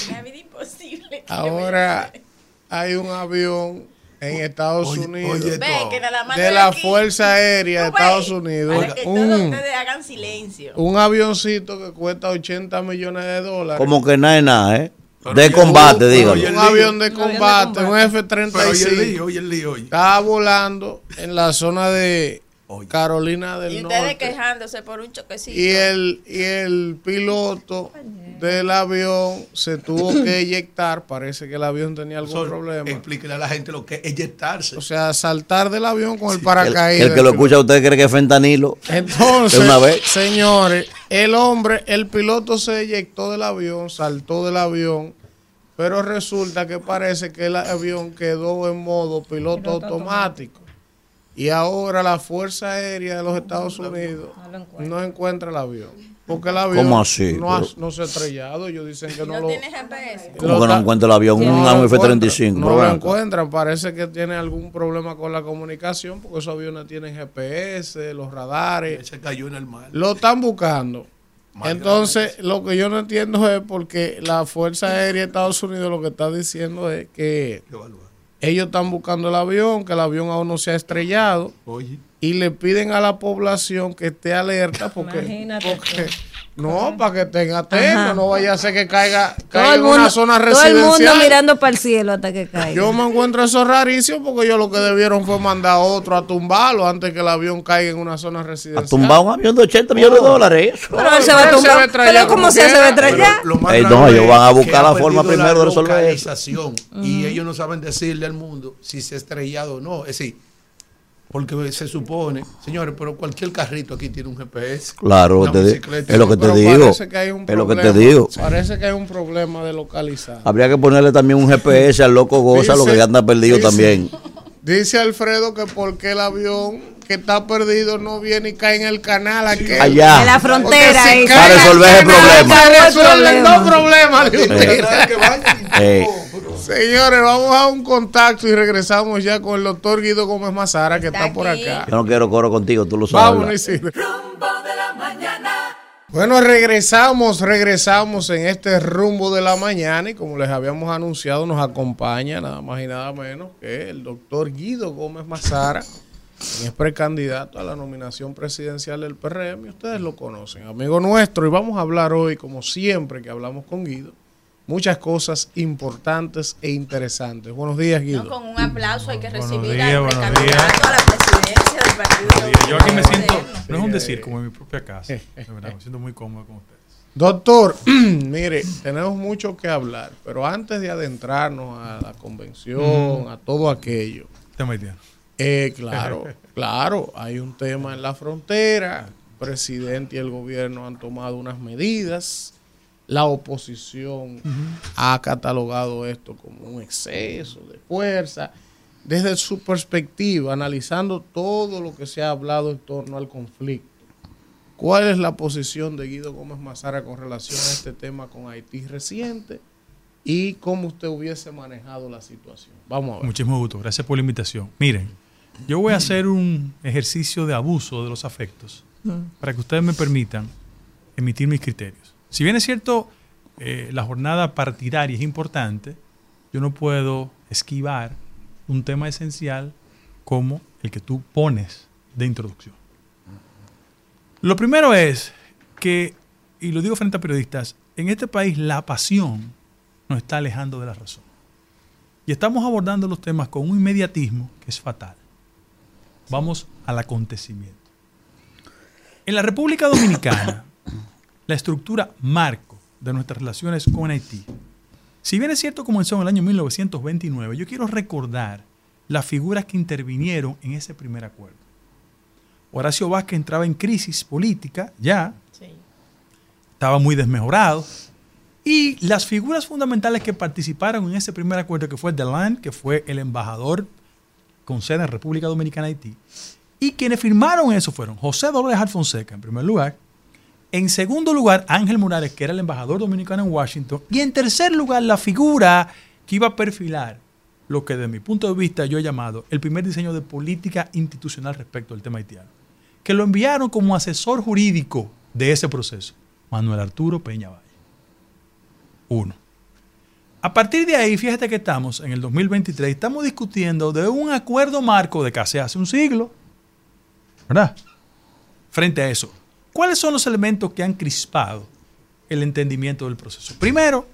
ahora hay un avión en Estados Oye, Unidos oye, Ve, que nada más de de la aquí. Fuerza Aérea de Tú ves, Estados Unidos. para que todos Un, ustedes hagan silencio. un avioncito que cuesta ochenta millones de dólares. Como que nada es nada, ¿eh? Pero De oye, combate, pero dígalo. oye, Un el avión lío. de combate, un F treinta Pero y oye el lío, cinco. oye el lío, oye. Estaba volando en la zona de Oye. Carolina del Y ustedes Norte. quejándose por un choquecito. Y el, y el piloto del avión se tuvo que eyectar. Parece que el avión tenía algún Eso, problema. Explíquele a la gente lo que es eyectarse. O sea, saltar del avión con el El, paracaídas. el que lo escucha, usted cree que es fentanilo. Entonces, De una vez. señores, el hombre, el piloto se eyectó del avión, saltó del avión, pero resulta que parece que el avión quedó en modo piloto automático. Y ahora la Fuerza Aérea de los Estados Unidos no encuentra el avión. Porque el avión ¿Cómo así? no, ha- Pero- no se ha estrellado. Ellos dicen que no, no lo... tiene G P S. ¿Cómo que no encuentra el avión? No Un lo F treinta y cinco. encuentran, No pero lo ven acá. encuentran. Parece que tiene algún problema con la comunicación porque esos aviones tienen G P S, los radares. Se cayó en el mar. Lo están buscando. Mal Entonces, lo que yo no entiendo es porque la Fuerza Aérea de Estados Unidos lo que está diciendo es que Qué barbaridad. ellos están buscando el avión, que el avión aún no se ha estrellado Oye. y le piden a la población que esté alerta porque, Imagínate porque tú. no, para que estén atentos, Ajá. no vaya a ser que caiga, Todo caiga el en mundo, una zona todo el residencial. mundo mirando para el cielo hasta que caiga. Yo me encuentro eso rarísimo porque ellos lo que debieron fue mandar a otro a tumbarlo antes que el avión caiga en una zona A residencial. tumbar un avión de ochenta millones de dólares. Eso. Pero él se va a Pero él se va a tumbar. estrellar Pero como como sea, se va a quiera. estrellar. Lo más Ey, no, grave ellos van a es buscar que la ha forma perdido primero la de resolver eso. localización, y ellos no saben decirle al mundo si se ha estrellado o no. Es decir, porque se supone, señores, pero cualquier carrito aquí tiene un G P S. Claro, Una te di- bicicleta. es lo que te Pero digo. parece que hay un Es lo que te problema, digo. Parece que hay un problema de localizar. Habría que ponerle también un G P S al loco Goza, lo que Dice- anda perdido dice- también. Dice Alfredo que porque el avión que está perdido no viene y cae en el canal aquel. Allá. En la frontera. Porque si ahí. cae Para en el resolver ese canal, problema. se resuelven Problema. dos problemas. Dios Eh. mío. Eh, Señores, vamos a un contacto y regresamos ya con el doctor Guido Gómez Mazara, que está, Está por aquí. acá. yo no quiero coro contigo, tú lo sabes. Vamos, ¿verdad? Isidro. Rumbo de la mañana. Bueno, regresamos, regresamos en este rumbo de la mañana y como les habíamos anunciado nos acompaña nada más y nada menos que el doctor Guido Gómez Mazara, quien es precandidato a la nominación presidencial del P R M y ustedes lo conocen, amigo nuestro, y vamos a hablar hoy, como siempre que hablamos con Guido, muchas cosas importantes e interesantes. Buenos días, Guido. No, con un aplauso hay que Buenos recibir días, al buenos precandidato días. a la presidencia del partido. Yo aquí me siento, Moderno. no es un decir, como en mi propia casa. De verdad, me siento muy cómodo con ustedes. Doctor, mire, tenemos mucho que hablar, pero antes de adentrarnos a la convención, Mm. a todo aquello, Tema haitiano. eh, claro, claro, hay un tema en la frontera, el presidente y el gobierno han tomado unas medidas, la oposición ha catalogado esto como un exceso de fuerza, desde su perspectiva, analizando todo lo que se ha hablado en torno al conflicto. ¿Cuál es la posición de Guido Gómez Mazara con relación a este tema con Haití reciente y cómo usted hubiese manejado la situación? Vamos a ver. Muchísimo gusto, gracias por la invitación. Miren, yo voy a hacer un ejercicio de abuso de los afectos para que ustedes me permitan emitir mis criterios. Si bien es cierto, eh, la jornada partidaria es importante, yo no puedo esquivar un tema esencial como el que tú pones de introducción. Lo primero es que, y lo digo frente a periodistas, en este país la pasión nos está alejando de la razón. Y estamos abordando los temas con un inmediatismo que es fatal. Vamos al acontecimiento. En la República Dominicana, la estructura marco de nuestras relaciones con Haití, si bien es cierto comenzó en el año mil novecientos veintinueve, yo quiero recordar las figuras que intervinieron en ese primer acuerdo. Horacio Vázquez entraba en crisis política ya, sí. Estaba muy desmejorado, y las figuras fundamentales que participaron en ese primer acuerdo, que fue Deland, que fue el embajador con sede en República Dominicana, Haití, y quienes firmaron eso fueron José Dolores Alfonseca, en primer lugar, en segundo lugar, Ángel Morales, que era el embajador dominicano en Washington, y en tercer lugar, la figura que iba a perfilar lo que desde mi punto de vista yo he llamado el primer diseño de política institucional respecto al tema haitiano, que lo enviaron como asesor jurídico de ese proceso, Manuel Arturo Peña Valle. Uno. A partir de ahí, fíjate que estamos en el dos mil veintitrés, estamos discutiendo de un acuerdo marco de casi hace un siglo, ¿verdad? Frente a eso, ¿cuáles son los elementos que han crispado el entendimiento del proceso? Primero,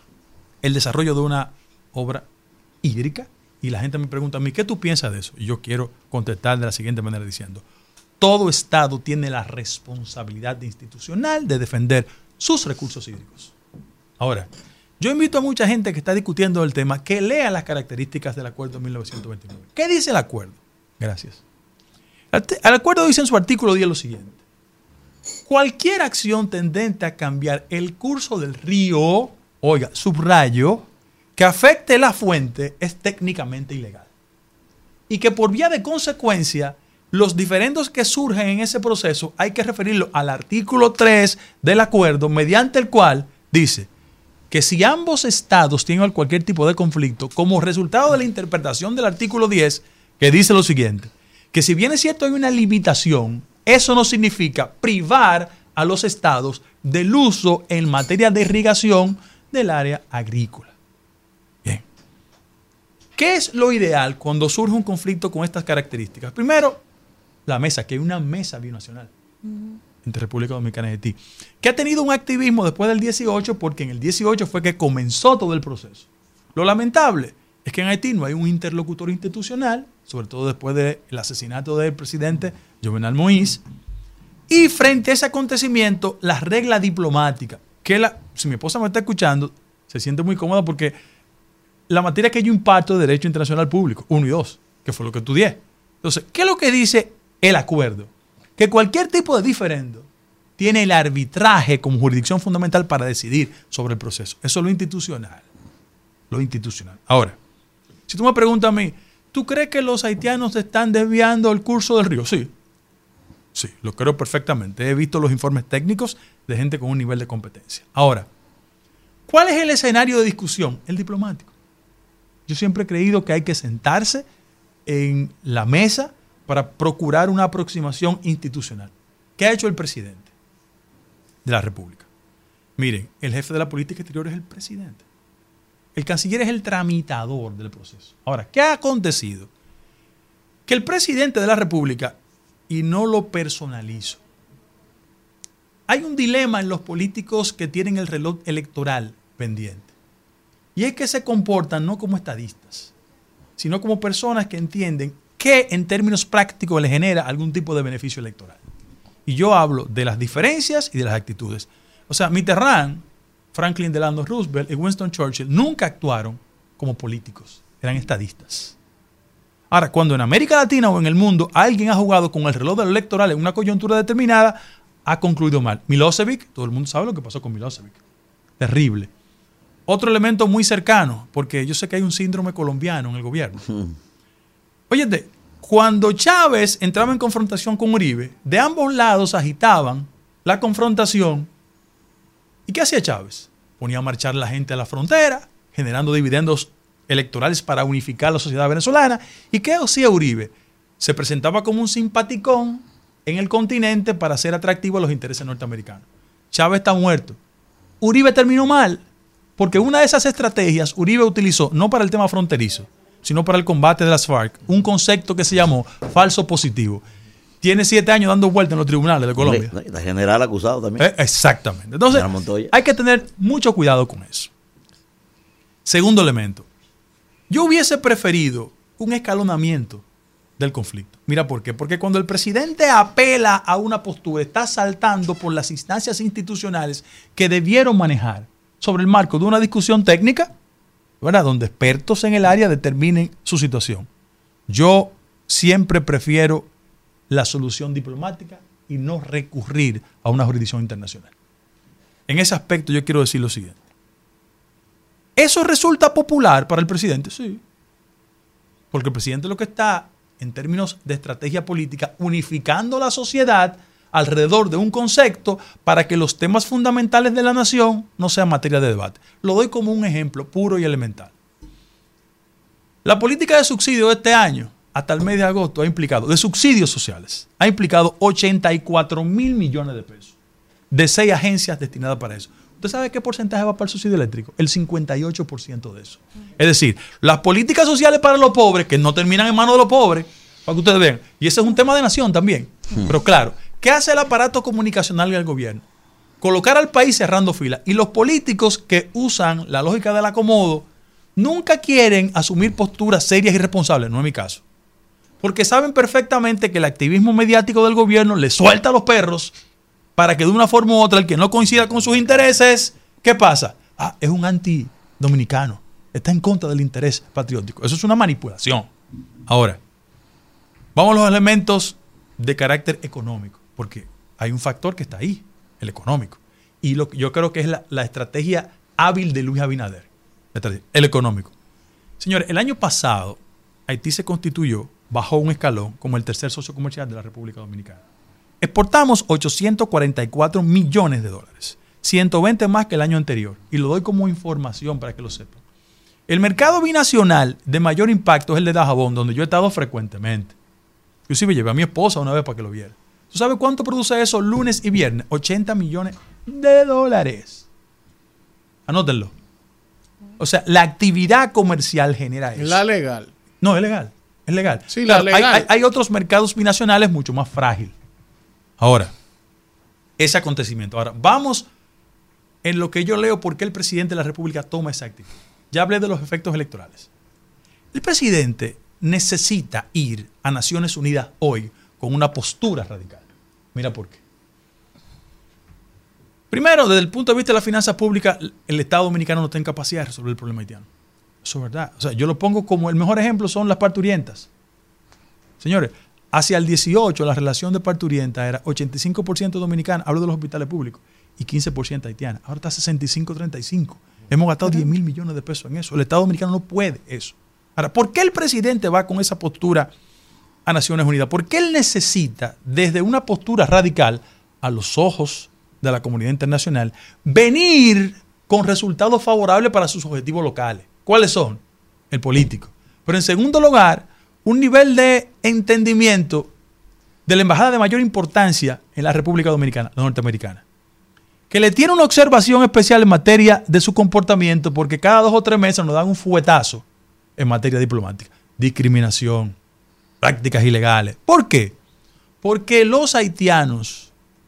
el desarrollo de una obra hídrica. Y la gente me pregunta a mí, ¿qué tú piensas de eso? Y yo quiero contestar de la siguiente manera diciendo, todo Estado tiene la responsabilidad institucional de defender sus recursos hídricos. Ahora, yo invito a mucha gente que está discutiendo el tema que lea las características del acuerdo de mil novecientos veintinueve. ¿Qué dice el acuerdo? Gracias. El acuerdo dice en su artículo diez lo siguiente. Cualquier acción tendente a cambiar el curso del río, oiga, subrayo, que afecte la fuente es técnicamente ilegal. Y que por vía de consecuencia, los diferendos que surgen en ese proceso hay que referirlo al artículo tres del acuerdo, mediante el cual dice que si ambos estados tienen cualquier tipo de conflicto, como resultado de la interpretación del artículo diez, que dice lo siguiente, que si bien es cierto hay una limitación, eso no significa privar a los estados del uso en materia de irrigación del área agrícola. Bien. ¿Qué es lo ideal cuando surge un conflicto con estas características? Primero, la mesa, que hay una mesa binacional uh-huh. entre República Dominicana y Haití, que ha tenido un activismo después del dieciocho, porque en el dieciocho fue que comenzó todo el proceso. Lo lamentable es que en Haití no hay un interlocutor institucional, sobre todo después del asesinato del presidente Jovenel Moïse, y frente a ese acontecimiento, la regla diplomática, que la, si mi esposa me está escuchando, se siente muy cómoda porque la materia que yo imparto de Derecho Internacional Público, uno y dos, que fue lo que estudié. Entonces, ¿qué es lo que dice el acuerdo? Que cualquier tipo de diferendo tiene el arbitraje como jurisdicción fundamental para decidir sobre el proceso. Eso es lo institucional. Lo institucional. Ahora, si tú me preguntas a mí, ¿tú crees que los haitianos están desviando el curso del río? Sí. Sí, lo creo perfectamente. He visto los informes técnicos de gente con un nivel de competencia. Ahora, ¿cuál es el escenario de discusión? El diplomático. Yo siempre he creído que hay que sentarse en la mesa para procurar una aproximación institucional. ¿Qué ha hecho el presidente de la República? Miren, el jefe de la política exterior es el presidente. El canciller es el tramitador del proceso. Ahora, ¿qué ha acontecido? Que el presidente de la República, y no lo personalizo, hay un dilema en los políticos que tienen el reloj electoral pendiente. Y es que se comportan no como estadistas, sino como personas que entienden que en términos prácticos les genera algún tipo de beneficio electoral. Y yo hablo de las diferencias y de las actitudes. O sea, Mitterrand, Franklin Delano Roosevelt y Winston Churchill nunca actuaron como políticos, eran estadistas. Ahora, cuando en América Latina o en el mundo alguien ha jugado con el reloj del electoral en una coyuntura determinada, ha concluido mal. Milosevic, todo el mundo sabe lo que pasó con Milosevic. Terrible. Otro elemento muy cercano, porque yo sé que hay un síndrome colombiano en el gobierno. Óyete, cuando Chávez entraba en confrontación con Uribe, de ambos lados agitaban la confrontación. ¿Y qué hacía Chávez? Ponía a marchar la gente a la frontera, generando dividendos electorales para unificar la sociedad venezolana. ¿Y qué hacía Uribe? Se presentaba como un simpaticón en el continente para ser atractivo a los intereses norteamericanos. Chávez está muerto. Uribe terminó mal, porque una de esas estrategias Uribe utilizó no para el tema fronterizo, sino para el combate de las FARC, un concepto que se llamó falso positivo. Tiene siete años dando vueltas en los tribunales de Colombia. La general acusado también. Eh, exactamente. Entonces, hay que tener mucho cuidado con eso. Segundo elemento. Yo hubiese preferido un escalonamiento del conflicto. Mira por qué. Porque cuando el presidente apela a una postura, está saltando por las instancias institucionales que debieron manejar sobre el marco de una discusión técnica, ¿verdad?, donde expertos en el área determinen su situación. Yo siempre prefiero la solución diplomática y no recurrir a una jurisdicción internacional. En ese aspecto yo quiero decir lo siguiente. ¿Eso resulta popular para el presidente? Sí. Porque el presidente lo que está, en términos de estrategia política, unificando la sociedad alrededor de un concepto para que los temas fundamentales de la nación no sean materia de debate. Lo doy como un ejemplo puro y elemental. La política de subsidio de este año, hasta el mes de agosto, ha implicado, de subsidios sociales, ha implicado ochenta y cuatro mil millones de pesos de seis agencias destinadas para eso. ¿Usted sabe qué porcentaje va para el subsidio eléctrico? El cincuenta y ocho por ciento de eso. Es decir, las políticas sociales para los pobres, que no terminan en manos de los pobres, para que ustedes vean, y ese es un tema de nación también. Hmm. Pero claro, ¿qué hace el aparato comunicacional y el gobierno? Colocar al país cerrando filas. Y los políticos que usan la lógica del acomodo nunca quieren asumir posturas serias y responsables, no es mi caso. Porque saben perfectamente que el activismo mediático del gobierno le suelta a los perros para que de una forma u otra el que no coincida con sus intereses, ¿qué pasa? Ah, es un anti-dominicano. Está en contra del interés patriótico. Eso es una manipulación. Ahora, vamos a los elementos de carácter económico, porque hay un factor que está ahí, el económico. Y lo, yo creo que es la, la estrategia hábil de Luis Abinader, el económico. Señores, el año pasado Haití se constituyó, bajó un escalón como el tercer socio comercial de la República Dominicana. Exportamos ochocientos cuarenta y cuatro millones de dólares, ciento veinte más que el año anterior. Y lo doy como información para que lo sepan. El mercado binacional de mayor impacto es el de Dajabón, donde yo he estado frecuentemente. Inclusive llevé a mi esposa una vez para que lo viera. ¿Tú sabes cuánto produce eso lunes y viernes? ochenta millones de dólares. Anótenlo. O sea, la actividad comercial genera eso. La legal. No, es legal. Es legal. Sí, claro, la legal. Hay, hay, hay otros mercados binacionales mucho más frágiles. Ahora, ese acontecimiento. Ahora, vamos en lo que yo leo por qué el presidente de la República toma esa actitud. Ya hablé de los efectos electorales. El presidente necesita ir a Naciones Unidas hoy con una postura radical. Mira por qué. Primero, desde el punto de vista de la finanza pública, el Estado dominicano no está en capacidad de resolver el problema haitiano. Eso es verdad. O sea, yo lo pongo como el mejor ejemplo son las parturientas. Señores, hacia el dieciocho la relación de parturienta era ochenta y cinco por ciento dominicana, hablo de los hospitales públicos, y quince por ciento haitiana. Ahora está sesenta y cinco a treinta y cinco. Hemos gastado diez mil millones de pesos en eso. El Estado dominicano no puede eso. Ahora, ¿por qué el presidente va con esa postura a Naciones Unidas? Porque él necesita, desde una postura radical, a los ojos de la comunidad internacional, venir con resultados favorables para sus objetivos locales. ¿Cuáles son? El político. Pero en segundo lugar, un nivel de entendimiento de la embajada de mayor importancia en la República Dominicana, la norteamericana, que le tiene una observación especial en materia de su comportamiento, porque cada dos o tres meses nos dan un fuetazo en materia diplomática. Discriminación, prácticas ilegales. ¿Por qué? Porque los haitianos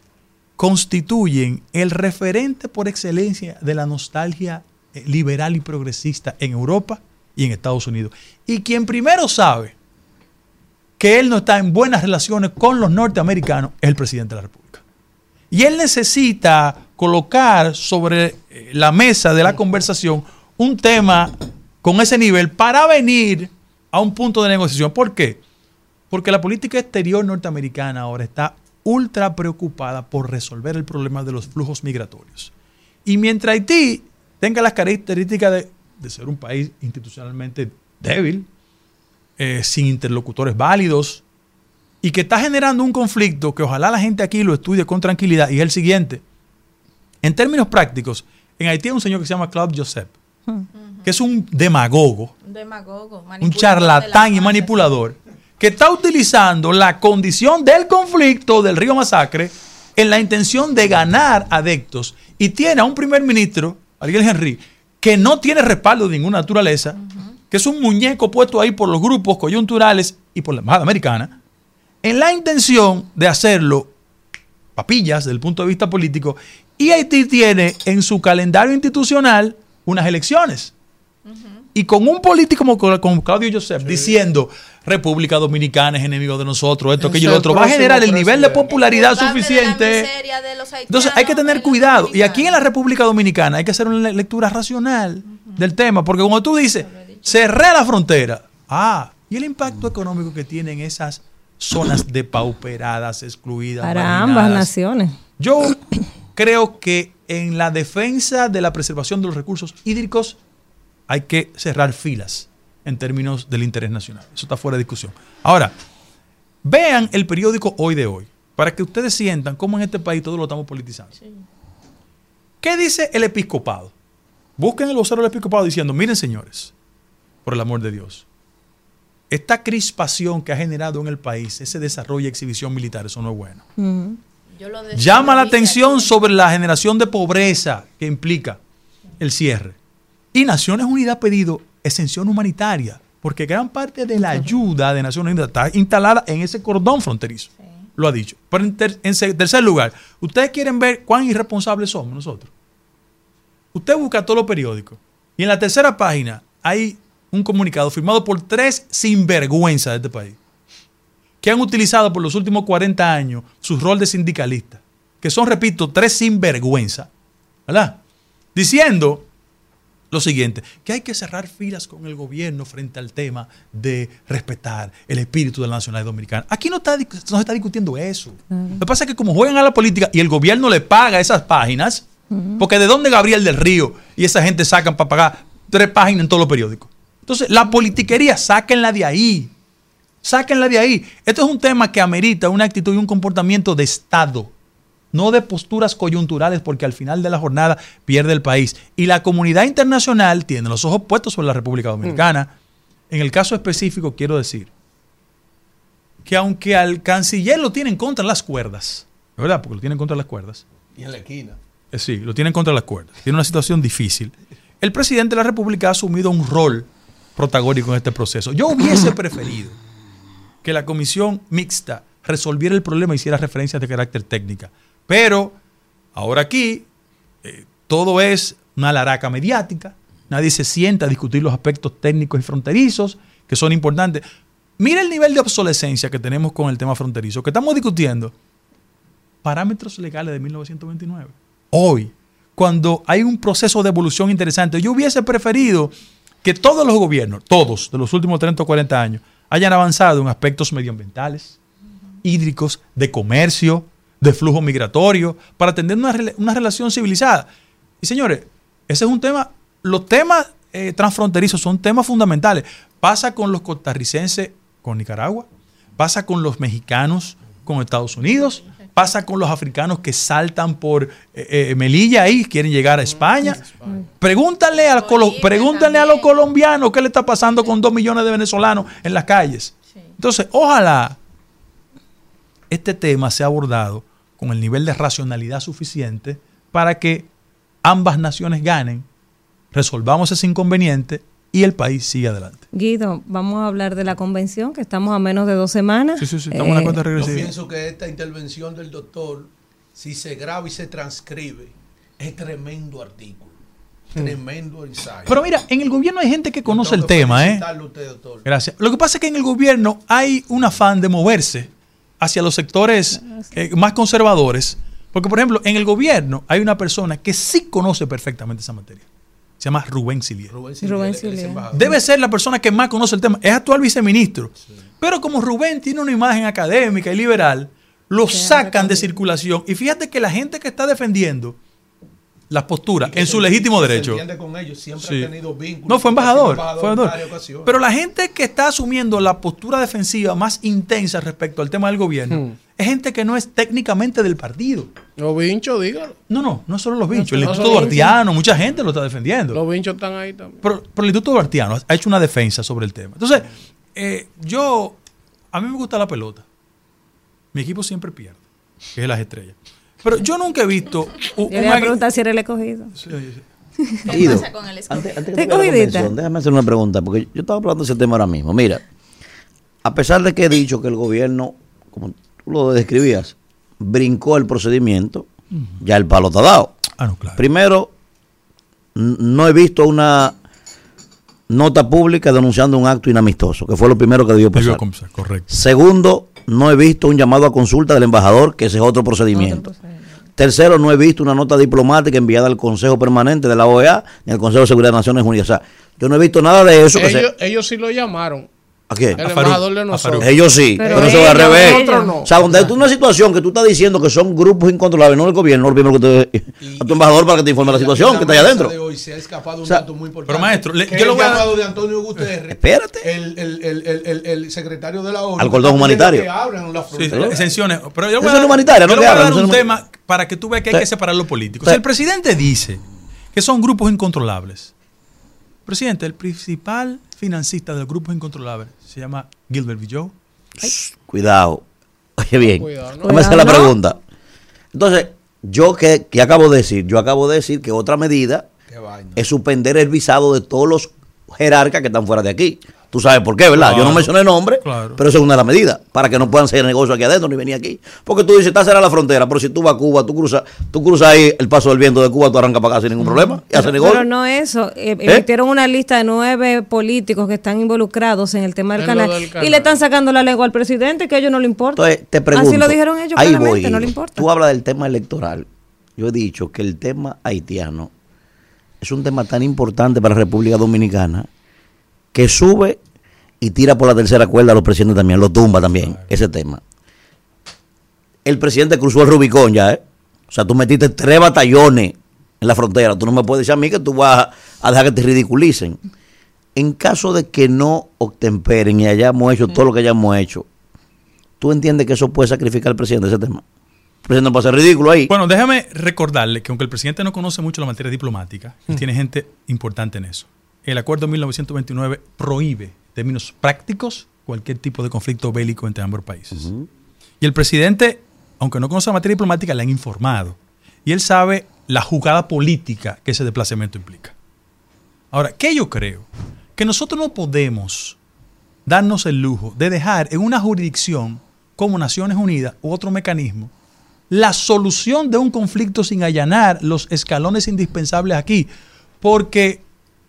constituyen el referente por excelencia de la nostalgia liberal y progresista en Europa y en Estados Unidos. Y quien primero sabe que él no está en buenas relaciones con los norteamericanos es el presidente de la República. Y él necesita colocar sobre la mesa de la conversación un tema con ese nivel para venir a un punto de negociación. ¿Por qué? Porque la política exterior norteamericana ahora está ultra preocupada por resolver el problema de los flujos migratorios. Y mientras Haití tenga las características de, de ser un país institucionalmente débil, eh, sin interlocutores válidos, y que está generando un conflicto que ojalá la gente aquí lo estudie con tranquilidad, y es el siguiente. En términos prácticos, en Haití hay un señor que se llama Claude Joseph, uh-huh. que es un demagogo, un, demagogo, un charlatán y manipulador, que está utilizando la condición del conflicto del Río Masacre en la intención de ganar adeptos, y tiene a un primer ministro, Ariel Henry, que no tiene respaldo de ninguna naturaleza, uh-huh. que es un muñeco puesto ahí por los grupos coyunturales y por la embajada americana, en la intención de hacerlo papillas desde el punto de vista político, y Haití tiene en su calendario institucional unas elecciones. Uh-huh. Y con un político como, como Claudio Joseph sí. diciendo, República Dominicana es enemigo de nosotros, esto, Es aquello, lo el otro. Va a generar el nivel de presidente. popularidad El culpable de la suficiente. miseria de los Entonces hay que tener cuidado. Y aquí en la República Dominicana hay que hacer una le- lectura racional del tema. Porque como tú dices, cerré la frontera. Ah, y el impacto económico que tienen esas zonas depauperadas, excluidas. Para marginadas. ambas naciones. Yo creo que en la defensa de la preservación de los recursos hídricos hay que cerrar filas en términos del interés nacional. Eso está fuera de discusión. Ahora, vean el periódico Hoy de Hoy, para que ustedes sientan cómo en este país todo lo estamos politizando. ¿Qué dice el episcopado? Busquen el vocero del episcopado diciendo, miren señores, por el amor de Dios, esta crispación que ha generado en el país, ese desarrollo y exhibición militar, eso no es bueno. Ujú. Yo lo decía Llama la ahorita, atención sobre la generación de pobreza que implica el cierre. Y Naciones Unidas ha pedido exención humanitaria, porque gran parte de la ayuda de Naciones Unidas está instalada en ese cordón fronterizo. Lo ha dicho. Pero en, ter- en se- tercer lugar, ustedes quieren ver cuán irresponsables somos nosotros. Usted busca todos los periódicos y en la tercera página hay un comunicado firmado por tres sinvergüenzas de este país que han utilizado por los últimos cuarenta años su rol de sindicalista, que son, repito, tres sinvergüenzas, ¿verdad? Diciendo lo siguiente, que hay que cerrar filas con el gobierno frente al tema de respetar el espíritu de la nacionalidad dominicana. Aquí no, está, no se está discutiendo eso. Lo que pasa es que como juegan a la política y el gobierno le paga esas páginas, porque ¿de dónde Gabriel del Río y esa gente sacan para pagar tres páginas en todos los periódicos? Entonces, la politiquería, sáquenla de ahí. Sáquenla de ahí. Esto es un tema que amerita una actitud y un comportamiento de Estado, no de posturas coyunturales, porque al final de la jornada pierde el país. Y la comunidad internacional tiene los ojos puestos sobre la República Dominicana. Mm. En el caso específico, quiero decir que aunque al canciller lo tienen contra las cuerdas, ¿verdad? Porque lo tienen contra las cuerdas. Y en la esquina. Eh, sí, lo tienen contra las cuerdas. Tiene una situación difícil. El presidente de la República ha asumido un rol protagónico en este proceso. Yo hubiese preferido que la comisión mixta resolviera el problema y hiciera referencias de carácter técnica. Pero ahora aquí eh, todo es una laraca mediática. Nadie se sienta a discutir los aspectos técnicos y fronterizos que son importantes. Mira el nivel de obsolescencia que tenemos con el tema fronterizo, que estamos discutiendo parámetros legales de mil novecientos veintinueve. Hoy, cuando hay un proceso de evolución interesante, yo hubiese preferido que todos los gobiernos, todos, de los últimos treinta o cuarenta años, hayan avanzado en aspectos medioambientales, hídricos, de comercio, de flujo migratorio, para tener una, una relación civilizada. Y señores, ese es un tema, los temas eh, transfronterizos son temas fundamentales. Pasa con los costarricenses con Nicaragua, pasa con los mexicanos con Estados Unidos, pasa con los africanos que saltan por eh, eh, Melilla y quieren llegar a España. Pregúntale, a, colo pregúntale a los colombianos qué le está pasando con dos millones de venezolanos en las calles. Entonces, ojalá este tema sea abordado con el nivel de racionalidad suficiente para que ambas naciones ganen, resolvamos ese inconveniente y el país siga adelante. Guido, vamos a hablar de la convención, que estamos a menos de dos semanas. Sí, sí, sí, estamos en la cuenta regresiva. Yo pienso que esta intervención del doctor, si se graba y se transcribe, es tremendo artículo, tremendo ensayo. Pero mira, en el gobierno hay gente que conoce el tema, ¿eh? Usted, doctor. Gracias. Lo que pasa es que en el gobierno hay un afán de moverse hacia los sectores eh, más conservadores, porque por ejemplo, en el gobierno hay una persona que sí conoce perfectamente esa materia. Se llama Rubén Silier. Rubén Silier, Rubén Silier. Debe ser la persona que más conoce el tema. Es actual viceministro. Sí. Pero como Rubén tiene una imagen académica y liberal, lo sí, sacan de circulación. Y fíjate que la gente que está defendiendo las posturas en su legítimo derecho. Se con ellos, siempre sí. ha tenido vínculos. No, fue embajador. embajador, fue embajador. Pero la gente que está asumiendo la postura defensiva más intensa respecto al tema del gobierno hmm. es gente que no es técnicamente del partido. Los vinchos, dígalo. No, no, no solo los vinchos. No, el Instituto Duartiano, mucha gente lo está defendiendo. Los vinchos están ahí también. Pero, pero el Instituto Duartiano ha hecho una defensa sobre el tema. Entonces, eh, yo, a mí me gusta la pelota. Mi equipo siempre pierde, que es las estrellas. Pero yo nunca he visto... Un, yo le voy a preguntar si era el escogido. Sí, sí. ¿Qué pasa con el escogido? Antes, antes que la convención, déjame hacer una pregunta, porque yo estaba hablando de ese tema ahora mismo. Mira, a pesar de que he dicho que el gobierno, como tú lo describías, brincó el procedimiento, uh-huh. ya el palo está dado. Ah, no, claro. Primero, no he visto una nota pública denunciando un acto inamistoso, que fue lo primero que debió pasar. Correcto. Segundo, no he visto un llamado a consulta del embajador, que ese es otro procedimiento. Otro procedimiento. Tercero, no he visto una nota diplomática enviada al Consejo Permanente de la O E A ni al Consejo de Seguridad de Naciones Unidas. O sea, yo no he visto nada de eso. Ellos, que se... ellos sí lo llamaron. ¿A quién? El embajador de nosotros. Ellos sí, pero, pero eso va al revés. No. O sea, donde tú una situación que tú estás diciendo que son grupos incontrolables, no el gobierno, lo primero que te, y, a tu embajador para que te informe de la situación que está allá adentro. De hoy se ha escapado un o sea, dato muy importante. Pero maestro, le, que yo lo voy a llamado de Antonio Guterres. Espérate. El, el, el, el, el, el secretario de la ONU. Al cordón humanitario. Que abran la sí, exenciones. Pero yo voy a dar, humanitaria, yo no le voy a dar un no tema para que tú veas que hay que separar lo político. Si el presidente dice que son grupos incontrolables, presidente, el principal financista de los grupos incontrolables se llama Gilbert Villó. Cuidado. Oye bien, Cuidado, ¿no? déjame hacer la pregunta. Entonces, yo que, que acabo de decir, yo acabo de decir que otra medida es suspender el visado de todos los jerarcas que están fuera de aquí. Tú sabes por qué, ¿verdad? Claro, yo no mencioné nombre, claro. Pero eso es una de las medidas, para que no puedan hacer negocio aquí adentro ni venir aquí. Porque tú dices, está cerrada la frontera, pero si tú vas a Cuba, tú cruzas tú cruzas ahí el paso del viento de Cuba, tú arrancas para acá sin ningún problema y haces negocio. Pero no eso, eh, emitieron ¿Eh? una lista de nueve políticos que están involucrados en el tema del canal, del canal y le están sacando la lengua al presidente, que a ellos no le importa. Entonces, te pregunto, así lo dijeron ellos ahí claramente, voy, no le importa. Tú hablas del tema electoral. Yo he dicho que el tema haitiano es un tema tan importante para la República Dominicana que sube y tira por la tercera cuerda a los presidentes también, lo tumba también, claro. Ese tema. El presidente cruzó el Rubicón ya, ¿eh? O sea, tú metiste tres batallones en la frontera. Tú no me puedes decir a mí que tú vas a dejar que te ridiculicen. En caso de que no obtemperen y hayamos hecho todo lo que hayamos hecho, ¿tú entiendes que eso puede sacrificar al presidente ese tema? El presidente no puede ser ridículo ahí. Bueno, déjame recordarle que aunque el presidente no conoce mucho la materia diplomática, mm. tiene gente importante en eso. El acuerdo de mil novecientos veintinueve prohíbe, en términos prácticos, cualquier tipo de conflicto bélico entre ambos países. Uh-huh. Y el presidente, aunque no conoce la materia diplomática, le han informado. Y él sabe la jugada política que ese desplazamiento implica. Ahora, ¿qué yo creo? Que nosotros no podemos darnos el lujo de dejar en una jurisdicción como Naciones Unidas u otro mecanismo la solución de un conflicto sin allanar los escalones indispensables aquí. Porque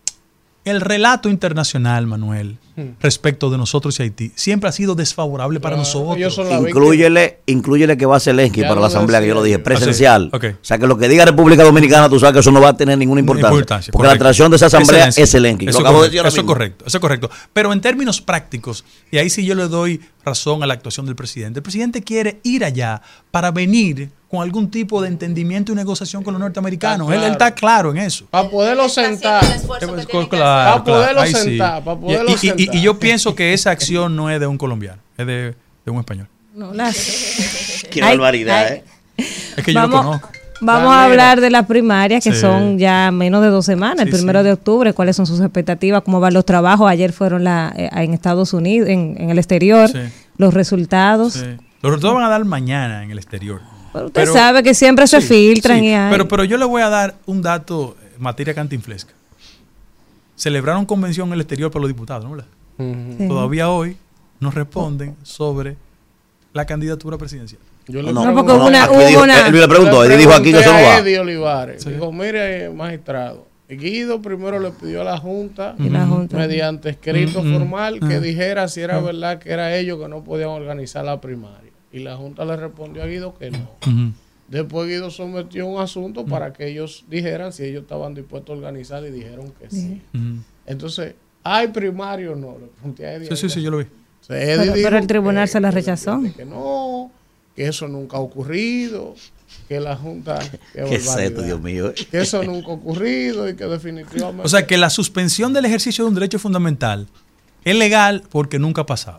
el relato internacional, Manuel, hmm. respecto de nosotros y Haití, siempre ha sido desfavorable para claro, nosotros. Inclúyele, inclúyele que va a Zelensky ya para la asamblea, que yo lo dije, presencial. Okay. Okay. O sea, que lo que diga República Dominicana, tú sabes que eso no va a tener ninguna importancia. importancia porque correcto. La atracción de esa asamblea es Zelensky. Eso, correcto, de eso es correcto, eso es correcto. Pero en términos prácticos, y ahí sí yo le doy razón a la actuación del presidente, el presidente quiere ir allá para venir con algún tipo de entendimiento y negociación con los norteamericanos. Claro. Él, él está claro en eso. Para poderlo sentar. Claro, para poderlo claro. sentar. Sí. Para poderlo y, y, sentar. Y, y yo pienso que esa acción no es de un colombiano, es de, de un español. No, la... Qué barbaridad, ¿eh? Es que yo vamos, lo conozco. Vamos a hablar de las primarias, que sí. son ya menos de dos semanas, sí, el primero sí. de octubre. ¿Cuáles son sus expectativas? ¿Cómo van los trabajos? Ayer fueron la, eh, en Estados Unidos, en, en el exterior, sí. los resultados. Sí. Los resultados van a dar mañana en el exterior. Pero usted pero, sabe que siempre se sí, filtran sí, y hay. Pero, pero yo le voy a dar un dato, materia cantinflesca. Celebraron convención en el exterior para los diputados, ¿no? Uh-huh. Sí. Todavía hoy nos responden sobre la candidatura presidencial. Yo le no, porque hubo una, hubo dijo, una... Él le preguntó, él dijo aquí que eso no va. Eddie Olivares, sí. dijo, mire, magistrado, Guido primero le pidió a la Junta, uh-huh. la junta. mediante escrito uh-huh. formal, uh-huh. que dijera si era uh-huh. verdad que era ellos que no podían organizar la primaria. Y la Junta le respondió a Guido que no. Uh-huh. Después Guido sometió un asunto uh-huh. para que ellos dijeran si ellos estaban dispuestos a organizar y dijeron que sí. Uh-huh. Entonces, ¿hay primaria o no? Le pregunté a Eddie. Sí, sí, sí, yo lo vi. Pero, pero el tribunal que, se la rechazó. Que no, que eso nunca ha ocurrido, que la Junta... Que ¿Qué es esto, Dios mío? Que eso nunca ha ocurrido y que definitivamente... O sea, que la suspensión del ejercicio de un derecho fundamental es legal porque nunca ha pasado.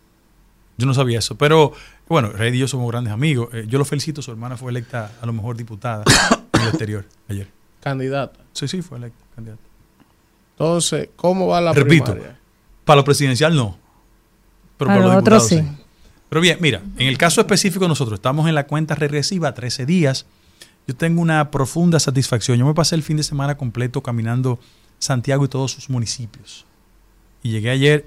Yo no sabía eso, pero bueno, Rey y yo somos grandes amigos. Eh, yo lo felicito, su hermana fue electa a lo mejor diputada en el exterior ayer. ¿Candidata? Sí, sí, fue electa candidata. Entonces, ¿cómo va la Repito, primaria? Para lo presidencial no, pero para, para los diputados sí. sí. Pero bien, mira, en el caso específico nosotros estamos en la cuenta regresiva, trece días. Yo tengo una profunda satisfacción. Yo me pasé el fin de semana completo caminando Santiago y todos sus municipios. Y llegué ayer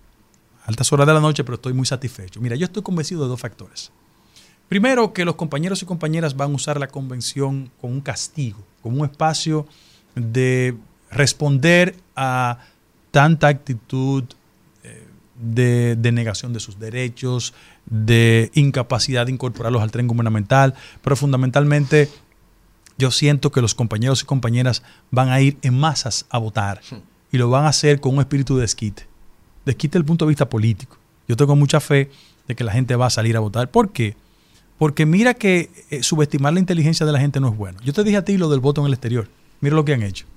altas horas de la noche, pero estoy muy satisfecho. Mira, yo estoy convencido de dos factores. Primero, que los compañeros y compañeras van a usar la convención como un castigo, como un espacio de responder a tanta actitud eh, de, de negación de sus derechos, de incapacidad de incorporarlos al tren gubernamental, pero fundamentalmente yo siento que los compañeros y compañeras van a ir en masas a votar y lo van a hacer con un espíritu de desquite. Desquite desde el punto de vista político. Yo tengo mucha fe de que la gente va a salir a votar. ¿Por qué? Porque mira que eh, subestimar la inteligencia de la gente no es bueno. Yo te dije a ti lo del voto en el exterior. Mira lo que han hecho.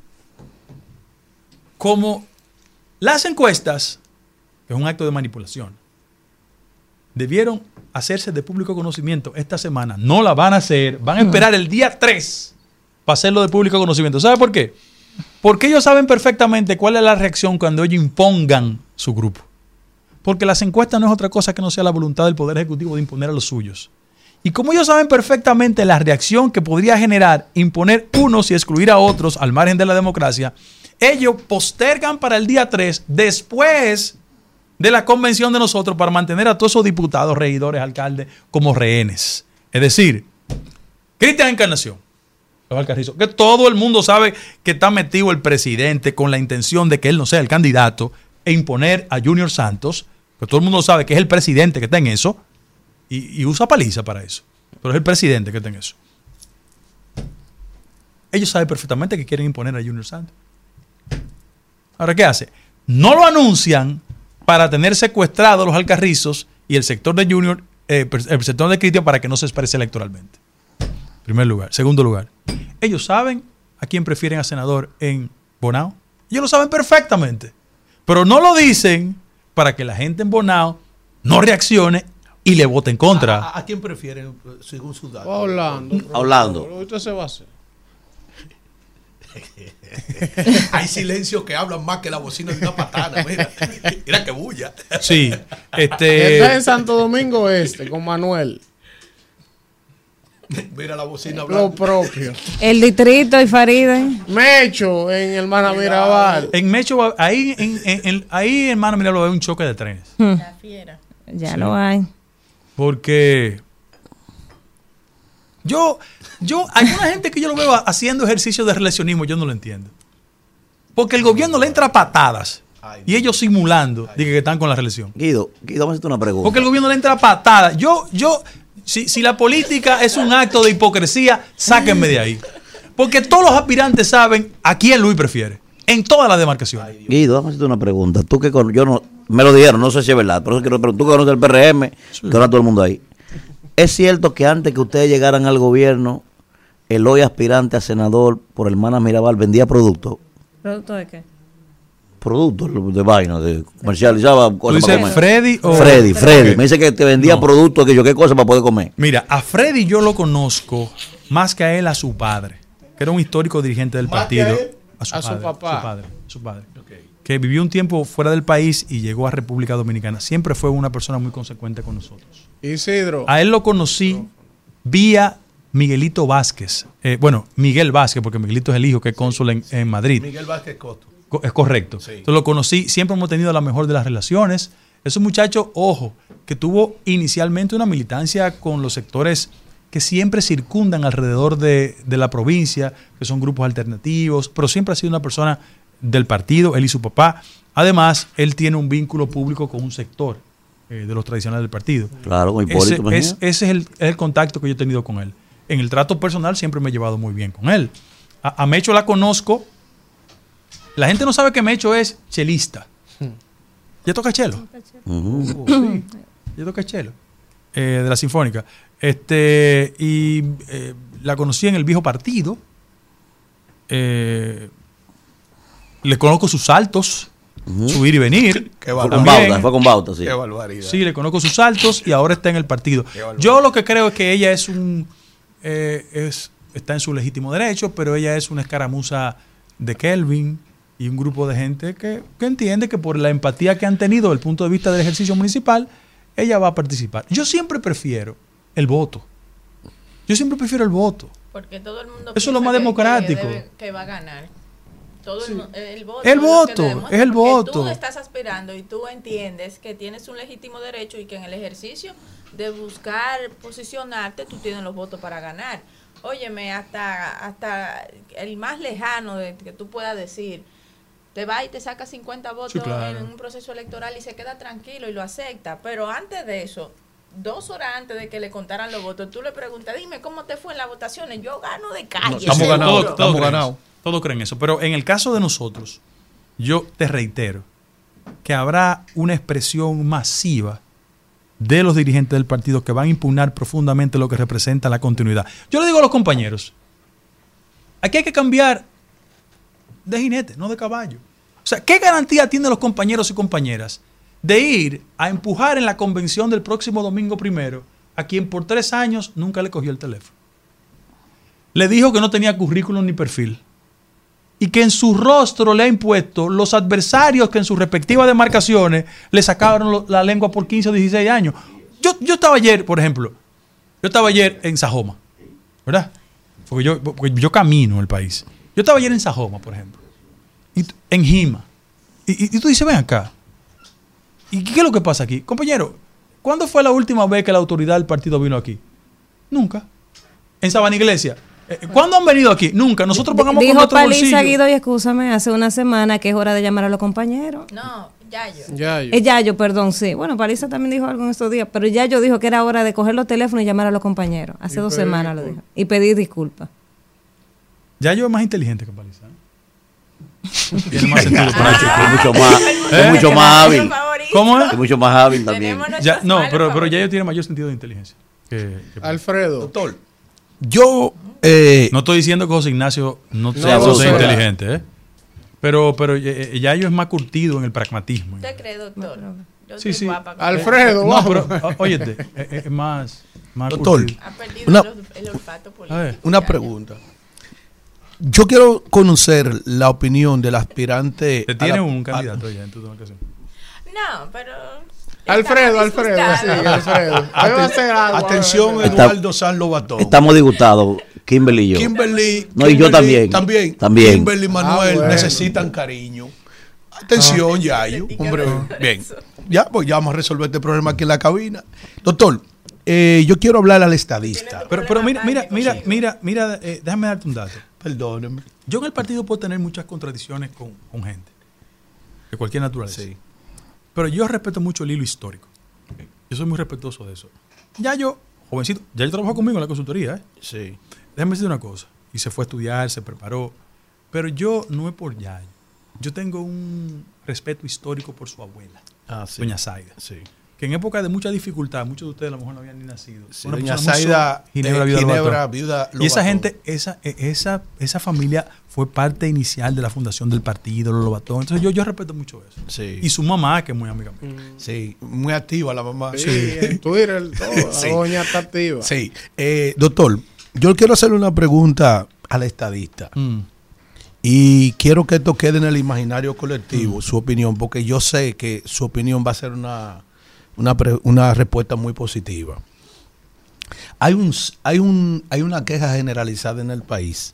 Como las encuestas, que es un acto de manipulación, debieron hacerse de público conocimiento esta semana. No la van a hacer. Van a esperar el día tres para hacerlo de público conocimiento. ¿Sabe por qué? Porque ellos saben perfectamente cuál es la reacción cuando ellos impongan su grupo. Porque las encuestas no es otra cosa que no sea la voluntad del Poder Ejecutivo de imponer a los suyos. Y como ellos saben perfectamente la reacción que podría generar imponer unos y excluir a otros al margen de la democracia, ellos postergan para el día tres, después de la convención de nosotros, para mantener a todos esos diputados, regidores, alcaldes como rehenes. Es decir, Cristian Encarnación, los Alcarrizos, que todo el mundo sabe que está metido el presidente con la intención de que él no sea el candidato e imponer a Junior Santos, que todo el mundo sabe que es el presidente que está en eso y, y usa paliza para eso, pero es el presidente que está en eso. Ellos saben perfectamente que quieren imponer a Junior Santos. Ahora, ¿qué hace? No lo anuncian para tener secuestrados los Alcarrizos y el sector de Junior, eh, el sector de Cristian, para que no se exprese electoralmente. Primer lugar. Segundo lugar, ellos saben a quién prefieren a senador en Bonao. Ellos lo saben perfectamente. Pero no lo dicen para que la gente en Bonao no reaccione y le vote en contra. ¿A, a, a quién prefieren según sus datos? Orlando. Orlando. Usted se va a hacer. Hay silencios que hablan más que la bocina de una patana. Mira, mira que bulla. Sí. Este... Está en Santo Domingo Este con Manuel. Mira la bocina hablando. Lo propio. El distrito y Faride. Mecho en Hermana Mirabal. En Mecho, ahí, en, en, en, ahí Hermana Mirabal hay un choque de trenes. Hmm. Ya sí. Lo hay. Porque yo, yo, hay una gente que yo lo veo haciendo ejercicio de reeleccionismo, yo no lo entiendo. Porque el gobierno le entra a patadas. Ay, y ellos simulando ay, que están con la reelección. Guido, Guido, vamos a hacer una pregunta. Porque el gobierno le entra a patadas. Yo, yo, si, si la política es un acto de hipocresía, sáquenme de ahí. Porque todos los aspirantes saben a quién Luis prefiere. En todas las demarcaciones. Ay, Guido, vamos a hacerte una pregunta. Tú que con, yo no, me lo dijeron, no sé si es verdad, pero tú que conoces el P R M, sí, que ahora todo el mundo ahí. ¿Es cierto que antes que ustedes llegaran al gobierno, el hoy aspirante a senador por Hermana Mirabal vendía productos? ¿Producto de qué? Productos de vaina, de comercializaba cosas para comer. ¿Freddy o...? Freddy, Freddy. Okay. Me dice que te vendía no. productos, que yo qué cosa para poder comer. Mira, a Freddy yo lo conozco más que a él, a su padre, que era un histórico dirigente del ¿Más partido. Que a, su, a padre, su papá. Su padre, su padre. Okay. Que vivió un tiempo fuera del país y llegó a República Dominicana. Siempre fue una persona muy consecuente con nosotros. Isidro. A él lo conocí vía Miguelito Vázquez. Eh, bueno, Miguel Vázquez, porque Miguelito es el hijo que es cónsul en, en Madrid. Miguel Vázquez Coto. Es correcto. Sí. Entonces lo conocí, siempre hemos tenido la mejor de las relaciones. Es un muchacho, ojo, que tuvo inicialmente una militancia con los sectores que siempre circundan alrededor de, de la provincia, que son grupos alternativos, pero siempre ha sido una persona del partido, él y su papá. Además, él tiene un vínculo público con un sector eh, de los tradicionales del partido. Claro, con Hipólito. Ese, es, ese es, el, es el contacto que yo he tenido con él. En el trato personal siempre me he llevado muy bien con él. A, a Mecho la conozco. La gente no sabe que Mecho es chelista. ¿Ya toca chelo? Uh-huh. Sí, ya toca chelo. Eh, de la Sinfónica. Este, y eh, la conocí en el viejo partido. Eh, le conozco sus saltos, uh-huh. subir y venir. Qué fue con Bauta, fue con Bauta, sí. Qué barbaridad. Sí, le conozco sus saltos y ahora está en el partido. Yo lo que creo es que ella es un eh, es está en su legítimo derecho, pero ella es una escaramuza de Kelvin y un grupo de gente que, que entiende que por la empatía que han tenido desde el punto de vista del ejercicio municipal, ella va a participar. Yo siempre prefiero el voto. Yo siempre prefiero el voto. Porque todo el mundo eso es lo más democrático. Que, debe, que va a ganar. Todo sí. el, el voto. El voto, es el voto. Tú estás aspirando y tú entiendes que tienes un legítimo derecho y que en el ejercicio de buscar posicionarte, tú tienes los votos para ganar. Óyeme, hasta, hasta el más lejano de que tú puedas decir, te va y te saca cincuenta votos Sí, claro. en un proceso electoral y se queda tranquilo y lo acepta. Pero antes de eso, dos horas antes de que le contaran los votos, tú le preguntas, dime cómo te fue en las votaciones. Yo gano de calle. No, estamos seguro. ganados, Estamos todos creen ganados. eso, todos creen eso. Pero en el caso de nosotros, yo te reitero que habrá una expresión masiva de los dirigentes del partido que van a impugnar profundamente lo que representa la continuidad. Yo le digo a los compañeros, aquí hay que cambiar de jinete, no de caballo. O sea, ¿qué garantía tienen los compañeros y compañeras de ir a empujar en la convención del próximo domingo primero a quien por tres años nunca le cogió el teléfono? Le dijo que no tenía currículum ni perfil y que en su rostro le ha impuesto los adversarios que en sus respectivas demarcaciones le sacaron lo, la lengua por quince o dieciséis años. Yo, yo estaba ayer, por ejemplo, yo estaba ayer en Sajoma, ¿verdad? Porque yo, porque yo camino el país. Yo estaba ayer en Sajoma, por ejemplo, y, en Jima. Y, y, y tú dices, ven acá. ¿Y qué es lo que pasa aquí? Compañero, ¿cuándo fue la última vez que la autoridad del partido vino aquí? Nunca. En Sabana Iglesia. ¿Cuándo han venido aquí? Nunca. Nosotros pagamos Dijo con nuestro Paliza bolsillo. Guido, y escúchame, hace una semana que es hora de llamar a los compañeros. No, Yayo. Yayo. Es Yayo, perdón, sí. Bueno, Paliza también dijo algo en estos días, pero Yayo dijo que era hora de coger los teléfonos y llamar a los compañeros. Hace Y dos pedir semanas lo dijo. Y pedir disculpas. Yayo es más inteligente que Paliza. ¿eh? Tiene más sentido práctico. Es mucho más, es ¿Eh? mucho más hábil. ¿Cómo es? Es mucho más hábil también. Ya, no, pero, pero Yayo tiene mayor sentido de inteligencia. Que, que Alfredo. Doctor, yo... Eh, no estoy diciendo que José Ignacio no, No, sea, no no sea sea. inteligente, ¿eh? Pero, pero eh, Yayo es más curtido en el pragmatismo. ¿Usted cree, doctor? Yo Sí, estoy sí. guapa con- Alfredo, No, vamos. pero, ó- óyete, es, es más, más Doctor, curtido. Ha perdido Una- el, olf- el olfato político. A ver. una pregunta. Yo quiero conocer la opinión del aspirante. Te a tiene la- un a- candidato ya en tu demarcación. No, pero... Alfredo, estamos Alfredo, sí, disgustados. Alfredo. Ahí va a hacer algo. Atención, Está- Eduardo San Lobatón. Estamos disgustados, Kimberly y yo. Kimberly. No, y yo Kimberly también. También. También. Kimberly y Manuel Ah, bueno. necesitan cariño. Atención, Yayo. Hombre, bien. Ya, pues ya vamos a resolver este problema aquí en la cabina. Doctor, eh, yo quiero hablar al estadista. Pero, pero mira, mira, mira, mira, mira, eh, déjame darte un dato. Perdóneme. Yo en el partido puedo tener muchas contradicciones con, con gente, de cualquier naturaleza. Sí. Pero yo respeto mucho el hilo histórico. Yo soy muy respetuoso de eso. Ya yo, jovencito, ya yo trabajó conmigo en la consultoría, ¿eh? Sí. Déjame decir una cosa. Y se fue a estudiar, se preparó. Pero yo no es por Yayo. Yo tengo un respeto histórico por su abuela, Ah, sí. doña Zaida. Sí. Que en época de mucha dificultad, muchos de ustedes a lo mejor no habían ni nacido. Sí, Una doña persona muy Zaida, sola, Ginebra, eh, viuda Ginebra, Lobatón. viuda Y esa Lobatón. gente, esa, eh, esa, esa familia fue parte inicial de la fundación del partido, los Lobatón. Entonces yo, yo respeto mucho eso. Sí. Y su mamá, que es muy amiga mía. Sí, muy activa la mamá. Sí, en Twitter, todo, Sí. la doña está activa. Sí. Eh, doctor, yo quiero hacerle una pregunta al estadista. Mm. Y quiero que esto quede en el imaginario colectivo, su opinión, porque yo sé que su opinión va a ser una, una, pre- una respuesta muy positiva. Hay, un, hay, un, hay una queja generalizada en el país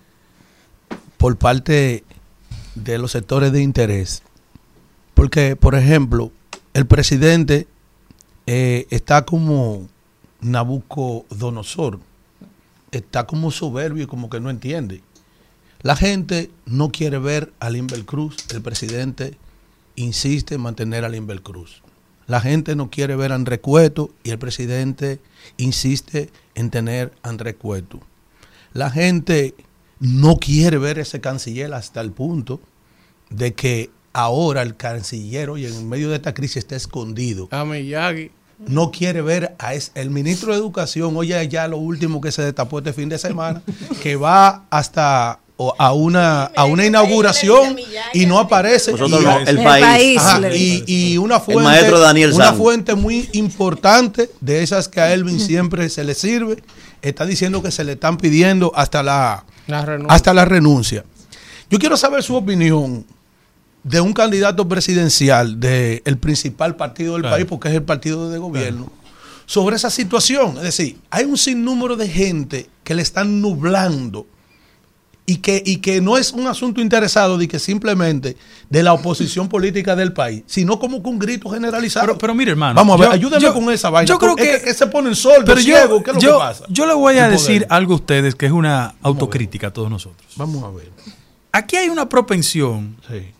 por parte de los sectores de interés, porque, por ejemplo, el presidente eh, está como Nabucodonosor, está como soberbio y como que no entiende. La gente no quiere ver a Limber Cruz, el presidente insiste en mantener a Limber Cruz. La gente no quiere ver a Andrés Cueto y el presidente insiste en tener a Andrés Cueto. La gente no quiere ver ese canciller hasta el punto de que ahora el canciller, oye, en medio de esta crisis está escondido. A Miyagi. No quiere ver a es, el ministro de Educación, oye, ya lo último que se destapó este fin de semana, que va hasta o, a una a una inauguración y no aparece. Nosotros y, no, el país. Ajá, y, y una fuente, maestro Daniel una San. fuente muy importante de esas que a Elvin siempre se le sirve, está diciendo que se le están pidiendo hasta la, La renuncia. hasta la renuncia. Yo quiero saber su opinión de un candidato presidencial del principal partido del Claro. país, porque es el partido de gobierno, sobre esa situación. Es decir, hay un sinnúmero de gente que le están nublando y que, y que no es un asunto interesado de que simplemente de la oposición política del país, sino como que un grito generalizado. Pero, pero mire, hermano. Vamos a ver, yo- ayúdame yo- con esa vaina. Yo creo Es que, que se ponen sordos, pero yo, ciegos, ¿qué es lo yo, que pasa? yo le voy a El decir poder. algo a ustedes que es una autocrítica a todos nosotros. Vamos a ver. Aquí hay una propensión Sí.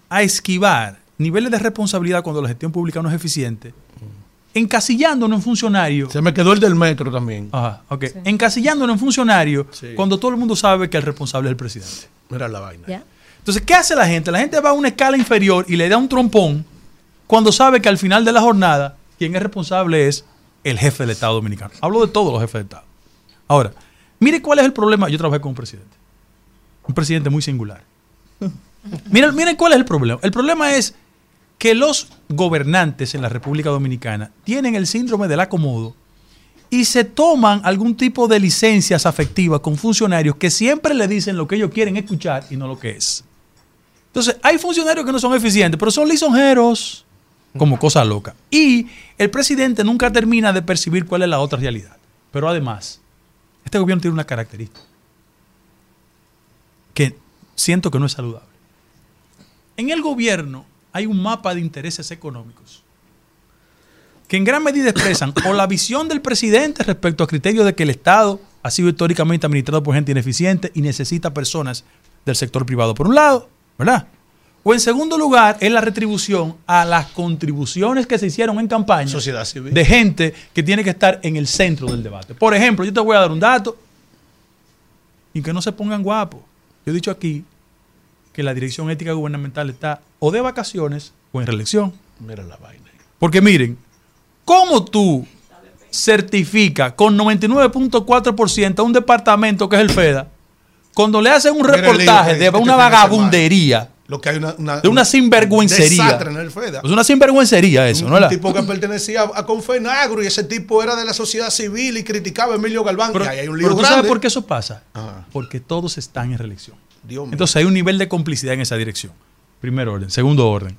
a esquivar niveles de responsabilidad cuando la gestión pública no es eficiente, encasillándonos en funcionario. Se me quedó el del metro también. Ajá, ok. Sí. Encasillándonos en funcionario Sí. cuando todo el mundo sabe que el responsable es el presidente. Mira la vaina. ¿Ya? Entonces, ¿qué hace la gente? La gente va a una escala inferior y le da un trompón cuando sabe que al final de la jornada quien es responsable es el jefe del Estado dominicano. Hablo de todos los jefes de Estado. Ahora, mire cuál es el problema. Yo trabajé con un presidente. Un presidente muy singular. Miren, miren cuál es el problema. El problema es que los gobernantes en la República Dominicana tienen el síndrome del acomodo y se toman algún tipo de licencias afectivas con funcionarios que siempre le dicen lo que ellos quieren escuchar y no lo que es. Entonces, hay funcionarios que no son eficientes, pero son lisonjeros, como cosa loca. Y el presidente nunca termina de percibir cuál es la otra realidad. Pero además, este gobierno tiene una característica que siento que no es saludable. En el gobierno hay un mapa de intereses económicos que en gran medida expresan o la visión del presidente respecto a criterios de que el Estado ha sido históricamente administrado por gente ineficiente y necesita personas del sector privado, por un lado, ¿verdad? O en segundo lugar, es la retribución a las contribuciones que se hicieron en campaña Sociedad civil. de gente que tiene que estar en el centro del debate. Por ejemplo, yo te voy a dar un dato y que no se pongan guapos. Yo he dicho aquí que la dirección ética gubernamental está o de vacaciones o en reelección. Mira la vaina. Porque miren, ¿cómo tú certificas con noventa y nueve punto cuatro por ciento a un departamento que es el FEDA cuando le hacen un Mira el reportaje lío que- de que una tiene vagabundería? Lo que hay una, una, De una sinvergüencería. desastre en el FEDA. Es una sinvergüencería eso, un, ¿no? Un La- tipo que pertenecía a, a Confenagro y ese tipo era de la sociedad civil y criticaba a Emilio Galván. Pero, y ahí hay un lío pero ¿tú grande. sabes por qué eso pasa? Ajá. Porque todos están en reelección. Dios mío. Entonces hay un nivel de complicidad en esa dirección. Primer orden. Segundo orden.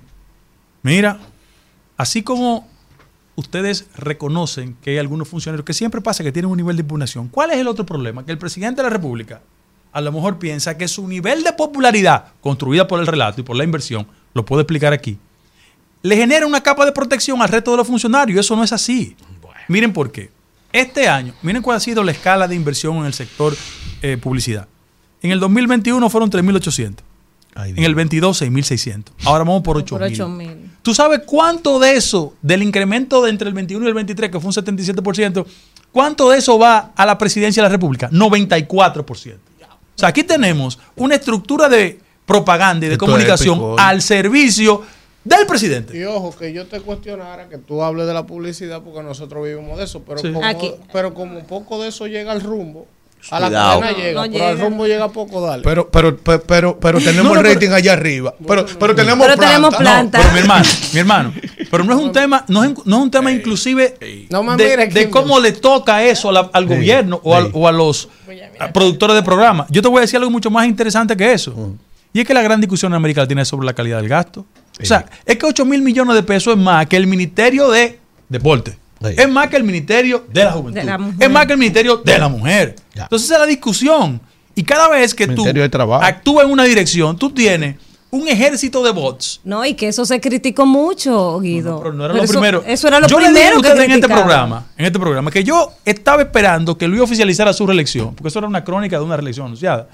Mira, así como ustedes reconocen que hay algunos funcionarios que siempre pasa que tienen un nivel de impugnación, ¿cuál es el otro problema? Que el presidente de la República a lo mejor piensa que su nivel de popularidad, construida por el relato y por la inversión, lo puedo explicar aquí, le genera una capa de protección al resto de los funcionarios. Eso no es así. Bueno. Miren por qué. Este año, miren cuál ha sido la escala de inversión en el sector eh, publicidad. En el dos mil veintiuno fueron tres mil ochocientos. Ay, en el veintidós, seis mil seiscientos. Ahora vamos por ocho Por mil. ¿Tú sabes cuánto de eso, del incremento de entre el veintiuno y el veintitrés, que fue un setenta y siete por ciento, cuánto de eso va a la presidencia de la República? noventa y cuatro por ciento. O sea, aquí tenemos una estructura de propaganda y de Esto comunicación es épico. al servicio del presidente. Y ojo, que yo te cuestionara que tú hables de la publicidad porque nosotros vivimos de eso, pero, Sí. como, Aquí. pero como poco de eso llega al rumbo, a la Cuidado. cadena llega, No pero al llega. rumbo llega poco, dale. Pero, pero, pero, pero, pero tenemos No, no, el pero- rating allá arriba. Pero, pero tenemos Pero planta. tenemos No, planta. Pero mi hermano, mi hermano, pero no es un tema, no es, no es un tema inclusive No me de, mires, de Kimber. cómo le toca eso a la- al Sí, gobierno o, al- sí. o a los a productores de programas. Yo te voy a decir algo mucho más interesante que eso. Y es que la gran discusión en América Latina es sobre la calidad del gasto. O sea, es que ocho mil millones de pesos es más que el Ministerio de Deporte. Sí. Es más que el Ministerio de la Juventud. De la mujer. Es más que el Ministerio de la Mujer. Ya. Entonces esa es la discusión. Y cada vez que tú Ministerio de Trabajo. actúas en una dirección, tú tienes un ejército de bots. No, y que eso se criticó mucho, Guido. Pero no era Pero lo eso, primero. Eso era lo yo le dije a primero que ustedes en este criticaban. programa, en este programa, que yo estaba esperando que Luis oficializara su reelección, porque eso era una crónica de una reelección anunciada,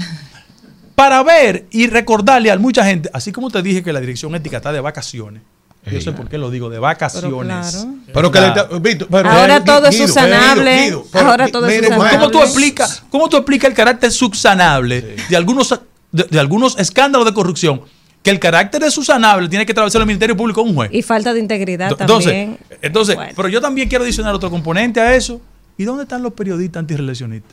para ver y recordarle a mucha gente, así como te dije que la dirección ética está de vacaciones. Yo sé por qué lo digo, de vacaciones. claro. Pero que le Claro. está- Víctor, pero- Ahora Guido, todo es Guido, subsanable. Guido, Guido, pero Ahora mi- todo es mire, subsanable. ¿Cómo tú explicas, cómo tú explicas el carácter subsanable de algunos de, de algunos escándalos de corrupción? Que el carácter de subsanable tiene que atravesar el Ministerio Público a un juez. Y falta de integridad Entonces, también. entonces Bueno. pero yo también quiero adicionar otro componente a eso. ¿Y dónde están los periodistas antirreeleccionistas?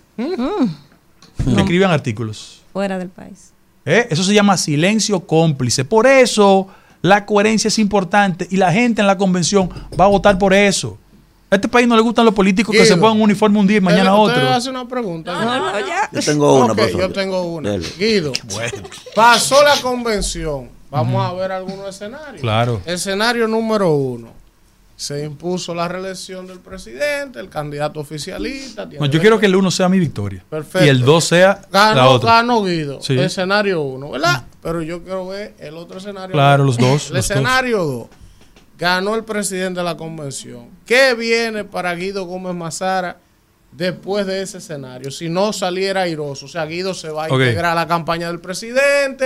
Mm. Que escriban artículos. Fuera del país. ¿Eh? Eso se llama silencio cómplice. Por eso la coherencia es importante y la gente en la convención va a votar por eso. A este país no le gustan los políticos que Guido, se pongan un uniforme un día y mañana Usted- usted otro. hace una pregunta. No, no, ya. Yo tengo una, Ok, profesor. yo tengo una. Dele. Guido, pasó la convención. Vamos a ver algunos escenarios. Claro. Escenario número uno. Se impuso la reelección del presidente, el candidato oficialista. tiene No, yo derecho- quiero que el uno sea mi victoria. Perfecto. Y el dos sea la Ganó, otra. ganó Guido. Sí. Escenario uno, ¿verdad? Pero yo quiero ver el otro escenario. Claro, los dos, El los dos. escenario dos. Ganó el presidente de la convención. ¿Qué viene para Guido Gómez Mazara después de ese escenario? Si no saliera airoso. O sea, Guido se va a Ok. integrar a la campaña del presidente.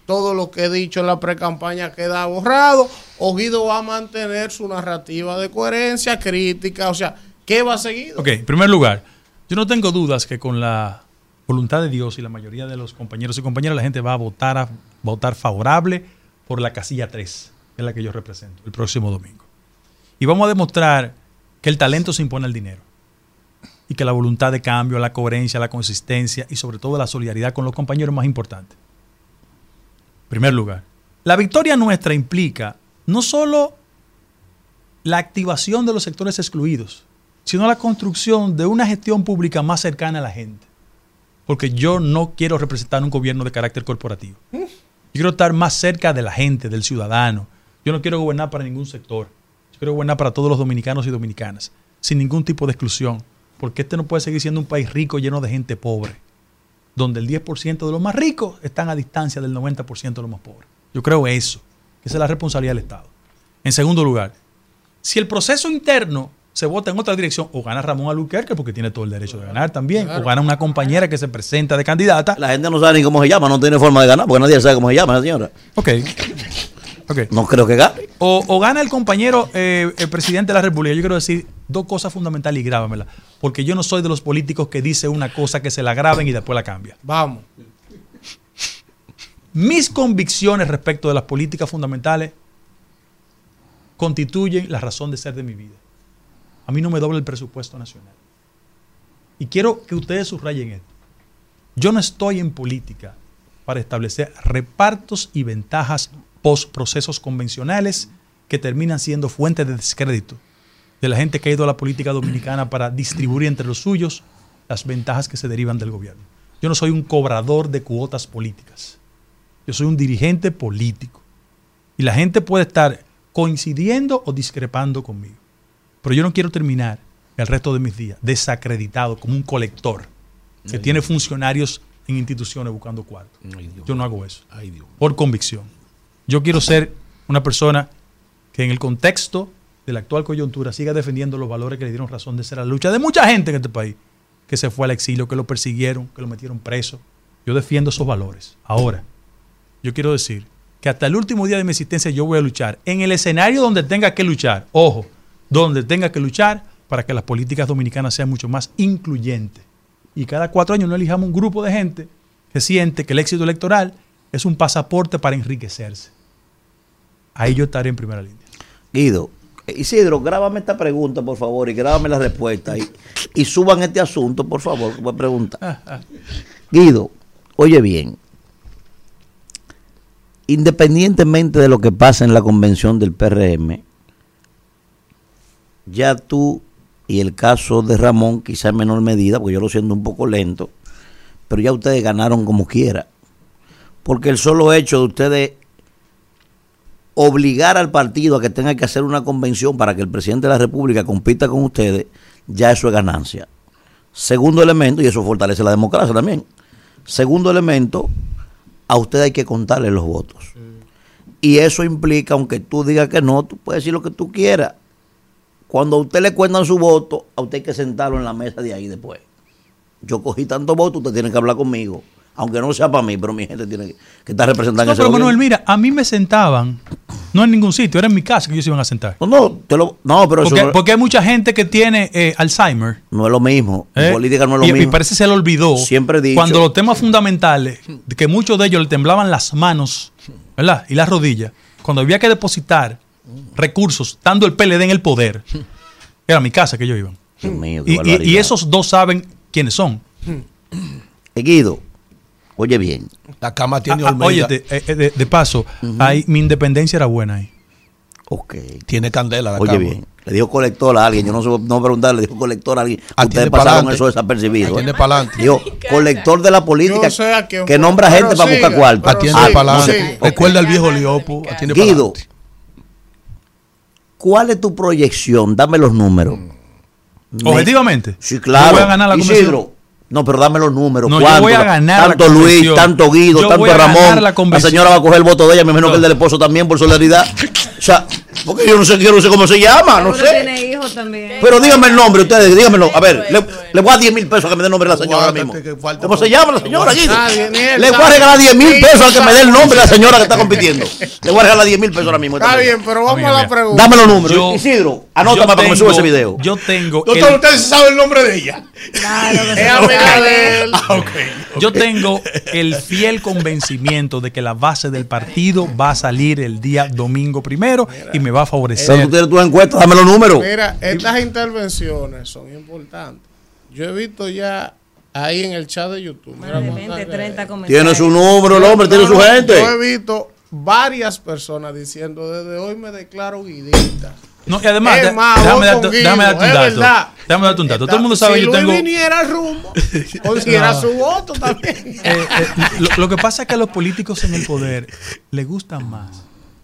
todo lo que he dicho en la precampaña queda borrado, o Guido va a mantener su narrativa de coherencia, crítica, o sea, ¿qué va a seguir? Ok, en primer lugar, yo no tengo dudas que con la voluntad de Dios y la mayoría de los compañeros y compañeras, la gente va a votar, a votar favorable por la casilla tres, que es la que yo represento, el próximo domingo. Y vamos a demostrar que el talento se impone al dinero y que la voluntad de cambio, la coherencia, la consistencia y sobre todo la solidaridad con los compañeros es más importante. En primer lugar, la victoria nuestra implica no solo la activación de los sectores excluidos, sino la construcción de una gestión pública más cercana a la gente. Porque yo no quiero representar un gobierno de carácter corporativo. Yo quiero estar más cerca de la gente, del ciudadano. Yo no quiero gobernar para ningún sector. Yo quiero gobernar para todos los dominicanos y dominicanas, sin ningún tipo de exclusión. Porque este no puede seguir siendo un país rico lleno de gente pobre, donde el diez por ciento de los más ricos están a distancia del noventa por ciento de los más pobres. Yo creo eso, que esa es la responsabilidad del Estado. En segundo lugar, si el proceso interno se vota en otra dirección, o gana Ramón Albuquerque, porque tiene todo el derecho de ganar también, claro, o gana una compañera que se presenta de candidata. La gente no sabe ni cómo se llama, no tiene forma de ganar, porque nadie sabe cómo se llama la señora. Ok. Okay. No creo que gane. O, o gana el compañero, eh, el presidente de la República. Yo quiero decir dos cosas fundamentales y grábamela, porque yo no soy de los políticos que dice una cosa que se la graben y después la cambia. Vamos. Mis convicciones respecto de las políticas fundamentales constituyen la razón de ser de mi vida. A mí no me dobla el presupuesto nacional. Y quiero que ustedes subrayen esto. Yo no estoy en política para establecer repartos y ventajas post procesos convencionales que terminan siendo fuentes de descrédito de la gente que ha ido a la política dominicana para distribuir entre los suyos las ventajas que se derivan del gobierno. Yo no soy un cobrador de cuotas políticas. Yo soy un dirigente político. Y la gente puede estar coincidiendo o discrepando conmigo. Pero yo no quiero terminar el resto de mis días desacreditado como un colector que Ay, tiene Dios. funcionarios en instituciones buscando cuartos. Yo no hago eso. Ay, Dios. Por convicción. Yo quiero ser una persona que en el contexto de la actual coyuntura siga defendiendo los valores que le dieron razón de ser a la lucha de mucha gente en este país, que se fue al exilio, que lo persiguieron, que lo metieron preso. Yo defiendo esos valores. Ahora, yo quiero decir que hasta el último día de mi existencia yo voy a luchar en el escenario donde tenga que luchar. Ojo, donde tenga que luchar para que las políticas dominicanas sean mucho más incluyentes. Y cada cuatro años no elijamos un grupo de gente que siente que el éxito electoral es un pasaporte para enriquecerse. Ahí yo estaré en primera línea. Guido, Isidro, grábame esta pregunta, por favor, y grábame la respuesta. Y, y suban este asunto, por favor, que voy a preguntar. Guido, oye bien. Independientemente de lo que pasa en la convención del P R M, ya tú y el caso de Ramón, quizá en menor medida, porque yo lo siento un poco lento, pero ya ustedes ganaron como quiera. Porque el solo hecho de ustedes obligar al partido a que tenga que hacer una convención para que el presidente de la República compita con ustedes, ya eso es ganancia. Segundo elemento, y eso fortalece la democracia también. Segundo elemento, a usted hay que contarle los votos. Y eso implica, aunque tú digas que no, tú puedes decir lo que tú quieras. Cuando a usted le cuentan su voto, a usted hay que sentarlo en la mesa de ahí después. Yo cogí tantos votos, usted tiene que hablar conmigo. Aunque no sea para mí, pero mi gente tiene que, que estar representando no, ese pero gobierno. Manuel, mira, a mí me sentaban, no en ningún sitio, era en mi casa que ellos se iban a sentar. No, no, te lo, no pero porque, eso no, porque hay mucha gente que tiene eh, Alzheimer. No es lo mismo, ¿Eh? en política no es lo y, mismo. Y parece que se le olvidó. Siempre he dicho. Cuando los temas fundamentales, de que muchos de ellos le temblaban las manos, ¿verdad? Y las rodillas, cuando había que depositar recursos, estando el P L D en el poder, era mi casa que ellos iban. Dios mío, y, y, y esos dos saben quiénes son. Guido, oye bien. La cama tiene ah, Olmedo. Oye, de, de, de, de paso, uh-huh. ahí, mi independencia era buena ahí. Ok. Tiene candela la Oye cama. bien, le dijo colector a alguien, yo no sé, no preguntarle, le dijo colector a alguien. Atiende Ustedes pasaron pa'lante. eso desapercibido. Atiende para adelante. Dijo, colector de la política Yo sé a quién que fue, nombra pero gente para siga, buscar cuarto. Atiende sí, para sí. adelante. Recuerda el viejo Liopo. Atiende para Guido, adelante. ¿cuál es tu proyección? Dame los números. Objetivamente. Sí, claro. Yo voy a ganar la Isidro, No, pero dame los números. No, ¿Cuánto? yo voy a ganar tanto la Luis, convención. tanto Guido, Yo tanto voy a Ramón. ganar la La, convención. señora va a coger el voto de ella, me imagino No. que el del esposo también por solidaridad. O sea, porque yo no sé, yo no sé cómo se llama, no Seguro sé. tiene hijos también. Pero díganme el nombre, ustedes, díganmelo. A ver, le, le voy a dar diez mil pesos a que me dé el nombre de la señora ahora mismo. ¿Cómo se llama la señora, Guido? Nadie, ni él Le voy a sabe. regalar diez mil Ni pesos al que me dé el sabe. nombre de la señora que está compitiendo. Le voy a regalar diez mil pesos ahora mismo. Está bien, pero vamos Mira, a la mira. pregunta. Dame los números. Yo- Isidro, anótame yo para que me suba tengo- ese video. Yo tengo. Doctor, el- ¿usted sabe el nombre de ella? Claro que Es se amiga sabe. de él. Ah, ok. Yo tengo el fiel convencimiento de que la base del partido va a salir el día domingo primero y me va a Pero favorecer. tú tienes tus encuestas, dame los números. Mira, estas intervenciones son importantes. Yo he visto ya ahí en el chat de YouTube. Mira Más de cuántas veinte, que- treinta comentarios. Tiene su número, el hombre, tiene No, su no, gente. Yo he visto varias personas diciendo desde hoy me declaro guidita. No, y además, Es de- más, déjame, voy darte, con déjame darte un Guido, es dato. verdad. Déjame darte un dato. Todo el mundo sabe si que yo Luis tengo. viniera al rumbo, consiguiera No. su voto también. Eh, eh, lo, lo que pasa es que a los políticos en el poder les gustan más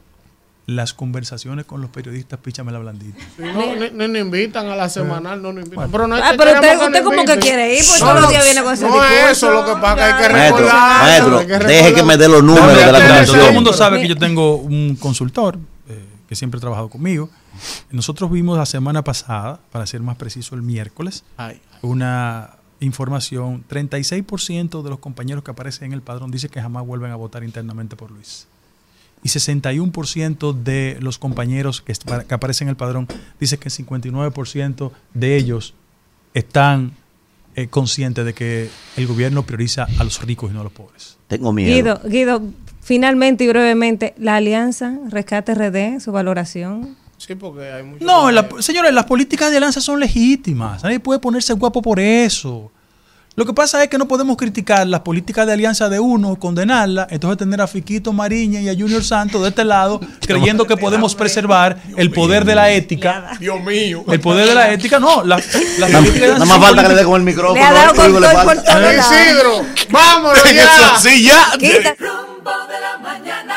las conversaciones con los periodistas, píchame la blandita. Si no, ni, ni nos invitan a la semanal, no nos invitan. Pero no es Ah, que pero queremos usted, usted nos como que inviten. quiere ir, pues No, todos los no, días viene con ese no discurso. es eso lo que pasa, que hay que Maestro, recordar. maestro, hay que deje que recordar. me dé los números Déjame de la darte un dato. convención. Todo el mundo sabe que yo tengo un consultor eh, que siempre ha trabajado conmigo. Nosotros vimos la semana pasada, para ser más preciso, el miércoles, Ay, una información. treinta y seis por ciento de los compañeros que aparecen en el padrón dice que jamás vuelven a votar internamente por Luis. Y sesenta y uno por ciento de los compañeros que, est- que aparecen en el padrón dice que el cincuenta y nueve por ciento de ellos están eh, conscientes de que el gobierno prioriza a los ricos y no a los pobres. Tengo miedo. Guido, Guido, finalmente y brevemente, la Alianza Rescate R D, su valoración. Sí, porque hay mucho. No, la- señores, las políticas de alianza son legítimas. Nadie puede ponerse guapo por eso. Lo que pasa es que no podemos criticar las políticas de alianza de uno, condenarla, entonces tener a Fiquito Mariña y a Junior Santos de este lado, creyendo que podemos preservar el poder de la ética. Dios mío. El poder de la ética, no. La, la Nada política de nada alianza más son falta que le dé políticas- con el micrófono. Le ha dado lo único con le todo el falta. portón. Isidro, vámonos Eso ya. sí, ya. Quita. Rumbo de la mañana.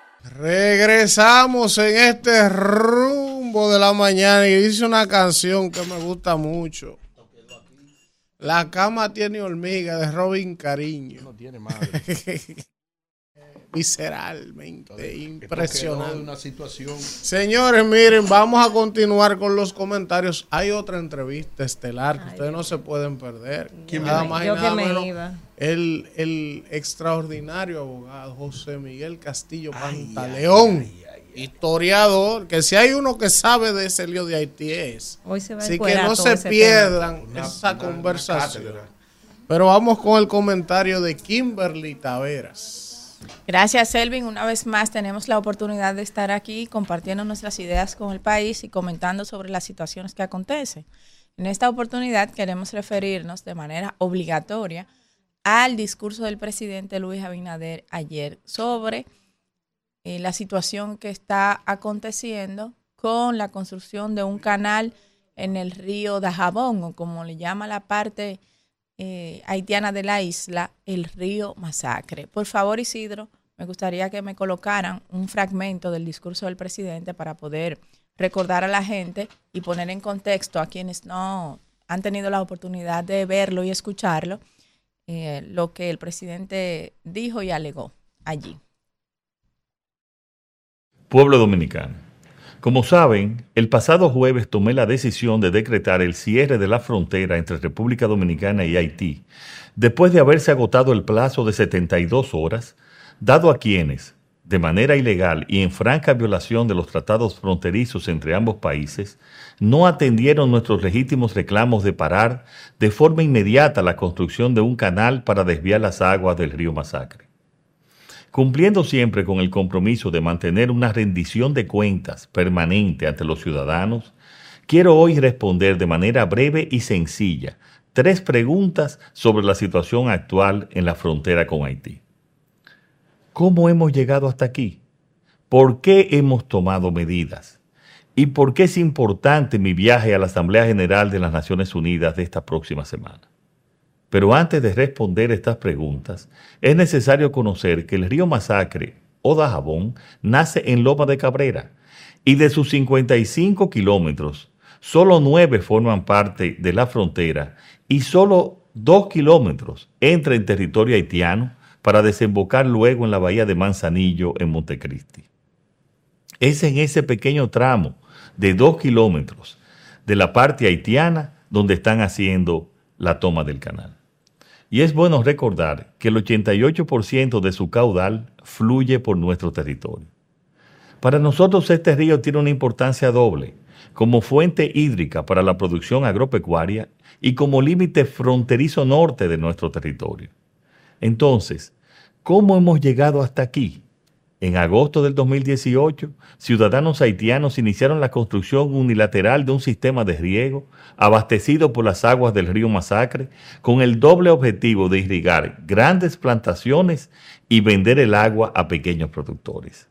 Regresamos en este rumbo de la mañana y hice una canción que me gusta mucho. La cama tiene hormiga de Robin Cariño. No tiene madre. Visceralmente impresionante. Una situación. Señores, miren, vamos a continuar con los comentarios. Hay otra entrevista estelar que ustedes no se pueden perder. Nada más y Yo que nada me menos iba. El, el extraordinario abogado José Miguel Castillo Pantaleón, historiador, que si hay uno que sabe de ese lío de Haití es. Hoy se va a Así que encuerar no todo se ese pierdan Una- esa una- conversación. una cátedra. Pero vamos con el comentario de Kimberly Taveras. Gracias, Selvin. Una vez más tenemos la oportunidad de estar aquí compartiendo nuestras ideas con el país y comentando sobre las situaciones que acontecen. En esta oportunidad queremos referirnos de manera obligatoria al discurso del presidente Luis Abinader ayer sobre eh, la situación que está aconteciendo con la construcción de un canal en el río Dajabón, o como le llama la parte eh, haitiana de la isla, el río Masacre. Por favor, Isidro, me gustaría que me colocaran un fragmento del discurso del presidente para poder recordar a la gente y poner en contexto a quienes no han tenido la oportunidad de verlo y escucharlo, eh, lo que el presidente dijo y alegó allí. Pueblo dominicano. Como saben, el pasado jueves tomé la decisión de decretar el cierre de la frontera entre República Dominicana y Haití, después de haberse agotado el plazo de setenta y dos horas, dado a quienes, de manera ilegal y en franca violación de los tratados fronterizos entre ambos países, no atendieron nuestros legítimos reclamos de parar de forma inmediata la construcción de un canal para desviar las aguas del río Masacre. Cumpliendo siempre con el compromiso de mantener una rendición de cuentas permanente ante los ciudadanos, quiero hoy responder de manera breve y sencilla tres preguntas sobre la situación actual en la frontera con Haití. ¿Cómo hemos llegado hasta aquí? ¿Por qué hemos tomado medidas? ¿Y por qué es importante mi viaje a la Asamblea General de las Naciones Unidas de esta próxima semana? Pero antes de responder estas preguntas, es necesario conocer que el río Masacre, o Dajabón, nace en Loma de Cabrera, y de sus cincuenta y cinco kilómetros, solo nueve forman parte de la frontera y solo dos kilómetros, entra en territorio haitiano para desembocar luego en la bahía de Manzanillo en Montecristi. Es en ese pequeño tramo de dos kilómetros de la parte haitiana donde están haciendo la toma del canal. Y es bueno recordar que el ochenta y ocho por ciento de su caudal fluye por nuestro territorio. Para nosotros este río tiene una importancia doble, como fuente hídrica para la producción agropecuaria y como límite fronterizo norte de nuestro territorio. Entonces, ¿cómo hemos llegado hasta aquí? En agosto del dos mil dieciocho, ciudadanos haitianos iniciaron la construcción unilateral de un sistema de riego abastecido por las aguas del río Masacre con el doble objetivo de irrigar grandes plantaciones y vender el agua a pequeños productores.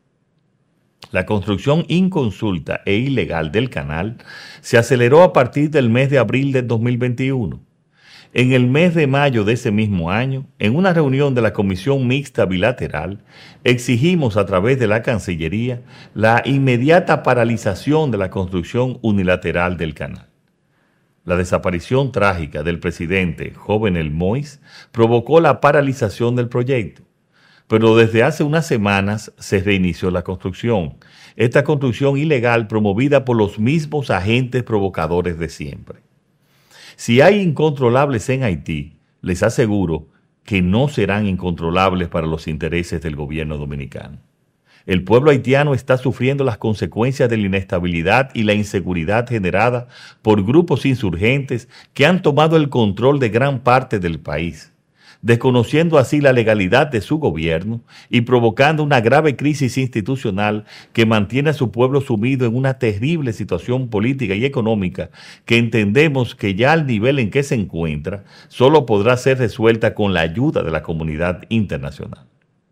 La construcción inconsulta e ilegal del canal se aceleró a partir del mes de abril del dos mil veintiuno. En el mes de mayo de ese mismo año, en una reunión de la Comisión Mixta Bilateral, exigimos a través de la Cancillería la inmediata paralización de la construcción unilateral del canal. La desaparición trágica del presidente Jovenel Moïse provocó la paralización del proyecto, pero desde hace unas semanas se reinició la construcción. Esta construcción ilegal promovida por los mismos agentes provocadores de siempre. Si hay incontrolables en Haití, les aseguro que no serán incontrolables para los intereses del gobierno dominicano. El pueblo haitiano está sufriendo las consecuencias de la inestabilidad y la inseguridad generada por grupos insurgentes que han tomado el control de gran parte del país, desconociendo así la legalidad de su gobierno y provocando una grave crisis institucional que mantiene a su pueblo sumido en una terrible situación política y económica que entendemos que ya al nivel en que se encuentra solo podrá ser resuelta con la ayuda de la comunidad internacional.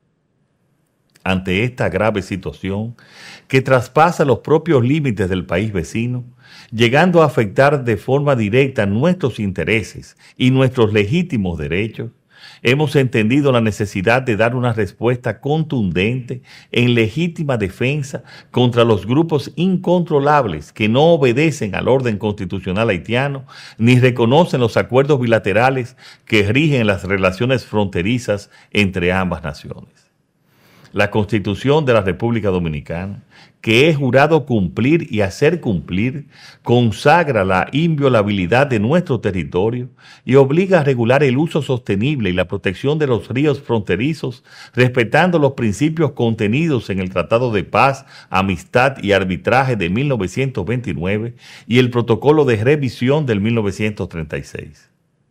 Ante esta grave situación que traspasa los propios límites del país vecino, llegando a afectar de forma directa nuestros intereses y nuestros legítimos derechos, hemos entendido la necesidad de dar una respuesta contundente en legítima defensa contra los grupos incontrolables que no obedecen al orden constitucional haitiano ni reconocen los acuerdos bilaterales que rigen las relaciones fronterizas entre ambas naciones. La Constitución de la República Dominicana, que he jurado cumplir y hacer cumplir, consagra la inviolabilidad de nuestro territorio y obliga a regular el uso sostenible y la protección de los ríos fronterizos, respetando los principios contenidos en el Tratado de Paz, Amistad y Arbitraje de mil novecientos veintinueve y el Protocolo de Revisión del mil novecientos treinta y seis.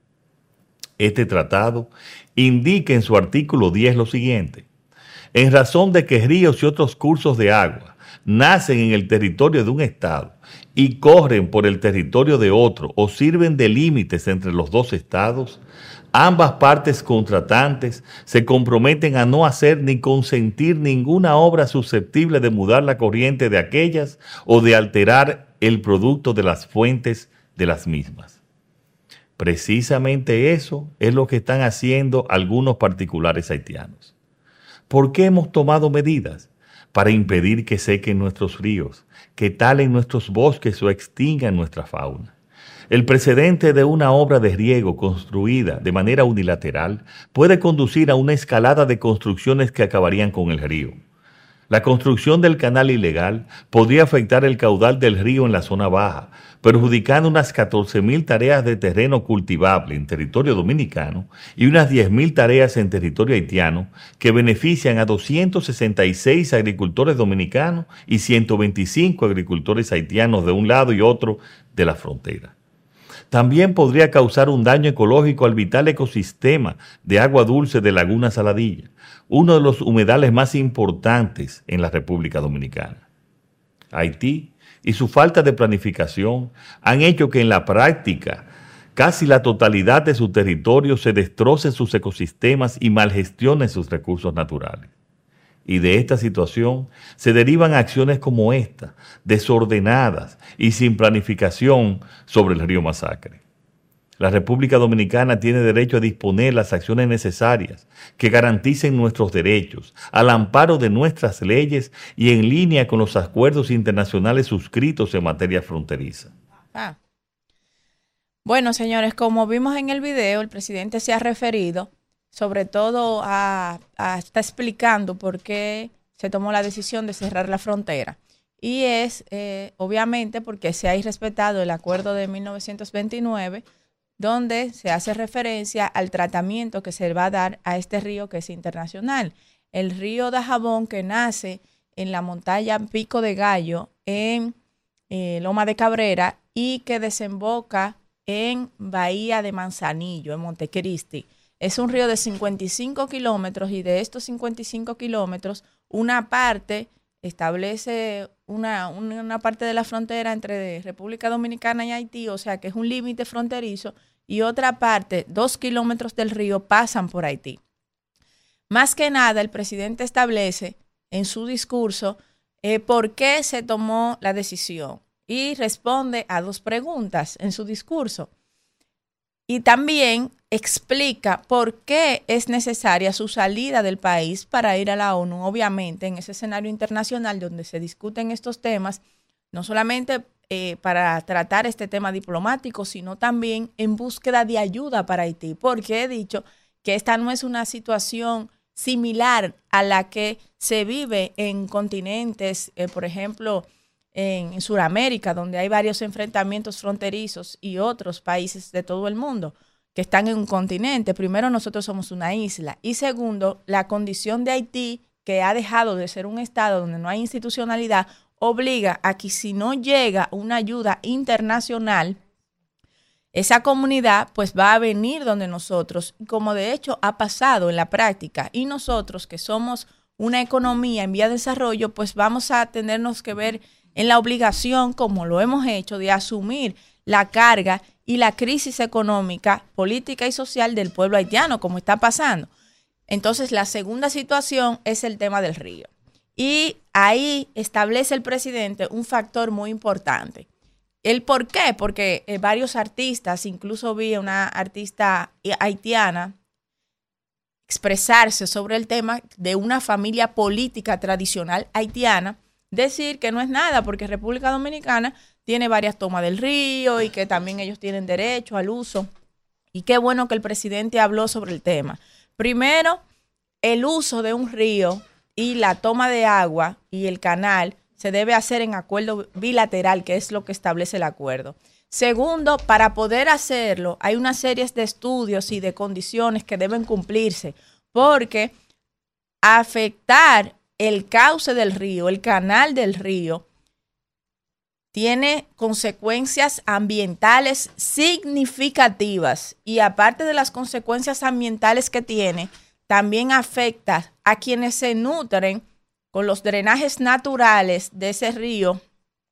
Este tratado indica en su artículo diez lo siguiente: en razón de que ríos y otros cursos de agua nacen en el territorio de un estado y corren por el territorio de otro o sirven de límites entre los dos estados, ambas partes contratantes se comprometen a no hacer ni consentir ninguna obra susceptible de mudar la corriente de aquellas o de alterar el producto de las fuentes de las mismas. Precisamente eso es lo que están haciendo algunos particulares haitianos. ¿Por qué hemos tomado medidas? Para impedir que sequen nuestros ríos, que talen nuestros bosques o extingan nuestra fauna. El precedente de una obra de riego construida de manera unilateral puede conducir a una escalada de construcciones que acabarían con el río. La construcción del canal ilegal podría afectar el caudal del río en la zona baja, perjudicando unas catorce mil tareas de terreno cultivable en territorio dominicano y unas diez mil tareas en territorio haitiano que benefician a doscientos sesenta y seis agricultores dominicanos y ciento veinticinco agricultores haitianos de un lado y otro de la frontera. También podría causar un daño ecológico al vital ecosistema de agua dulce de Laguna Saladilla, uno de los humedales más importantes en la República Dominicana. Haití y su falta de planificación han hecho que en la práctica casi la totalidad de su territorio se destroce sus ecosistemas y malgestione sus recursos naturales. Y de esta situación se derivan acciones como esta, desordenadas y sin planificación sobre el río Masacre. La República Dominicana tiene derecho a disponer las acciones necesarias que garanticen nuestros derechos, al amparo de nuestras leyes y en línea con los acuerdos internacionales suscritos en materia fronteriza. Ah. Bueno, señores, como vimos en el video, el presidente se ha referido, sobre todo a, a está explicando por qué se tomó la decisión de cerrar la frontera. Y es, eh, obviamente, porque se ha irrespetado el acuerdo de mil novecientos veintinueve, donde se hace referencia al tratamiento que se va a dar a este río que es internacional. El río Dajabón, que nace en la montaña Pico de Gallo, en eh, Loma de Cabrera, y que desemboca en Bahía de Manzanillo, en Montecristi. Es un río de cincuenta y cinco kilómetros, y de estos cincuenta y cinco kilómetros, una parte establece una, una, una parte de la frontera entre República Dominicana y Haití, o sea que es un límite fronterizo, y otra parte, dos kilómetros del río, pasan por Haití. Más que nada, el presidente establece en su discurso eh, por qué se tomó la decisión y responde a dos preguntas en su discurso. Y también explica por qué es necesaria su salida del país para ir a la ONU, obviamente en ese escenario internacional donde se discuten estos temas, no solamente eh, para tratar este tema diplomático, sino también en búsqueda de ayuda para Haití, porque he dicho que esta no es una situación similar a la que se vive en continentes, eh, por ejemplo, en, en Sudamérica, donde hay varios enfrentamientos fronterizos y otros países de todo el mundo que están en un continente. Primero, nosotros somos una isla, y segundo, la condición de Haití, que ha dejado de ser un estado donde no hay institucionalidad, obliga a que si no llega una ayuda internacional, esa comunidad pues va a venir donde nosotros, como de hecho ha pasado en la práctica, y nosotros que somos una economía en vía de desarrollo, pues vamos a tenernos que ver en la obligación, como lo hemos hecho, de asumir la carga y la crisis económica, política y social del pueblo haitiano, como está pasando. Entonces, la segunda situación es el tema del río. Y ahí establece el presidente un factor muy importante. ¿El por qué? Porque eh, varios artistas, incluso vi a una artista haitiana expresarse sobre el tema de una familia política tradicional haitiana, decir que no es nada porque República Dominicana tiene varias tomas del río y que también ellos tienen derecho al uso. Y qué bueno que el presidente habló sobre el tema. Primero, el uso de un río y la toma de agua y el canal se debe hacer en acuerdo bilateral, que es lo que establece el acuerdo. Segundo, para poder hacerlo, hay una serie de estudios y de condiciones que deben cumplirse, porque afectar el cauce del río, el canal del río, tiene consecuencias ambientales significativas, y aparte de las consecuencias ambientales que tiene, también afecta a quienes se nutren con los drenajes naturales de ese río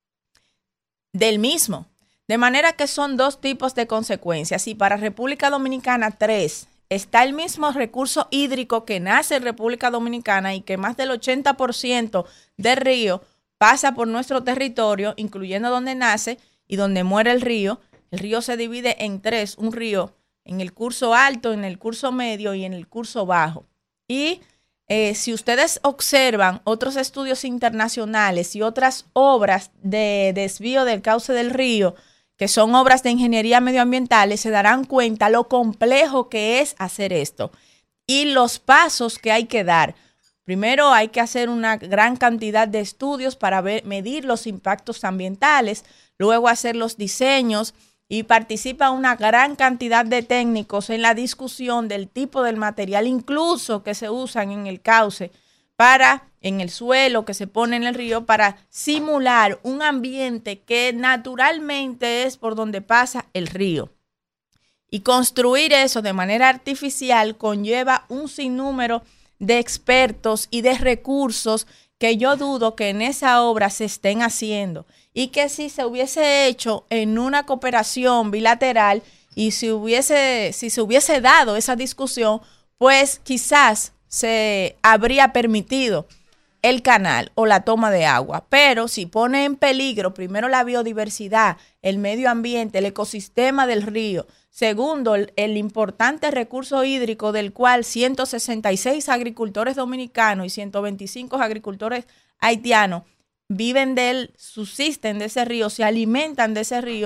del mismo. De manera que son dos tipos de consecuencias, y para República Dominicana tres. Está el mismo recurso hídrico que nace en República Dominicana y que más del ochenta por ciento del río pasa por nuestro territorio, incluyendo donde nace y donde muere el río. El río se divide en tres, un río en el curso alto, en el curso medio y en el curso bajo. Y eh, si ustedes observan otros estudios internacionales y otras obras de desvío del cauce del río, que son obras de ingeniería medioambientales, se darán cuenta lo complejo que es hacer esto y los pasos que hay que dar. Primero hay que hacer una gran cantidad de estudios para ver, medir los impactos ambientales, luego hacer los diseños, y participa una gran cantidad de técnicos en la discusión del tipo del material, incluso que se usan en el cauce, para, en el suelo que se pone en el río, para simular un ambiente que naturalmente es por donde pasa el río. Y construir eso de manera artificial conlleva un sinnúmero de expertos y de recursos que yo dudo que en esa obra se estén haciendo, y que si se hubiese hecho en una cooperación bilateral y si hubiese, si se hubiese dado esa discusión, pues quizás se habría permitido el canal o la toma de agua. Pero si pone en peligro primero la biodiversidad, el medio ambiente, el ecosistema del río, segundo, el, el importante recurso hídrico del cual ciento sesenta y seis agricultores dominicanos y ciento veinticinco agricultores haitianos viven de él, subsisten de ese río, se alimentan de ese río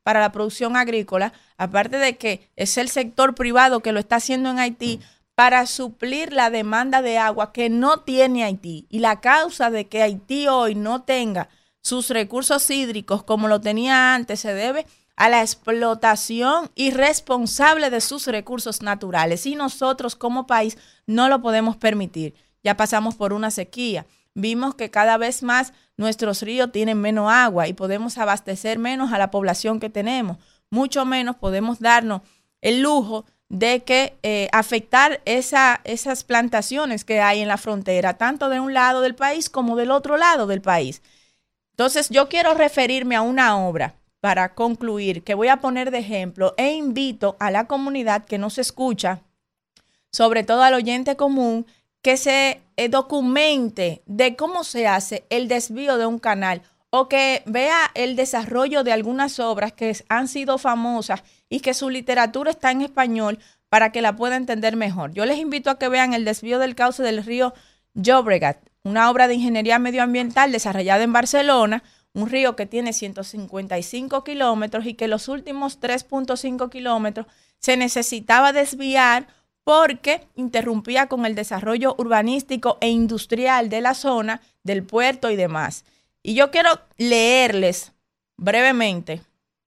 para la producción agrícola, aparte de que es el sector privado que lo está haciendo en Haití, para suplir la demanda de agua que no tiene Haití. Y la causa de que Haití hoy no tenga sus recursos hídricos como lo tenía antes se debe a la explotación irresponsable de sus recursos naturales. Y nosotros como país no lo podemos permitir. Ya pasamos por una sequía. Vimos que cada vez más nuestros ríos tienen menos agua y podemos abastecer menos a la población que tenemos. Mucho menos podemos darnos el lujo de que eh, afectar esa, esas plantaciones que hay en la frontera, tanto de un lado del país como del otro lado del país. Entonces, yo quiero referirme a una obra para concluir, que voy a poner de ejemplo, e invito a la comunidad que nos escucha, sobre todo al oyente común, que se eh, documente de cómo se hace el desvío de un canal o que vea el desarrollo de algunas obras que han sido famosas y que su literatura está en español para que la pueda entender mejor. Yo les invito a que vean el desvío del cauce del río Llobregat, una obra de ingeniería medioambiental desarrollada en Barcelona, un río que tiene ciento cincuenta y cinco kilómetros y que los últimos tres punto cinco kilómetros se necesitaba desviar porque interrumpía con el desarrollo urbanístico e industrial de la zona, del puerto y demás. Y yo quiero leerles brevemente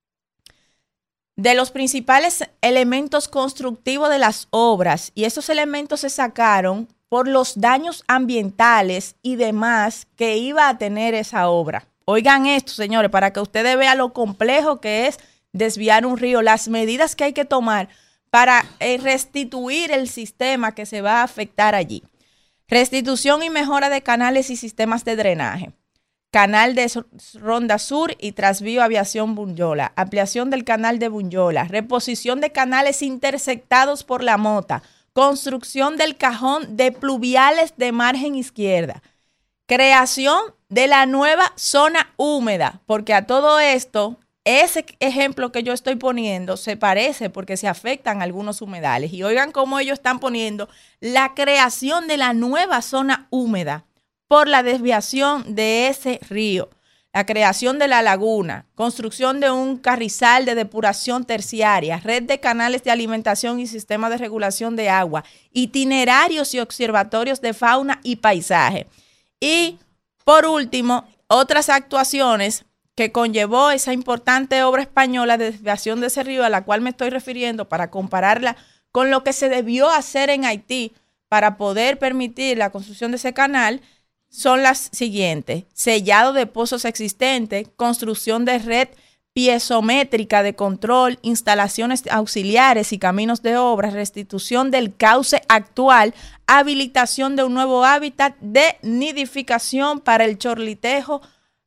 de los principales elementos constructivos de las obras, y esos elementos se sacaron por los daños ambientales y demás que iba a tener esa obra. Oigan esto, señores, para que ustedes vean lo complejo que es desviar un río, las medidas que hay que tomar para eh, restituir el sistema que se va a afectar allí. Restitución y mejora de canales y sistemas de drenaje. Canal de Ronda Sur y Trasvío Aviación Bunyola. Ampliación del canal de Bunyola. Reposición de canales intersectados por la Mota. Construcción del cajón de pluviales de margen izquierda. Creación de la nueva zona húmeda, porque a todo esto, ese ejemplo que yo estoy poniendo se parece porque se afectan algunos humedales. Y oigan cómo ellos están poniendo la creación de la nueva zona húmeda por la desviación de ese río. La creación de la laguna, construcción de un carrizal de depuración terciaria, red de canales de alimentación y sistema de regulación de agua, itinerarios y observatorios de fauna y paisaje. Y, por último, otras actuaciones que conllevó esa importante obra española de desviación de ese río, a la cual me estoy refiriendo para compararla con lo que se debió hacer en Haití para poder permitir la construcción de ese canal, son las siguientes: sellado de pozos existentes, construcción de red piezométrica de control, instalaciones auxiliares y caminos de obra, restitución del cauce actual, habilitación de un nuevo hábitat de nidificación para el chorlitejo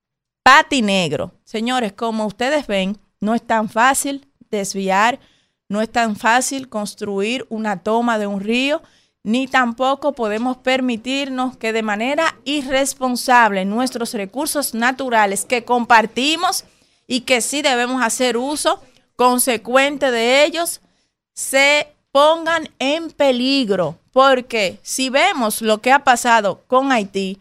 patinegro. Señores, como ustedes ven, no es tan fácil desviar, no es tan fácil construir una toma de un río, ni tampoco podemos permitirnos que de manera irresponsable nuestros recursos naturales que compartimos y que sí debemos hacer uso consecuente de ellos, se pongan en peligro. Porque si vemos lo que ha pasado con Haití,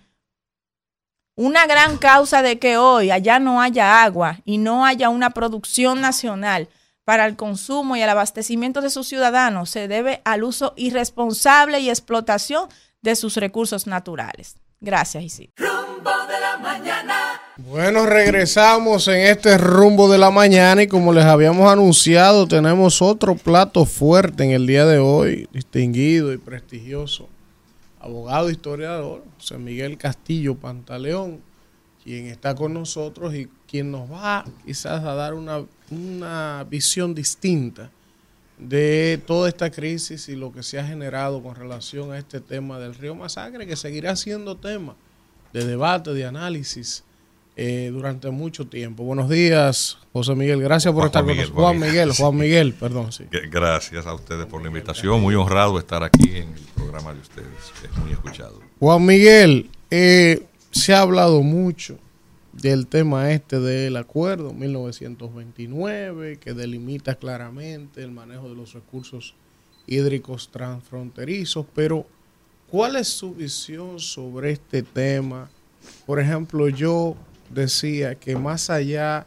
una gran causa de que hoy allá no haya agua y no haya una producción nacional para el consumo y el abastecimiento de sus ciudadanos se debe al uso irresponsable y explotación de sus recursos naturales. Gracias, Isidro. Rumbo de la mañana. Bueno, regresamos en este rumbo de la mañana y como les habíamos anunciado, tenemos otro plato fuerte en el día de hoy, distinguido y prestigioso abogado e historiador, José Miguel Castillo Pantaleón, quien está con nosotros y quien nos va quizás a dar una, una visión distinta de toda esta crisis y lo que se ha generado con relación a este tema del río Masacre, que seguirá siendo tema de debate, de análisis eh, durante mucho tiempo. Buenos días, José Miguel, gracias por Juan estar Miguel, con nosotros. Juan Miguel, Juan Miguel, perdón. Sí. Gracias a ustedes por la invitación, muy honrado estar aquí en el programa de ustedes, es muy escuchado. Juan Miguel, eh, se ha hablado mucho del tema este del acuerdo mil novecientos veintinueve, que delimita claramente el manejo de los recursos hídricos transfronterizos, pero ¿cuál es su visión sobre este tema? Por ejemplo, yo decía que más allá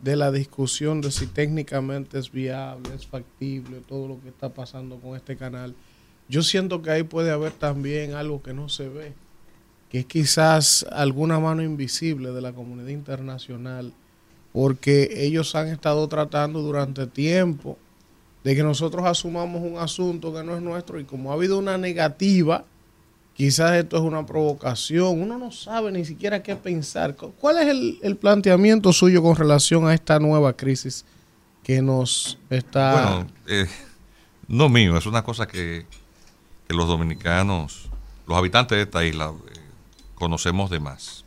de la discusión de si técnicamente es viable, es factible, todo lo que está pasando con este canal, yo siento que ahí puede haber también algo que no se ve, que es quizás alguna mano invisible de la comunidad internacional, porque ellos han estado tratando durante tiempo de que nosotros asumamos un asunto que no es nuestro, y como ha habido una negativa, quizás esto es una provocación, uno no sabe ni siquiera qué pensar. ¿Cuál es el, el planteamiento suyo con relación a esta nueva crisis que nos está... Bueno, eh, no mío, es una cosa que, que los dominicanos, los habitantes de esta isla, eh, conocemos de más.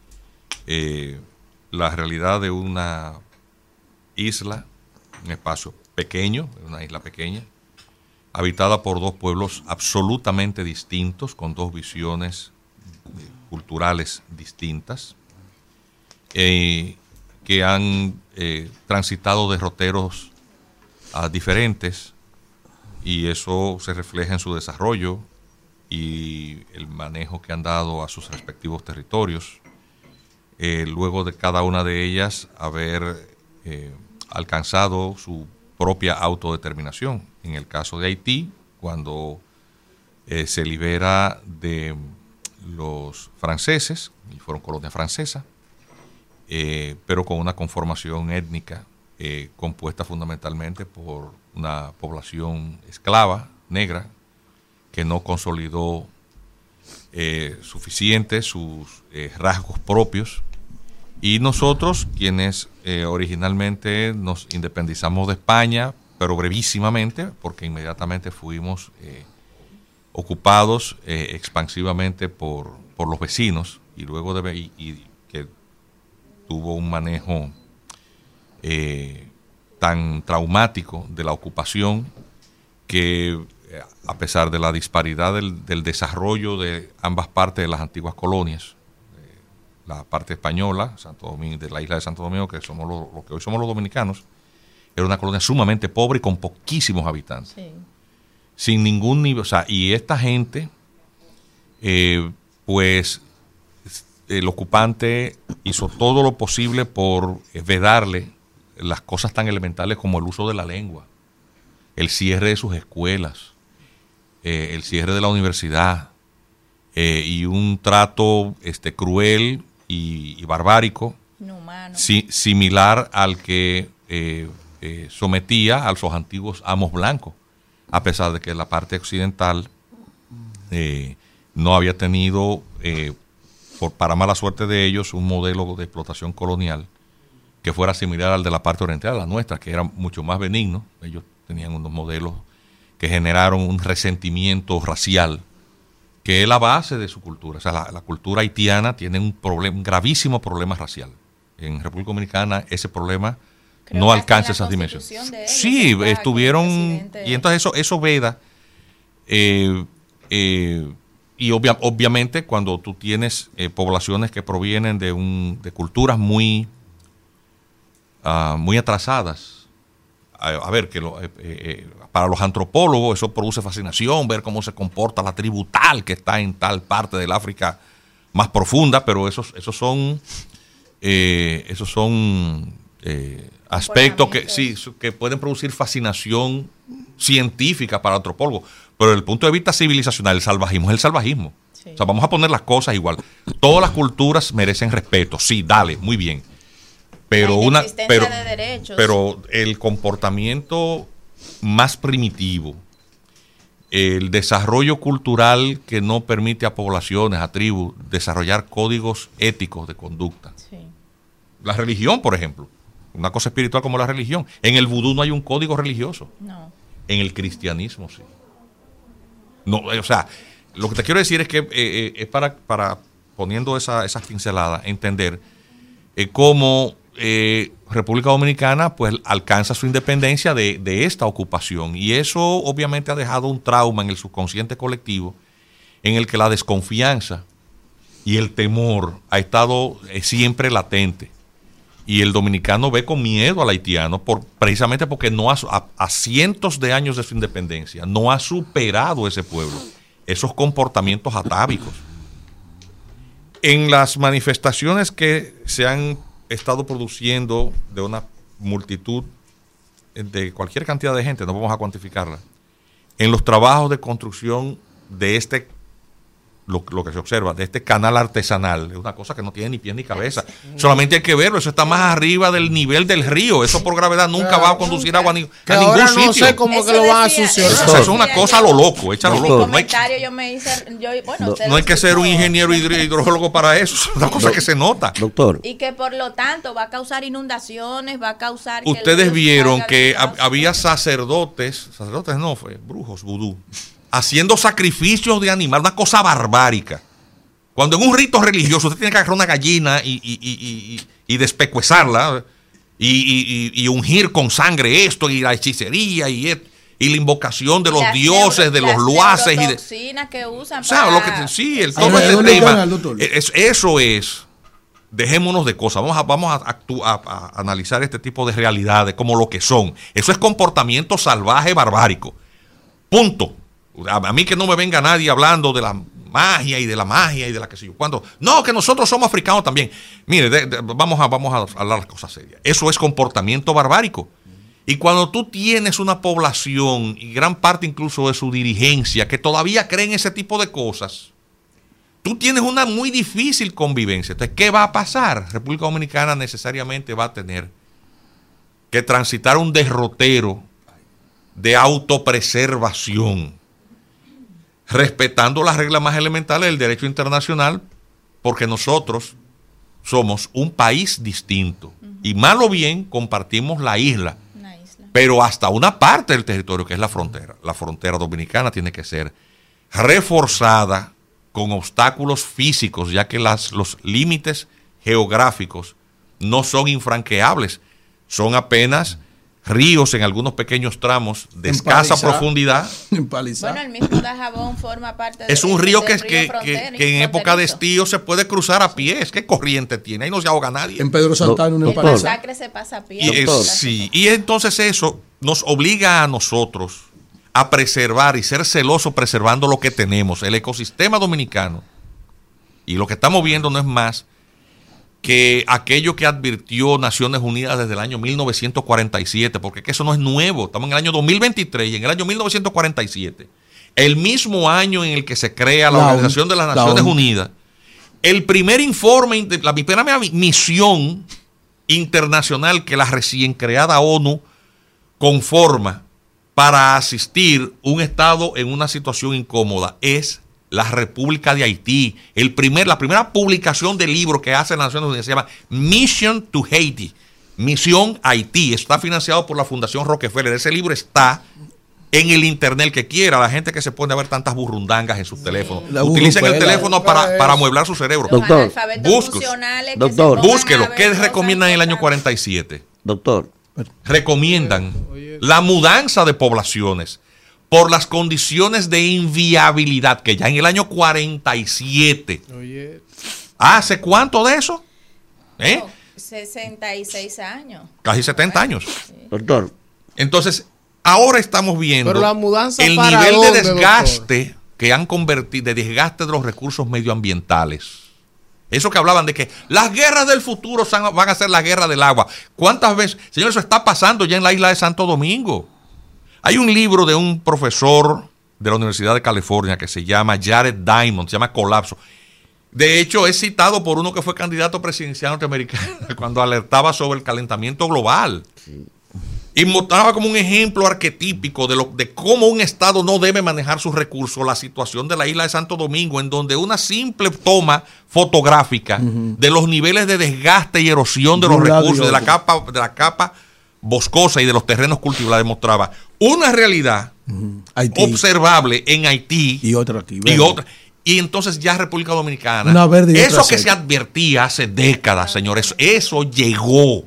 Eh, la realidad de una isla, un espacio pequeño, una isla pequeña, habitada por dos pueblos absolutamente distintos, con dos visiones eh, culturales distintas, eh, que han eh, transitado derroteros uh, diferentes, y eso se refleja en su desarrollo y el manejo que han dado a sus respectivos territorios, eh, luego de cada una de ellas haber eh, alcanzado su propia autodeterminación. En el caso de Haití, cuando eh, se libera de los franceses, y fueron colonia francesa, eh, pero con una conformación étnica eh, compuesta fundamentalmente por una población esclava, negra, que no consolidó eh, suficiente sus eh, rasgos propios. Y nosotros, quienes eh, originalmente nos independizamos de España, pero brevísimamente, porque inmediatamente fuimos eh, ocupados eh, expansivamente por, por los vecinos, y luego de y, y que tuvo un manejo eh, tan traumático de la ocupación, que eh, a pesar de la disparidad del, del desarrollo de ambas partes de las antiguas colonias, eh, la parte española, Santo Domingo, de la isla de Santo Domingo, que somos lo, lo que hoy somos los dominicanos, era una colonia sumamente pobre y con poquísimos habitantes. Sí. Sin ningún nivel. O sea, y esta gente, eh, pues, el ocupante hizo todo lo posible por vedarle las cosas tan elementales como el uso de la lengua, el cierre de sus escuelas, eh, el cierre de la universidad, eh, y un trato este, cruel y, y barbárico, si, similar al que eh, eh, sometía a los antiguos amos blancos, a pesar de que la parte occidental eh, no había tenido, eh, por, para mala suerte de ellos, un modelo de explotación colonial que fuera similar al de la parte oriental, a la nuestra, que era mucho más benigno. Ellos tenían unos modelos que generaron un resentimiento racial, que es la base de su cultura. O sea, la, la cultura haitiana tiene un, problema, un gravísimo problema racial. En República Dominicana ese problema Creo no alcanza esas dimensiones. Ellos, sí, estuvieron... Y entonces eso, eso veda... Eh, eh, y obvia, obviamente cuando tú tienes eh, poblaciones que provienen de, un, de culturas muy... Uh, muy atrasadas. A, a ver, que lo, eh, eh, para los antropólogos eso produce fascinación, ver cómo se comporta la tribu tal que está en tal parte del África más profunda, pero esos, esos son eh, esos son eh, aspectos que sí que pueden producir fascinación científica para el antropólogo, pero desde el punto de vista civilizacional, el salvajismo es el salvajismo. Sí. O sea, vamos a poner las cosas igual. Todas las culturas merecen respeto, sí, dale, muy bien. Pero una pero, de pero el comportamiento más primitivo, el desarrollo cultural que no permite a poblaciones, a tribus, desarrollar códigos éticos de conducta. Sí. La religión, por ejemplo, una cosa espiritual como la religión. En el vudú no hay un código religioso. No. En el cristianismo sí. No, o sea, lo que te quiero decir es que eh, es para, para poniendo esa, esas pinceladas, entender eh, cómo Eh, República Dominicana pues alcanza su independencia de, de esta ocupación, y eso obviamente ha dejado un trauma en el subconsciente colectivo en el que la desconfianza y el temor ha estado eh, siempre latente, y el dominicano ve con miedo al haitiano por, precisamente porque no ha, a, a cientos de años de su independencia no ha superado ese pueblo esos comportamientos atávicos. En las manifestaciones que se han estado produciendo de una multitud de cualquier cantidad de gente, no vamos a cuantificarla, en los trabajos de construcción de este, lo, lo que se observa, de este canal artesanal. Es una cosa que no tiene ni pies ni cabeza. Solamente hay que verlo, eso está más arriba del nivel del río. Eso por gravedad nunca va a conducir agua a, ni, que a ningún ahora sitio. No sé cómo que lo van a succionar. O sea, es una cosa a lo loco, hecha a lo En mi loco. No hay, comentario yo me hice, yo, bueno, no, usted no hay lo que ser escuchó. un ingeniero hidro- hidrólogo para eso. Es una cosa que se nota. Doctor. Y que por lo tanto va a causar inundaciones, va a causar... que el Ustedes río vieron salga que de- hab- había sacerdotes, sacerdotes no, fue brujos, vudú, haciendo sacrificios de animal, una cosa barbárica. Cuando en un rito religioso usted tiene que agarrar una gallina y, y, y, y, y despecuezarla y, y, y, y ungir con sangre esto y la hechicería y, et- y la invocación de los las dioses, neuro- de los las luaces y de... neurotoxinas que usan O sea, para... lo que sí, el todo Ay, ese ¿dónde tema, canal, doctor? es, eso es, dejémonos de cosas, vamos a, vamos a, actu- a- a analizar este tipo de realidades como lo que son. Eso es comportamiento salvaje, barbárico. Punto. A, a mí que no me venga nadie hablando de la magia y de la magia y de la que sé yo. Cuando, no, que nosotros somos africanos también. Mire, de- de- vamos, a, vamos a hablar las cosas serias. Eso es comportamiento barbárico. Y cuando tú tienes una población, y gran parte incluso de su dirigencia, que todavía creen ese tipo de cosas, tú tienes una muy difícil convivencia. Entonces, ¿qué va a pasar? República Dominicana necesariamente va a tener que transitar un derrotero de autopreservación, respetando las reglas más elementales del derecho internacional, porque nosotros somos un país distinto. Y mal o bien compartimos la isla, pero hasta una parte del territorio que es la frontera. La frontera dominicana tiene que ser reforzada con obstáculos físicos, ya que las, los límites geográficos no son infranqueables, son apenas ríos en algunos pequeños tramos de escasa Empalizar. profundidad. Bueno, el mismo Dajabón forma parte de Es un río que, del que, frontera que, y que en época de fronterizo. estío se puede cruzar a pies. ¿Qué corriente tiene? Ahí no se ahoga nadie. En Pedro Santana, una El empaliza. masacre se pasa a pie. Y, es- sí, y entonces eso nos obliga a nosotros a preservar y ser celosos preservando lo que tenemos, el ecosistema dominicano. Y lo que estamos viendo no es más que aquello que advirtió Naciones Unidas desde el año mil novecientos cuarenta y siete, porque es que eso no es nuevo, estamos en el año dos mil veintitrés y en el año mil novecientos cuarenta y siete, el mismo año en el que se crea la, La Organización ONU, de las la Naciones ONU. Unidas, el primer informe, la primera misión internacional que la recién creada ONU conforma para asistir un Estado en una situación incómoda es la República de Haití. El primer, la primera publicación de libro que hace la Naciones Unidas se llama Mission to Haiti, Misión Haití. Está financiado por la Fundación Rockefeller. Ese libro está en el internet, el que quiera, la gente que se pone a ver tantas burrundangas en sus teléfonos. La Utilicen el burrupela. teléfono para, para amueblar su cerebro. Los Doctor. analfabetos Búsquelo. funcionales que Doctor. se pongan Búsquelo. a ver ¿Qué cosas recomiendan en el año importantes. cuarenta y siete? Doctor. Recomiendan la mudanza de poblaciones por las condiciones de inviabilidad que ya en el año cuarenta y siete. Oye, ¿Hace cuánto de eso? ¿Eh? Oh, sesenta y seis años. Casi setenta años. Doctor. Entonces, ahora estamos viendo pero la mudanza el para nivel de dónde, desgaste doctor? que han convertido, de desgaste de los recursos medioambientales. Eso que hablaban de que las guerras del futuro san- van a ser la guerra del agua. ¿Cuántas veces? Señor, eso está pasando ya en la isla de Santo Domingo. Hay un libro de un profesor de la Universidad de California que se llama Jared Diamond, se llama Colapso. De hecho, es citado por uno que fue candidato presidencial norteamericano cuando alertaba sobre el calentamiento global. Y mostraba como un ejemplo arquetípico de, lo, de cómo un Estado no debe manejar sus recursos, la situación de la isla de Santo Domingo, en donde una simple toma fotográfica uh-huh. de los niveles de desgaste y erosión de, de los recursos, de la capa, de la capa boscosa y de los terrenos cultivables, demostraba una realidad uh-huh. observable en Haití y otra aquí. Y, otra, y entonces ya República Dominicana, una verde y eso otra que seca. se advertía hace décadas, señores, eso llegó.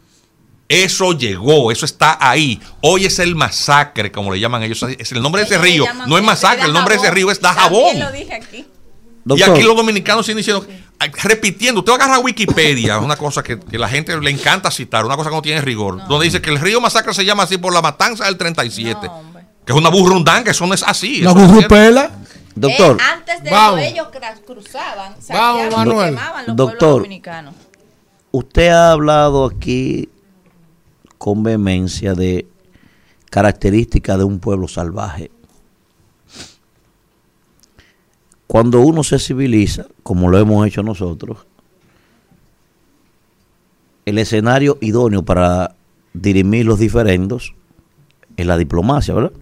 Eso llegó, eso está ahí. Hoy es el masacre, como le llaman ellos. Es el nombre de ese río. No es masacre, el nombre de ese río es Dajabón. Lo dije aquí. Y aquí los dominicanos siguen diciendo, repitiendo. Usted agarra Wikipedia, una cosa que, que la gente le encanta citar, una cosa que no tiene rigor, no. donde dice que el río Masacre se llama así por la matanza del treinta y siete. No, que es una burrundanga, eso no es así. La burrupela. Doctor. Eh, antes de eso, ellos cruzaban, Vamos, Manuel. Quemaban los Doctor. pueblos dominicanos. usted ha hablado aquí con vehemencia de características de un pueblo salvaje. Cuando uno se civiliza, como lo hemos hecho nosotros, el escenario idóneo para dirimir los diferendos es la diplomacia, ¿verdad?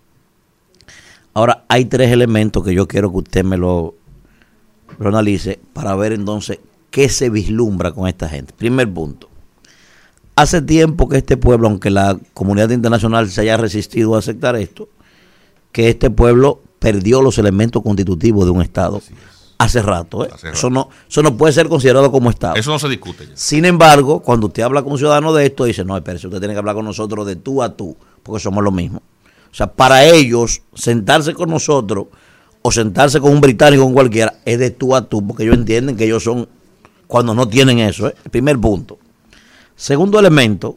Ahora, hay tres elementos que yo quiero que usted me lo, lo analice para ver entonces qué se vislumbra con esta gente. Primer punto. Hace tiempo que este pueblo, aunque la comunidad internacional se haya resistido a aceptar esto, que este pueblo perdió los elementos constitutivos de un Estado hace rato, ¿eh? Hace rato. Eso no, eso no puede ser considerado como Estado. Eso no se discute ya. Sin embargo, cuando usted habla con un ciudadano de esto, dice, no, espérese, usted tiene que hablar con nosotros de tú a tú, porque somos lo mismo. O sea, para ellos, sentarse con nosotros o sentarse con un británico o con cualquiera, es de tú a tú, porque ellos entienden que ellos son, cuando no tienen eso, ¿eh? El primer punto. Segundo elemento,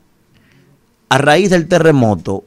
a raíz del terremoto,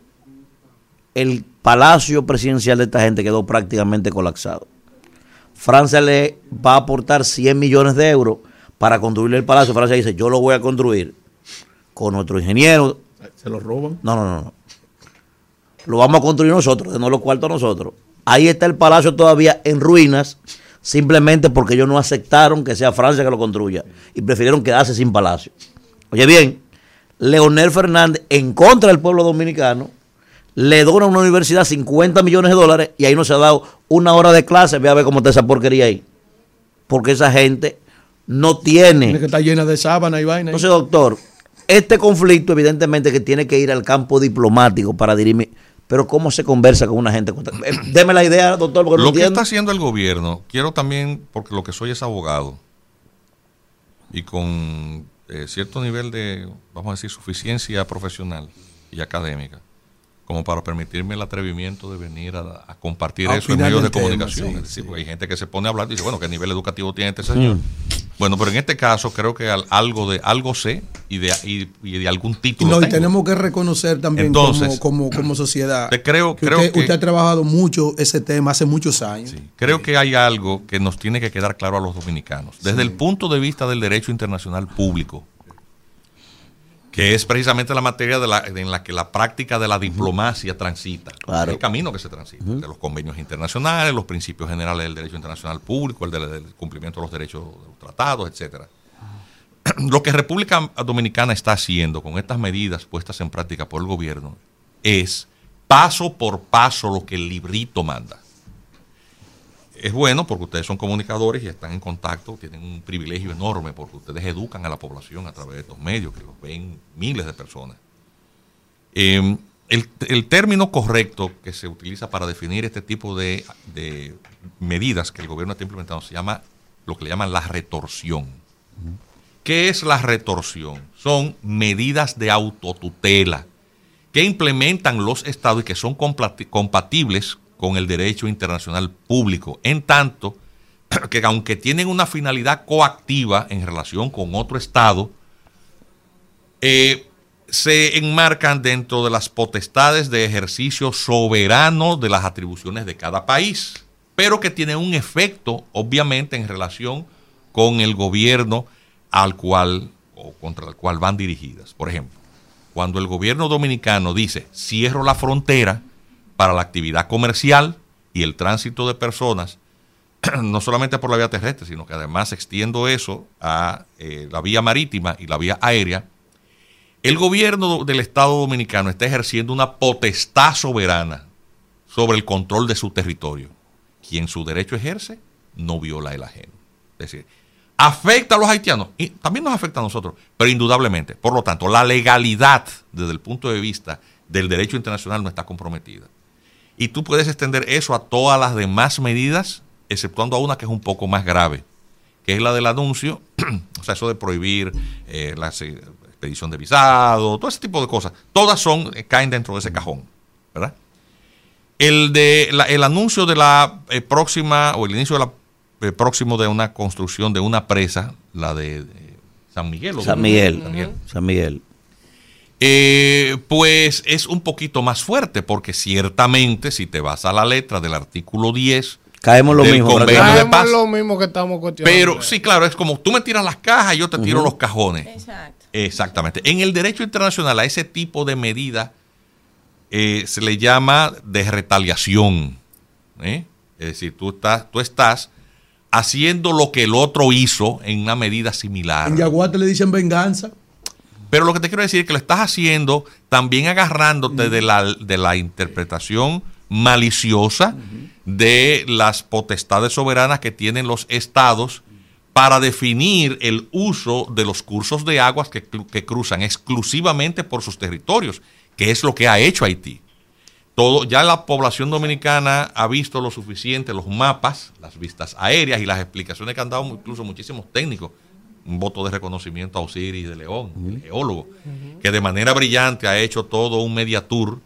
el palacio presidencial de esta gente quedó prácticamente colapsado. Francia le va a aportar cien millones de euros para construir el palacio. Francia dice, yo lo voy a construir con nuestro ingeniero. ¿Se lo roban? No, no, no. no. Lo vamos a construir nosotros, denos los cuartos a nosotros. Ahí está el palacio todavía en ruinas, simplemente porque ellos no aceptaron que sea Francia que lo construya y prefirieron quedarse sin palacio. Oye bien, Leonel Fernández, en contra del pueblo dominicano, le dona a una universidad cincuenta millones de dólares y ahí no se ha dado una hora de clase. Ve a ver cómo está esa porquería ahí. Porque esa gente no tiene... Tiene que estar llena de sábana y vaina. Entonces, doctor, este conflicto evidentemente que tiene que ir al campo diplomático para dirimir. Pero ¿cómo se conversa con una gente? Deme la idea, doctor, porque lo no que entiendo. Está haciendo el gobierno, quiero también, porque lo que soy es abogado, y con eh, cierto nivel de, vamos a decir, suficiencia profesional y académica, como para permitirme el atrevimiento de venir a, a compartir Al eso en medios de tema, comunicación. sí, es decir, sí. porque hay gente que se pone a hablar y dice, bueno, ¿qué nivel educativo tiene este señor? Mm. Bueno, pero en este caso creo que al, algo de algo sé y de, y, y de algún título No, y tengo. tenemos que reconocer también Entonces, como, como, como sociedad te creo, que, creo usted, que usted ha trabajado mucho ese tema hace muchos años. Sí, creo que hay algo que nos tiene que quedar claro a los dominicanos. Desde sí. el punto de vista del derecho internacional público, que es precisamente la materia de la, en la que la práctica de la diplomacia transita. Claro. El camino que se transita. Uh-huh. De los convenios internacionales, los principios generales del derecho internacional público, el del, del cumplimiento de los derechos de los tratados, etcétera. Lo que República Dominicana está haciendo con estas medidas puestas en práctica por el gobierno es paso por paso lo que el librito manda. Es bueno porque ustedes son comunicadores y están en contacto, tienen un privilegio enorme porque ustedes educan a la población a través de estos medios que los ven miles de personas. Eh, el, el término correcto que se utiliza para definir este tipo de, de medidas que el gobierno está implementando se llama lo que le llaman la retorsión. ¿Qué es la retorsión? Son medidas de autotutela que implementan los estados y que son compatibles con el derecho internacional público, en tanto que aunque tienen una finalidad coactiva en relación con otro estado, eh, se enmarcan dentro de las potestades de ejercicio soberano de las atribuciones de cada país, pero que tienen un efecto, obviamente, en relación con el gobierno al cual o contra el cual van dirigidas. Por ejemplo, cuando el gobierno dominicano dice cierro la frontera para la actividad comercial y el tránsito de personas, no solamente por la vía terrestre, sino que además extiendo eso a eh, la vía marítima y la vía aérea, el gobierno del Estado Dominicano está ejerciendo una potestad soberana sobre el control de su territorio. Quien su derecho ejerce, no viola el ajeno. Es decir, afecta a los haitianos y también nos afecta a nosotros, pero indudablemente. Por lo tanto, la legalidad desde el punto de vista del derecho internacional no está comprometida. Y tú puedes extender eso a todas las demás medidas, exceptuando a una que es un poco más grave, que es la del anuncio, o sea, eso de prohibir eh, la expedición de visado, todo ese tipo de cosas. Todas son eh, caen dentro de ese cajón, ¿verdad? El de la, el anuncio de la eh, próxima, o el inicio de la eh, próximo de una construcción de una presa, la de, de San Miguel. ¿o San Miguel. San Miguel. San Miguel. Eh, pues es un poquito más fuerte, porque ciertamente si te vas a la letra del artículo diez Caemos lo del mismo, convenio de Caemos paz. lo mismo que estamos cuestionando. Pero sí, claro, es como tú me tiras las cajas y yo te tiro Ujú. los cajones. Exacto. Exactamente. En el derecho internacional a ese tipo de medida eh, se le llama de retaliación. ¿eh? Es decir, tú estás, tú estás haciendo lo que el otro hizo en una medida similar. En Yaguate le dicen venganza. Pero lo que te quiero decir es que lo estás haciendo también agarrándote de la, de la interpretación maliciosa de las potestades soberanas que tienen los estados para definir el uso de los cursos de aguas que, que cruzan exclusivamente por sus territorios, que es lo que ha hecho Haití. Todo, ya la población dominicana ha visto lo suficiente, los mapas, las vistas aéreas y las explicaciones que han dado incluso muchísimos técnicos. Un voto de reconocimiento a Osiris de León, el geólogo, que de manera brillante ha hecho todo un media tour,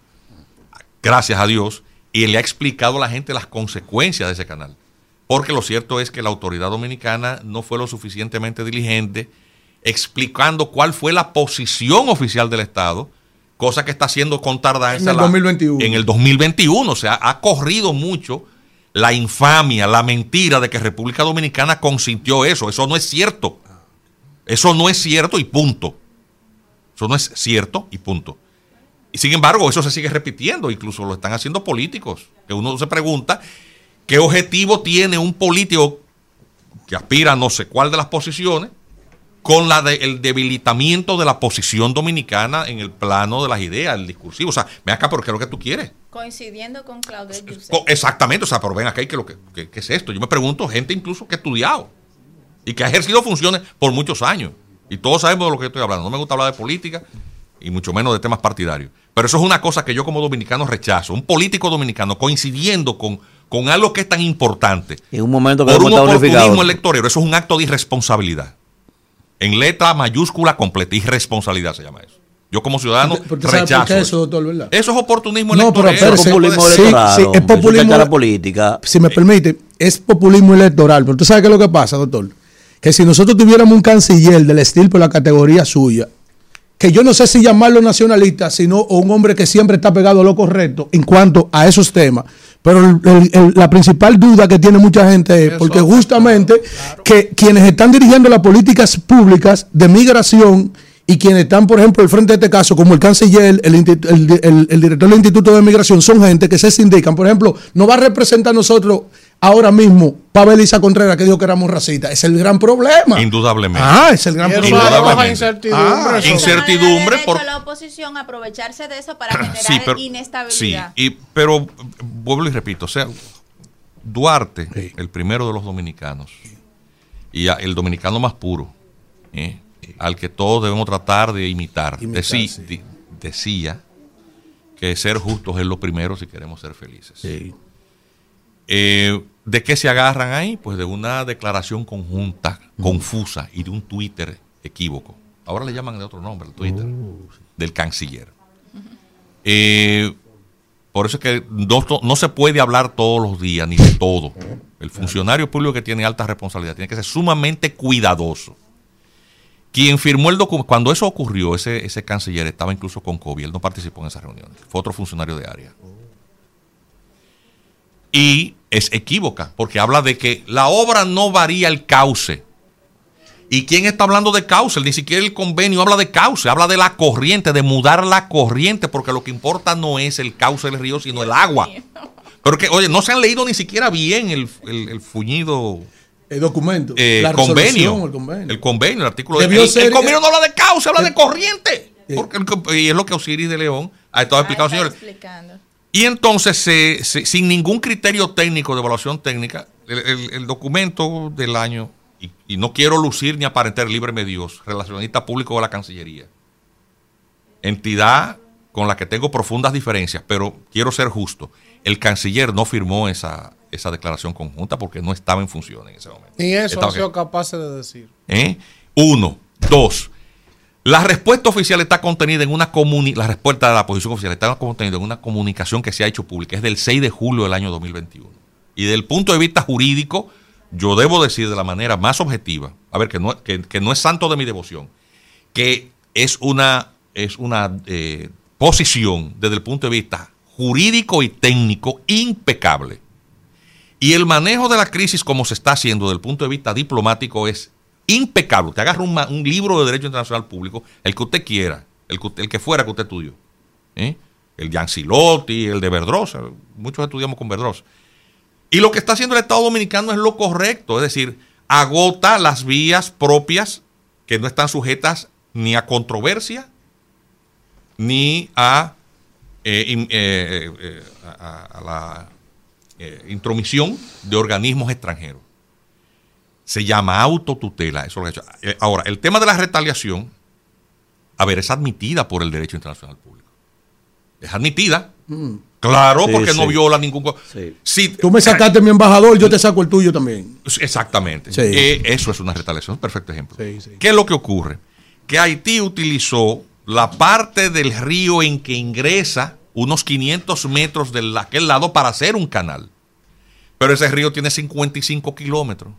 gracias a Dios, y le ha explicado a la gente las consecuencias de ese canal. Porque lo cierto es que la autoridad dominicana no fue lo suficientemente diligente explicando cuál fue la posición oficial del Estado, cosa que está haciendo con tardanza En el la- dos mil veintiuno. en el dos mil veintiuno. O sea, ha corrido mucho la infamia, la mentira de que República Dominicana consintió eso. Eso no es cierto. Eso no es cierto y punto. Eso no es cierto y punto. Y sin embargo, eso se sigue repitiendo, incluso lo están haciendo políticos, que uno se pregunta qué objetivo tiene un político que aspira a no sé cuál de las posiciones con la de, el debilitamiento de la posición dominicana en el plano de las ideas, el discursivo. O sea, ven acá, pero ¿qué es lo que tú quieres? Coincidiendo con Claudette Yusef. Co- Exactamente, o sea, pero ven acá, ¿y ¿qué, es lo que, qué- qué es esto? Yo me pregunto, gente incluso que ha estudiado y que ha ejercido funciones por muchos años. Y todos sabemos de lo que estoy hablando. No me gusta hablar de política y mucho menos de temas partidarios. Pero eso es una cosa que yo como dominicano rechazo. Un político dominicano coincidiendo con, con algo que es tan importante En un momento que por un hemos estado oportunismo unificados. electorero, eso es un acto de irresponsabilidad. En letra mayúscula completa, irresponsabilidad se llama eso. Yo como ciudadano Porque usted sabe por rechazo qué eso. eso, doctor, ¿verdad? Eso es oportunismo No, pero electorero. espérese. populismo Sí, electoral. sí, es hombre, populismo- eso es cara política. Si me permite, es populismo electoral. Pero usted sabe qué es lo que pasa, doctor. Que si nosotros tuviéramos un canciller del estilo por la categoría suya, que yo no sé si llamarlo nacionalista, sino o un hombre que siempre está pegado a lo correcto en cuanto a esos temas. Pero el- el- el- la principal duda que tiene mucha gente es porque justamente que quienes están dirigiendo las políticas públicas de migración y quienes están, por ejemplo, al frente de este caso, como el canciller, el, institu- el- el- el director del Instituto de Migración, son gente que se sindican. Por ejemplo, no va a representar a nosotros ahora mismo Pavel Isa Contreras, que dijo que éramos racistas. Es el gran problema. Indudablemente. Ah, es el gran Y eso problema. arroja incertidumbre. Ah, eso. incertidumbre por por la oposición aprovecharse de eso para generar sí, pero, sí, inestabilidad. y, pero vuelvo y repito, o sea, Duarte, el primero de los dominicanos, y a- el dominicano más puro, ¿eh? al que todos debemos tratar de imitar, Imitar, Decí- sí. di- decía que ser justos es lo primero si queremos ser felices. Eh, ¿De qué se agarran ahí? Pues de una declaración conjunta, confusa, y de un Twitter equívoco. Ahora le llaman de otro nombre, el Twitter, del canciller. Eh, por eso es que no, no se puede hablar todos los días, ni de todo. El funcionario público que tiene alta responsabilidad tiene que ser sumamente cuidadoso. Quien firmó el documento, cuando eso ocurrió, ese, ese canciller estaba incluso con COVID, él no participó en esas reuniones, fue otro funcionario de área. Y es equívoca, porque habla de que la obra no varía el cauce. ¿Y quién está hablando de cauce? Ni siquiera el convenio habla de cauce, habla de la corriente, de mudar la corriente, porque lo que importa no es el cauce del río, sino el agua. Pero que, oye, no se han leído ni siquiera bien el, el, el fuñido El documento. eh, la convenio, resolución, el convenio. el convenio, el artículo de, Debió el, ser- el convenio no habla de cauce, habla Eh, de corriente. Porque el- y es lo que Osiris de León ha estado explicando, señores. Y entonces, se- se- sin ningún criterio técnico de evaluación técnica, el, el- el documento del año, y, y no quiero lucir ni aparentar, líbreme Dios, relacionista público de la Cancillería, entidad con la que tengo profundas diferencias, pero quiero ser justo, el canciller no firmó esa, esa declaración conjunta porque no estaba en función en ese momento. Ni eso Estaba han que- sido capaces de decir. ¿Eh? Uno. Dos. La respuesta oficial está contenida en una comuni la respuesta de la posición oficial está contenida en una comunicación que se ha hecho pública, es del seis de julio del año dos mil veintiuno. Y desde el punto de vista jurídico, yo debo decir de la manera más objetiva, a ver, que no, que, que no es santo de mi devoción, que es una, es una eh, posición desde el punto de vista jurídico y técnico impecable. Y el manejo de la crisis, como se está haciendo desde el punto de vista diplomático, es impecable. Usted agarra un, un libro de Derecho Internacional Público, el que usted quiera, el que, el que fuera que usted estudió. ¿eh? El de Ancilotti, el de Verdrosa, muchos estudiamos con Verdrosa. Y lo que está haciendo el Estado Dominicano es lo correcto, es decir, agota las vías propias que no están sujetas ni a controversia, ni a, eh, in, eh, eh, a, a la eh, intromisión de organismos extranjeros. Se llama autotutela. Eso es lo que ha hecho. Ahora, el tema de la retaliación, a ver, es admitida por el derecho internacional público. Es admitida. Mm. Claro, sí, porque sí. no viola ningún... Sí. Si, Tú me sacaste mi embajador, yo te saco el tuyo también. Exactamente. Sí. Eh, eso es una retaliación, perfecto ejemplo. Sí, sí. ¿Qué es lo que ocurre? Que Haití utilizó la parte del río en que ingresa unos quinientos metros de aquel lado para hacer un canal. Pero ese río tiene cincuenta y cinco kilómetros.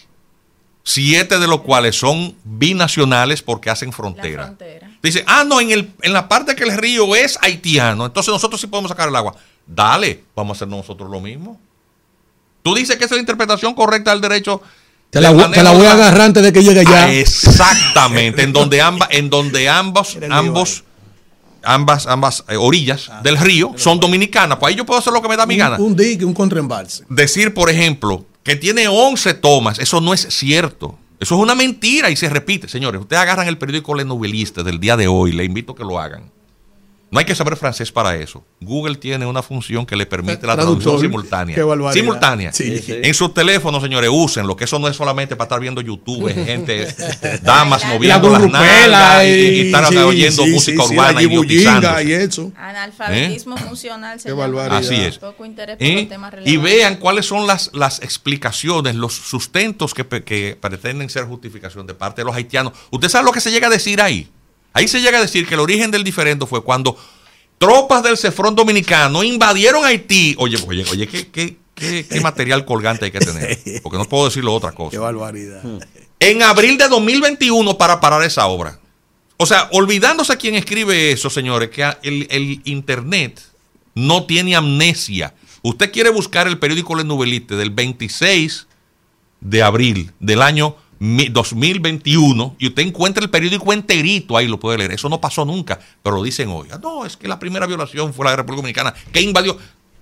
Siete de los cuales son binacionales porque hacen frontera. frontera. Dice, ah, no, en, el, en la parte que el río es haitiano, entonces nosotros sí podemos sacar el agua. Dale, vamos a hacer nosotros lo mismo. Tú dices que esa es la interpretación correcta del derecho. Te la, te la voy a agarrar antes de que llegue ya. Ah, exactamente, en donde, amba, en donde ambos, ambos, ambas, ambas eh, orillas ah, del río son dominicanas. Pues ahí yo puedo hacer lo que me da mi un, gana. Un dique, un contraembalse. Decir, por ejemplo, que tiene once tomas, eso no es cierto. Eso es una mentira y se repite. Señores, ustedes agarran el periódico Le Nouvelliste del día de hoy, le invito a que lo hagan. No hay que saber francés para eso. Google tiene una función que le permite la traducción simultánea. Qué barbaridad. Simultánea. Sí, sí. En sus teléfonos, señores, úsenlo, que eso no es solamente para estar viendo YouTube, gente, damas moviendo la las nalgas y, y, y estar sí, oyendo sí, música sí, urbana sí, y idiotizándose. y eso. Analfabetismo ¿Eh? funcional. Se Qué barbaridad. Así es. Poco interés por ¿Eh? los temas Y vean cuáles son las, las explicaciones, los sustentos que, que pretenden ser justificación de parte de los haitianos. ¿Usted sabe lo que se llega a decir ahí? Ahí se llega a decir que el origen del diferendo fue cuando tropas del Cefrón Dominicano invadieron Haití. Oye, oye, oye, ¿qué, qué, qué, qué material colgante hay que tener? Porque no puedo decirlo otra cosa. Qué barbaridad. En abril de dos mil veintiuno para parar esa obra. O sea, olvidándose a quien escribe eso, señores, que el, el Internet no tiene amnesia. Usted quiere buscar el periódico Le Nouvelliste del veintiséis de abril del año dos mil veintiuno y usted encuentra el periódico enterito, ahí lo puede leer. Eso no pasó nunca, pero lo dicen hoy. Ah, no, es que la primera violación fue la de la República Dominicana, que invadió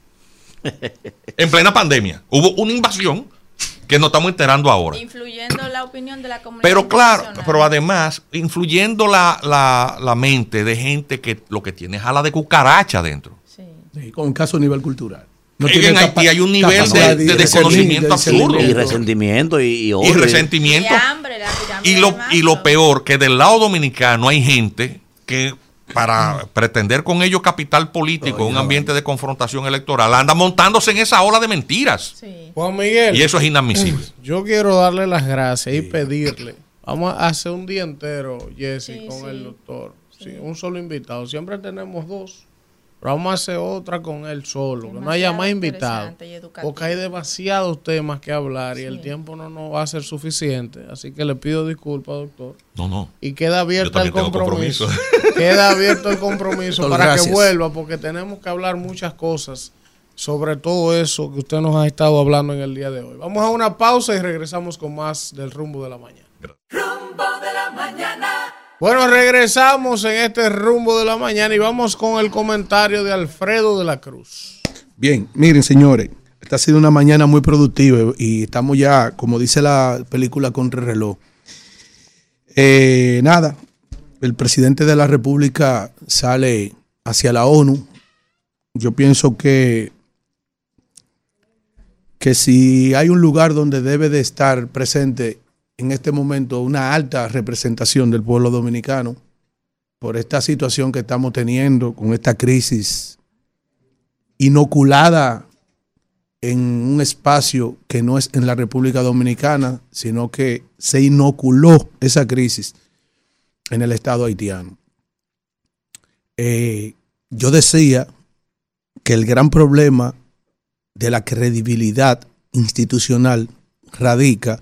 en plena pandemia. Hubo una invasión que nos estamos enterando ahora. Influyendo la opinión de la comunidad. Pero claro, pero además, influyendo la, la, la mente de gente que lo que tiene es ala de cucaracha dentro. Sí. Sí, con un caso a nivel cultural. No en Haití hay un nivel de, de desconocimiento absurdo. Y resentimiento y, y, y resentimiento. Y hambre, la y, lo, y lo peor, que del lado dominicano hay gente que para pretender con ello capital político, en un ambiente de confrontación electoral, anda montándose en esa ola de mentiras. Sí. Juan Miguel. Y eso es inadmisible. Yo quiero darle las gracias y pedirle. Vamos a hacer un día entero, Jesse, sí, con sí. el doctor. Sí. Sí, un solo invitado. Siempre tenemos dos. Pero vamos a hacer otra con él solo, demasiado que no haya más invitados, porque hay demasiados temas que hablar sí. y el tiempo no nos va a ser suficiente. Así que le pido disculpas, doctor. No, no. Y queda abierto el compromiso. compromiso. Queda abierto el compromiso para gracias. que vuelva, porque tenemos que hablar muchas cosas sobre todo eso que usted nos ha estado hablando en el día de hoy. Vamos a una pausa y regresamos con más del Rumbo de la Mañana. Rumbo de la Mañana. Bueno, regresamos en este Rumbo de la Mañana y vamos con el comentario de Alfredo de la Cruz. Bien, miren señores, esta ha sido una mañana muy productiva y estamos ya, como dice la película Contrarreloj. Eh, nada, el presidente de la República sale hacia la ONU. Yo pienso que, que si hay un lugar donde debe de estar presente en este momento una alta representación del pueblo dominicano por esta situación que estamos teniendo con esta crisis inoculada en un espacio que no es en la República Dominicana, sino que se inoculó esa crisis en el Estado haitiano. Eh, yo decía que el gran problema de la credibilidad institucional radica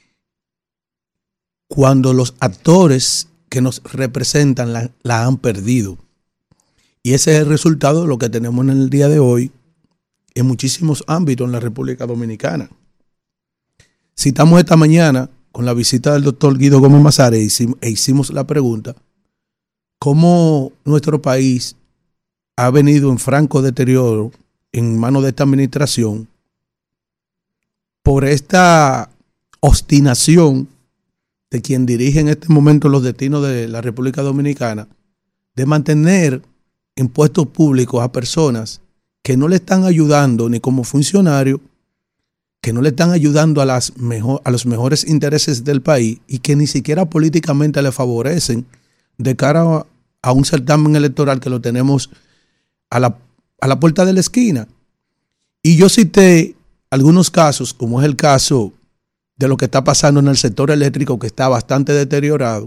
cuando los actores que nos representan la, la han perdido. Y ese es el resultado de lo que tenemos en el día de hoy en muchísimos ámbitos en la República Dominicana. Citamos esta mañana con la visita del doctor Guido Gómez Mazara e hicimos, e hicimos la pregunta, ¿cómo nuestro país ha venido en franco deterioro en manos de esta administración por esta obstinación de quien dirige en este momento los destinos de la República Dominicana de mantener en puestos públicos a personas que no le están ayudando ni como funcionarios, que no le están ayudando a, las mejor, a los mejores intereses del país y que ni siquiera políticamente le favorecen de cara a, a un certamen electoral que lo tenemos a la, a la puerta de la esquina. Y yo cité algunos casos, como es el caso de lo que está pasando en el sector eléctrico, que está bastante deteriorado,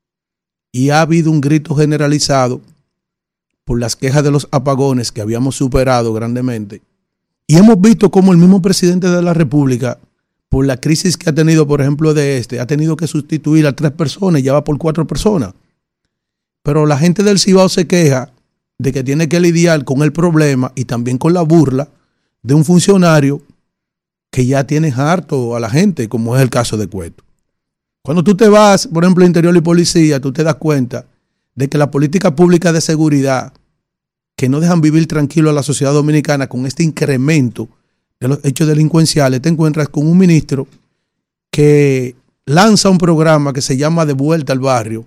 y ha habido un grito generalizado por las quejas de los apagones que habíamos superado grandemente. Y hemos visto cómo el mismo presidente de la República, por la crisis que ha tenido, por ejemplo, de este, ha tenido que sustituir a tres personas y ya va por cuatro personas. Pero la gente del Cibao se queja de que tiene que lidiar con el problema y también con la burla de un funcionario que ya tiene harto a la gente, como es el caso de Cueto. Cuando tú te vas, por ejemplo, a Interior y Policía, tú te das cuenta de que la política pública de seguridad, que no dejan vivir tranquilo a la sociedad dominicana con este incremento de los hechos delincuenciales, te encuentras con un ministro que lanza un programa que se llama De Vuelta al Barrio.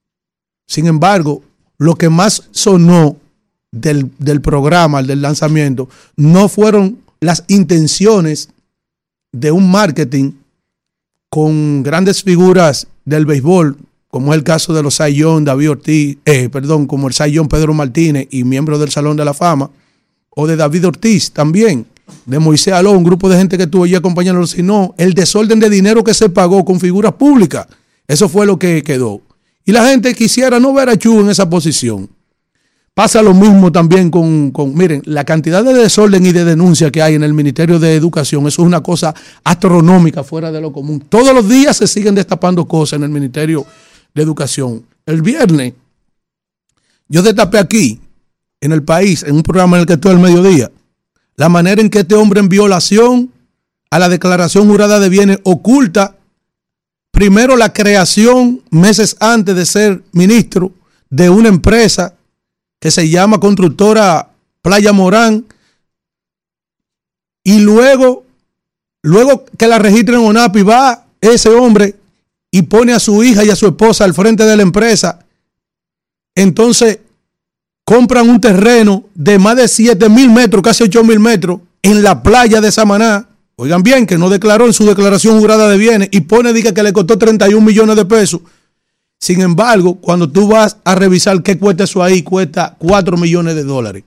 Sin embargo, lo que más sonó del, del programa, del lanzamiento, no fueron las intenciones de un marketing con grandes figuras del béisbol, como es el caso de los Cy Young, David Ortiz, eh, perdón, como el Cy Young Pedro Martínez y miembro del Salón de la Fama, o de David Ortiz también, de Moisés Aló, un grupo de gente que estuvo allí acompañándolo, sino el desorden de dinero que se pagó con figuras públicas. Eso fue lo que quedó. Y la gente quisiera no ver a Chu en esa posición. Pasa lo mismo también con, con, miren, la cantidad de desorden y de denuncia que hay en el Ministerio de Educación, eso es una cosa astronómica, fuera de lo común. Todos los días se siguen destapando cosas en el Ministerio de Educación. El viernes, yo destapé aquí, en El País, en un programa en el que estoy al mediodía, la manera en que este hombre, en violación a la declaración jurada de bienes, oculta primero la creación, meses antes de ser ministro, de una empresa que se llama Constructora Playa Morán, y luego, luego que la registren en ONAPI, va ese hombre y pone a su hija y a su esposa al frente de la empresa. Entonces compran un terreno de más de siete mil metros, casi ocho mil metros, en la playa de Samaná. Oigan bien, que no declaró en su declaración jurada de bienes y pone, diga, que le costó treinta y un millones de pesos. Sin embargo, cuando tú vas a revisar qué cuesta eso ahí, cuesta cuatro millones de dólares.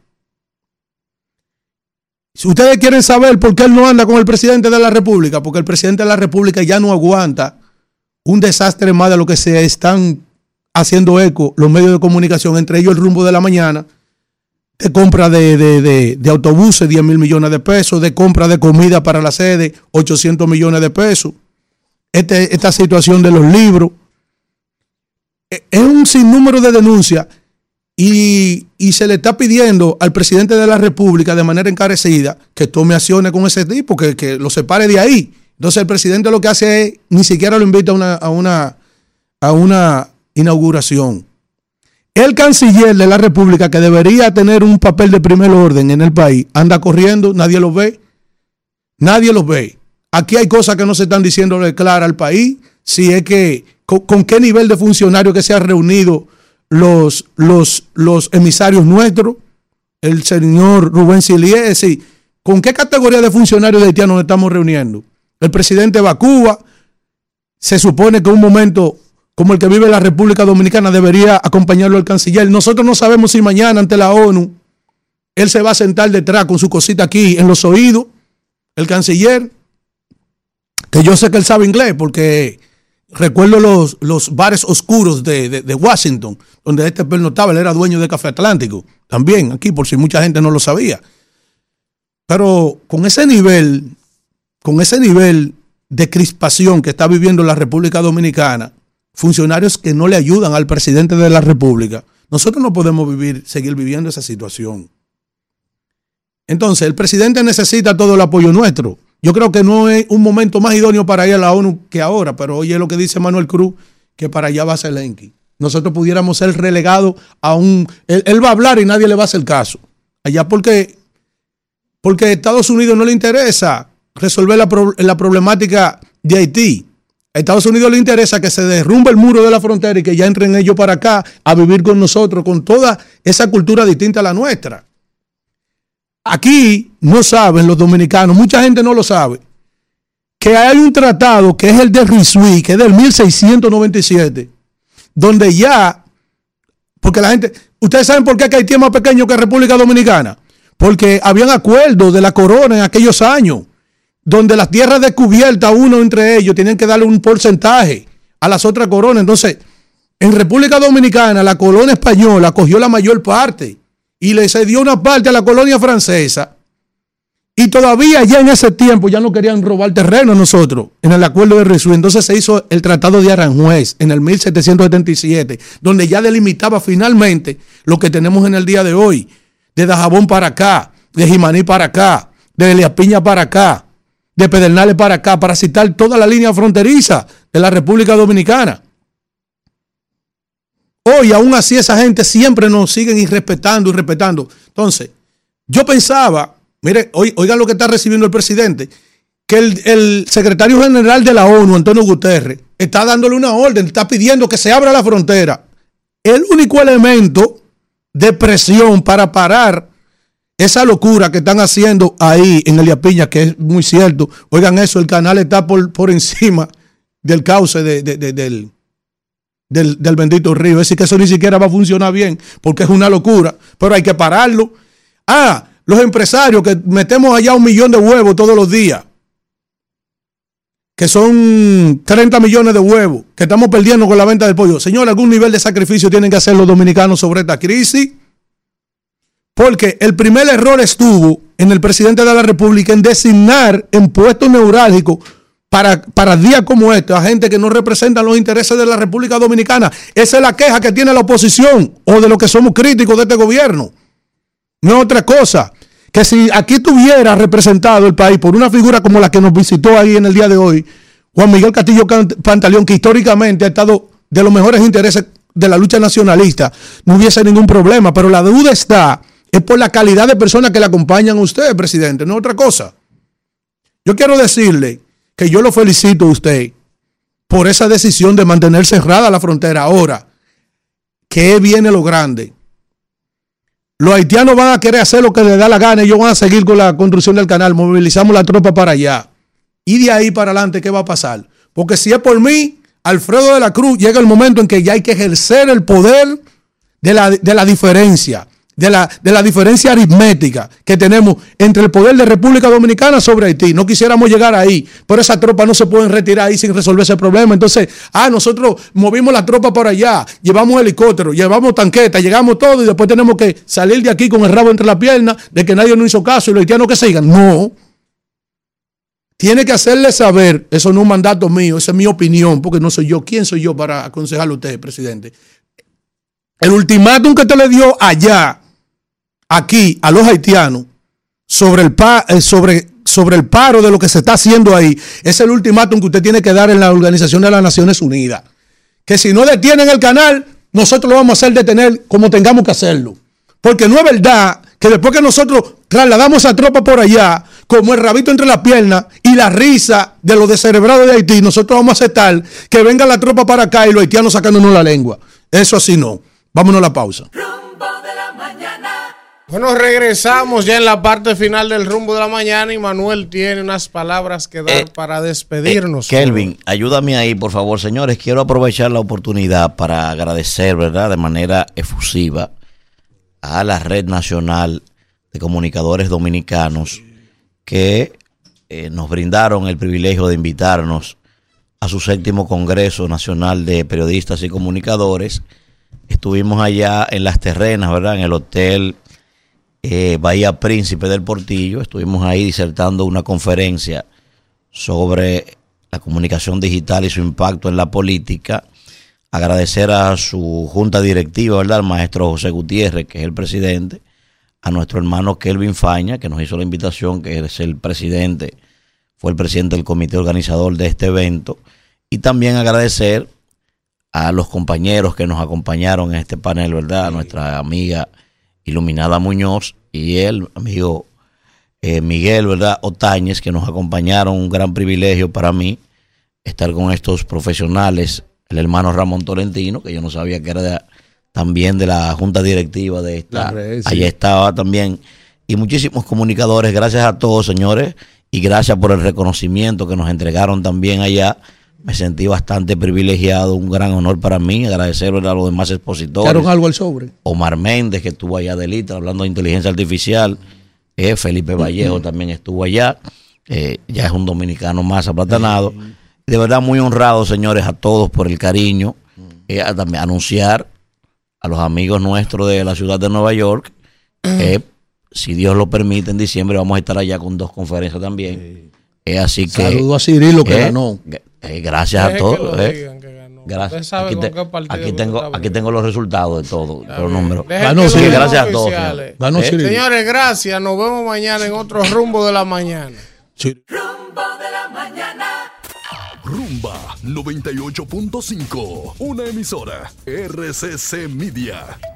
Si ustedes quieren saber por qué él no anda con el presidente de la República, porque el presidente de la República ya no aguanta un desastre más de lo que se están haciendo eco los medios de comunicación, entre ellos El Rumbo de la Mañana, de compra de, de, de, de autobuses, diez mil millones de pesos, de compra de comida para la sede, ochocientos millones de pesos, este, esta situación de los libros. Es un sinnúmero de denuncias y, y se le está pidiendo al presidente de la República de manera encarecida que tome acciones con ese tipo, que, que lo separe de ahí. Entonces el presidente lo que hace es, ni siquiera lo invita a una, a una, a una inauguración. El canciller de la República, que debería tener un papel de primer orden en el país, anda corriendo, nadie lo ve, nadie lo ve. Aquí hay cosas que no se están diciéndole clara al país, si es que con, con qué nivel de funcionarios que se han reunido los, los, los emisarios nuestros, el señor Rubén Silier, es decir, con qué categoría de funcionarios de haitianos nos estamos reuniendo. El presidente va a Cuba, se supone que un momento como el que vive la República Dominicana debería acompañarlo el canciller. Nosotros no sabemos si mañana ante la ONU él se va a sentar detrás con su cosita aquí en los oídos, el canciller, que yo sé que él sabe inglés porque recuerdo los, los bares oscuros de, de, de Washington, donde este pernotaba, él era dueño de Café Atlántico, también aquí, por si mucha gente no lo sabía. Pero con ese nivel, con ese nivel de crispación que está viviendo la República Dominicana, funcionarios que no le ayudan al presidente de la República, nosotros no podemos vivir, seguir viviendo esa situación. Entonces, el presidente necesita todo el apoyo nuestro. Yo creo que no es un momento más idóneo para ir a la ONU que ahora, pero oye lo que dice Manuel Cruz, que para allá va Zelensky. Nosotros pudiéramos ser relegados a un... Él, él va a hablar y nadie le va a hacer caso. Allá porque, porque a Estados Unidos no le interesa resolver la, pro, la problemática de Haití. A Estados Unidos le interesa que se derrumbe el muro de la frontera y que ya entren ellos para acá a vivir con nosotros, con toda esa cultura distinta a la nuestra. Aquí no saben los dominicanos, mucha gente no lo sabe, que hay un tratado que es el de Risuí, que es del mil seiscientos noventa y siete, donde ya, porque la gente, ustedes saben por qué Haití es más pequeño que República Dominicana, porque habían acuerdos de la corona en aquellos años, donde las tierras descubiertas, uno entre ellos, tenían que darle un porcentaje a las otras coronas. Entonces, en República Dominicana, la corona española cogió la mayor parte y le cedió una parte a la colonia francesa. Y todavía ya en ese tiempo ya no querían robar terreno a nosotros en el acuerdo de Risuí. Entonces se hizo el Tratado de Aranjuez en el mil setecientos setenta y siete, donde ya delimitaba finalmente lo que tenemos en el día de hoy. De Dajabón para acá, de Jimaní para acá, de Elías Piña para acá, de Pedernales para acá, para citar toda la línea fronteriza de la República Dominicana. Hoy, aún así, esa gente siempre nos siguen irrespetando y respetando. Entonces, yo pensaba, mire, oigan lo que está recibiendo el presidente, que el, el secretario general de la ONU, Antonio Guterres, está dándole una orden, está pidiendo que se abra la frontera. El único elemento de presión para parar esa locura que están haciendo ahí en Elías Piña, que es muy cierto. Oigan eso, el canal está por, por encima del cauce de, de, de, del... Del, del bendito río. Es decir, que eso ni siquiera va a funcionar bien, porque es una locura, pero hay que pararlo. Ah, los empresarios que metemos allá un millón de huevos todos los días, que son treinta millones de huevos, que estamos perdiendo con la venta del pollo. Señor, algún nivel de sacrificio tienen que hacer los dominicanos sobre esta crisis, porque el primer error estuvo en el presidente de la República en designar en puestos neurálgicos Para, para días como este, a gente que no representan los intereses de la República Dominicana. Esa es la queja que tiene la oposición o de los que somos críticos de este gobierno. No es otra cosa. Que si aquí estuviera representado el país por una figura como la que nos visitó ahí en el día de hoy, Juan Miguel Castillo Pantaleón, que históricamente ha estado de los mejores intereses de la lucha nacionalista, no hubiese ningún problema. Pero la duda está, es por la calidad de personas que le acompañan a usted, presidente, no es otra cosa. Yo quiero decirle que yo lo felicito a usted por esa decisión de mantener cerrada la frontera. Ahora, ¿qué viene lo grande? Los haitianos van a querer hacer lo que les da la gana y ellos van a seguir con la construcción del canal. Movilizamos la tropa para allá. Y de ahí para adelante, ¿qué va a pasar? Porque si es por mí, Alfredo de la Cruz, llega el momento en que ya hay que ejercer el poder de la, de la diferencia. De la, de la diferencia aritmética que tenemos entre el poder de República Dominicana sobre Haití. No quisiéramos llegar ahí, pero esas tropas no se pueden retirar ahí sin resolver ese problema. Entonces, ah, nosotros movimos la tropa por allá, llevamos helicópteros, llevamos tanquetas, llegamos todo y después tenemos que salir de aquí con el rabo entre las piernas de que nadie nos hizo caso y los haitianos que sigan. No. Tiene que hacerle saber, eso no es un mandato mío, esa es mi opinión, porque no soy yo. ¿Quién soy yo para aconsejarle a usted, presidente? El ultimátum que usted le dio allá, aquí a los haitianos sobre el, pa, eh, sobre, sobre el paro de lo que se está haciendo ahí, es el ultimátum que usted tiene que dar en la Organización de las Naciones Unidas. Que si no detienen el canal, nosotros lo vamos a hacer detener como tengamos que hacerlo. Porque no es verdad que después que nosotros trasladamos a tropa por allá, como el rabito entre las piernas y la risa de los descerebrados de Haití, nosotros vamos a aceptar que venga la tropa para acá y los haitianos sacándonos la lengua. Eso así no. Vámonos a la pausa. Bueno, regresamos ya en la parte final del Rumbo de la Mañana y Manuel tiene unas palabras que dar eh, para despedirnos. Eh, Kelvin, ayúdame ahí, por favor. Señores, quiero aprovechar la oportunidad para agradecer, ¿verdad?, de manera efusiva a la Red Nacional de Comunicadores Dominicanos que eh, nos brindaron el privilegio de invitarnos a su séptimo Congreso Nacional de Periodistas y Comunicadores. Estuvimos allá en Las Terrenas, ¿verdad?, en el Hotel Eh, Bahía Príncipe del Portillo. Estuvimos ahí disertando una conferencia sobre la comunicación digital y su impacto en la política. Agradecer a su junta directiva, ¿verdad?, al maestro José Gutiérrez, que es el presidente, a nuestro hermano Kelvin Faña, que nos hizo la invitación, que es el presidente, fue el presidente del comité organizador de este evento, y también agradecer a los compañeros que nos acompañaron en este panel, ¿verdad? A nuestra amiga Iluminada Muñoz y el amigo eh, Miguel, ¿verdad? Otañez, que nos acompañaron. Un gran privilegio para mí estar con estos profesionales. El hermano Ramón Tolentino, que yo no sabía que era de, también de la junta directiva de esta. Red, sí. Allá estaba también. Y muchísimos comunicadores. Gracias a todos, señores. Y gracias por el reconocimiento que nos entregaron también allá. Me sentí bastante privilegiado, un gran honor para mí, agradecerle a los demás expositores. ¿Echaron algo al sobre? Omar Méndez, que estuvo allá de Litra, hablando de inteligencia artificial. Eh, Felipe Vallejo uh-huh. también estuvo allá. Eh, ya es un dominicano más aplatanado. Uh-huh. De verdad, muy honrado, señores, a todos por el cariño. Uh-huh. Eh, a, también anunciar a los amigos nuestros de la ciudad de Nueva York, que uh-huh. si Dios lo permite, en diciembre vamos a estar allá con dos conferencias también. Uh-huh. Eh, así que, saludo a Cirilo que eh, ganó. Eh, gracias Deje a todos. Eh. Gracias. Aquí, te, aquí tengo aquí tengo los resultados de todo, los números. Ganó, sí, gracias a todos. Ganó, eh. Señores, gracias. Nos vemos mañana en otro Rumbo de la Mañana. Sí. Rumbo de la Mañana. Rumba noventa y ocho punto cinco, una emisora R C C Media.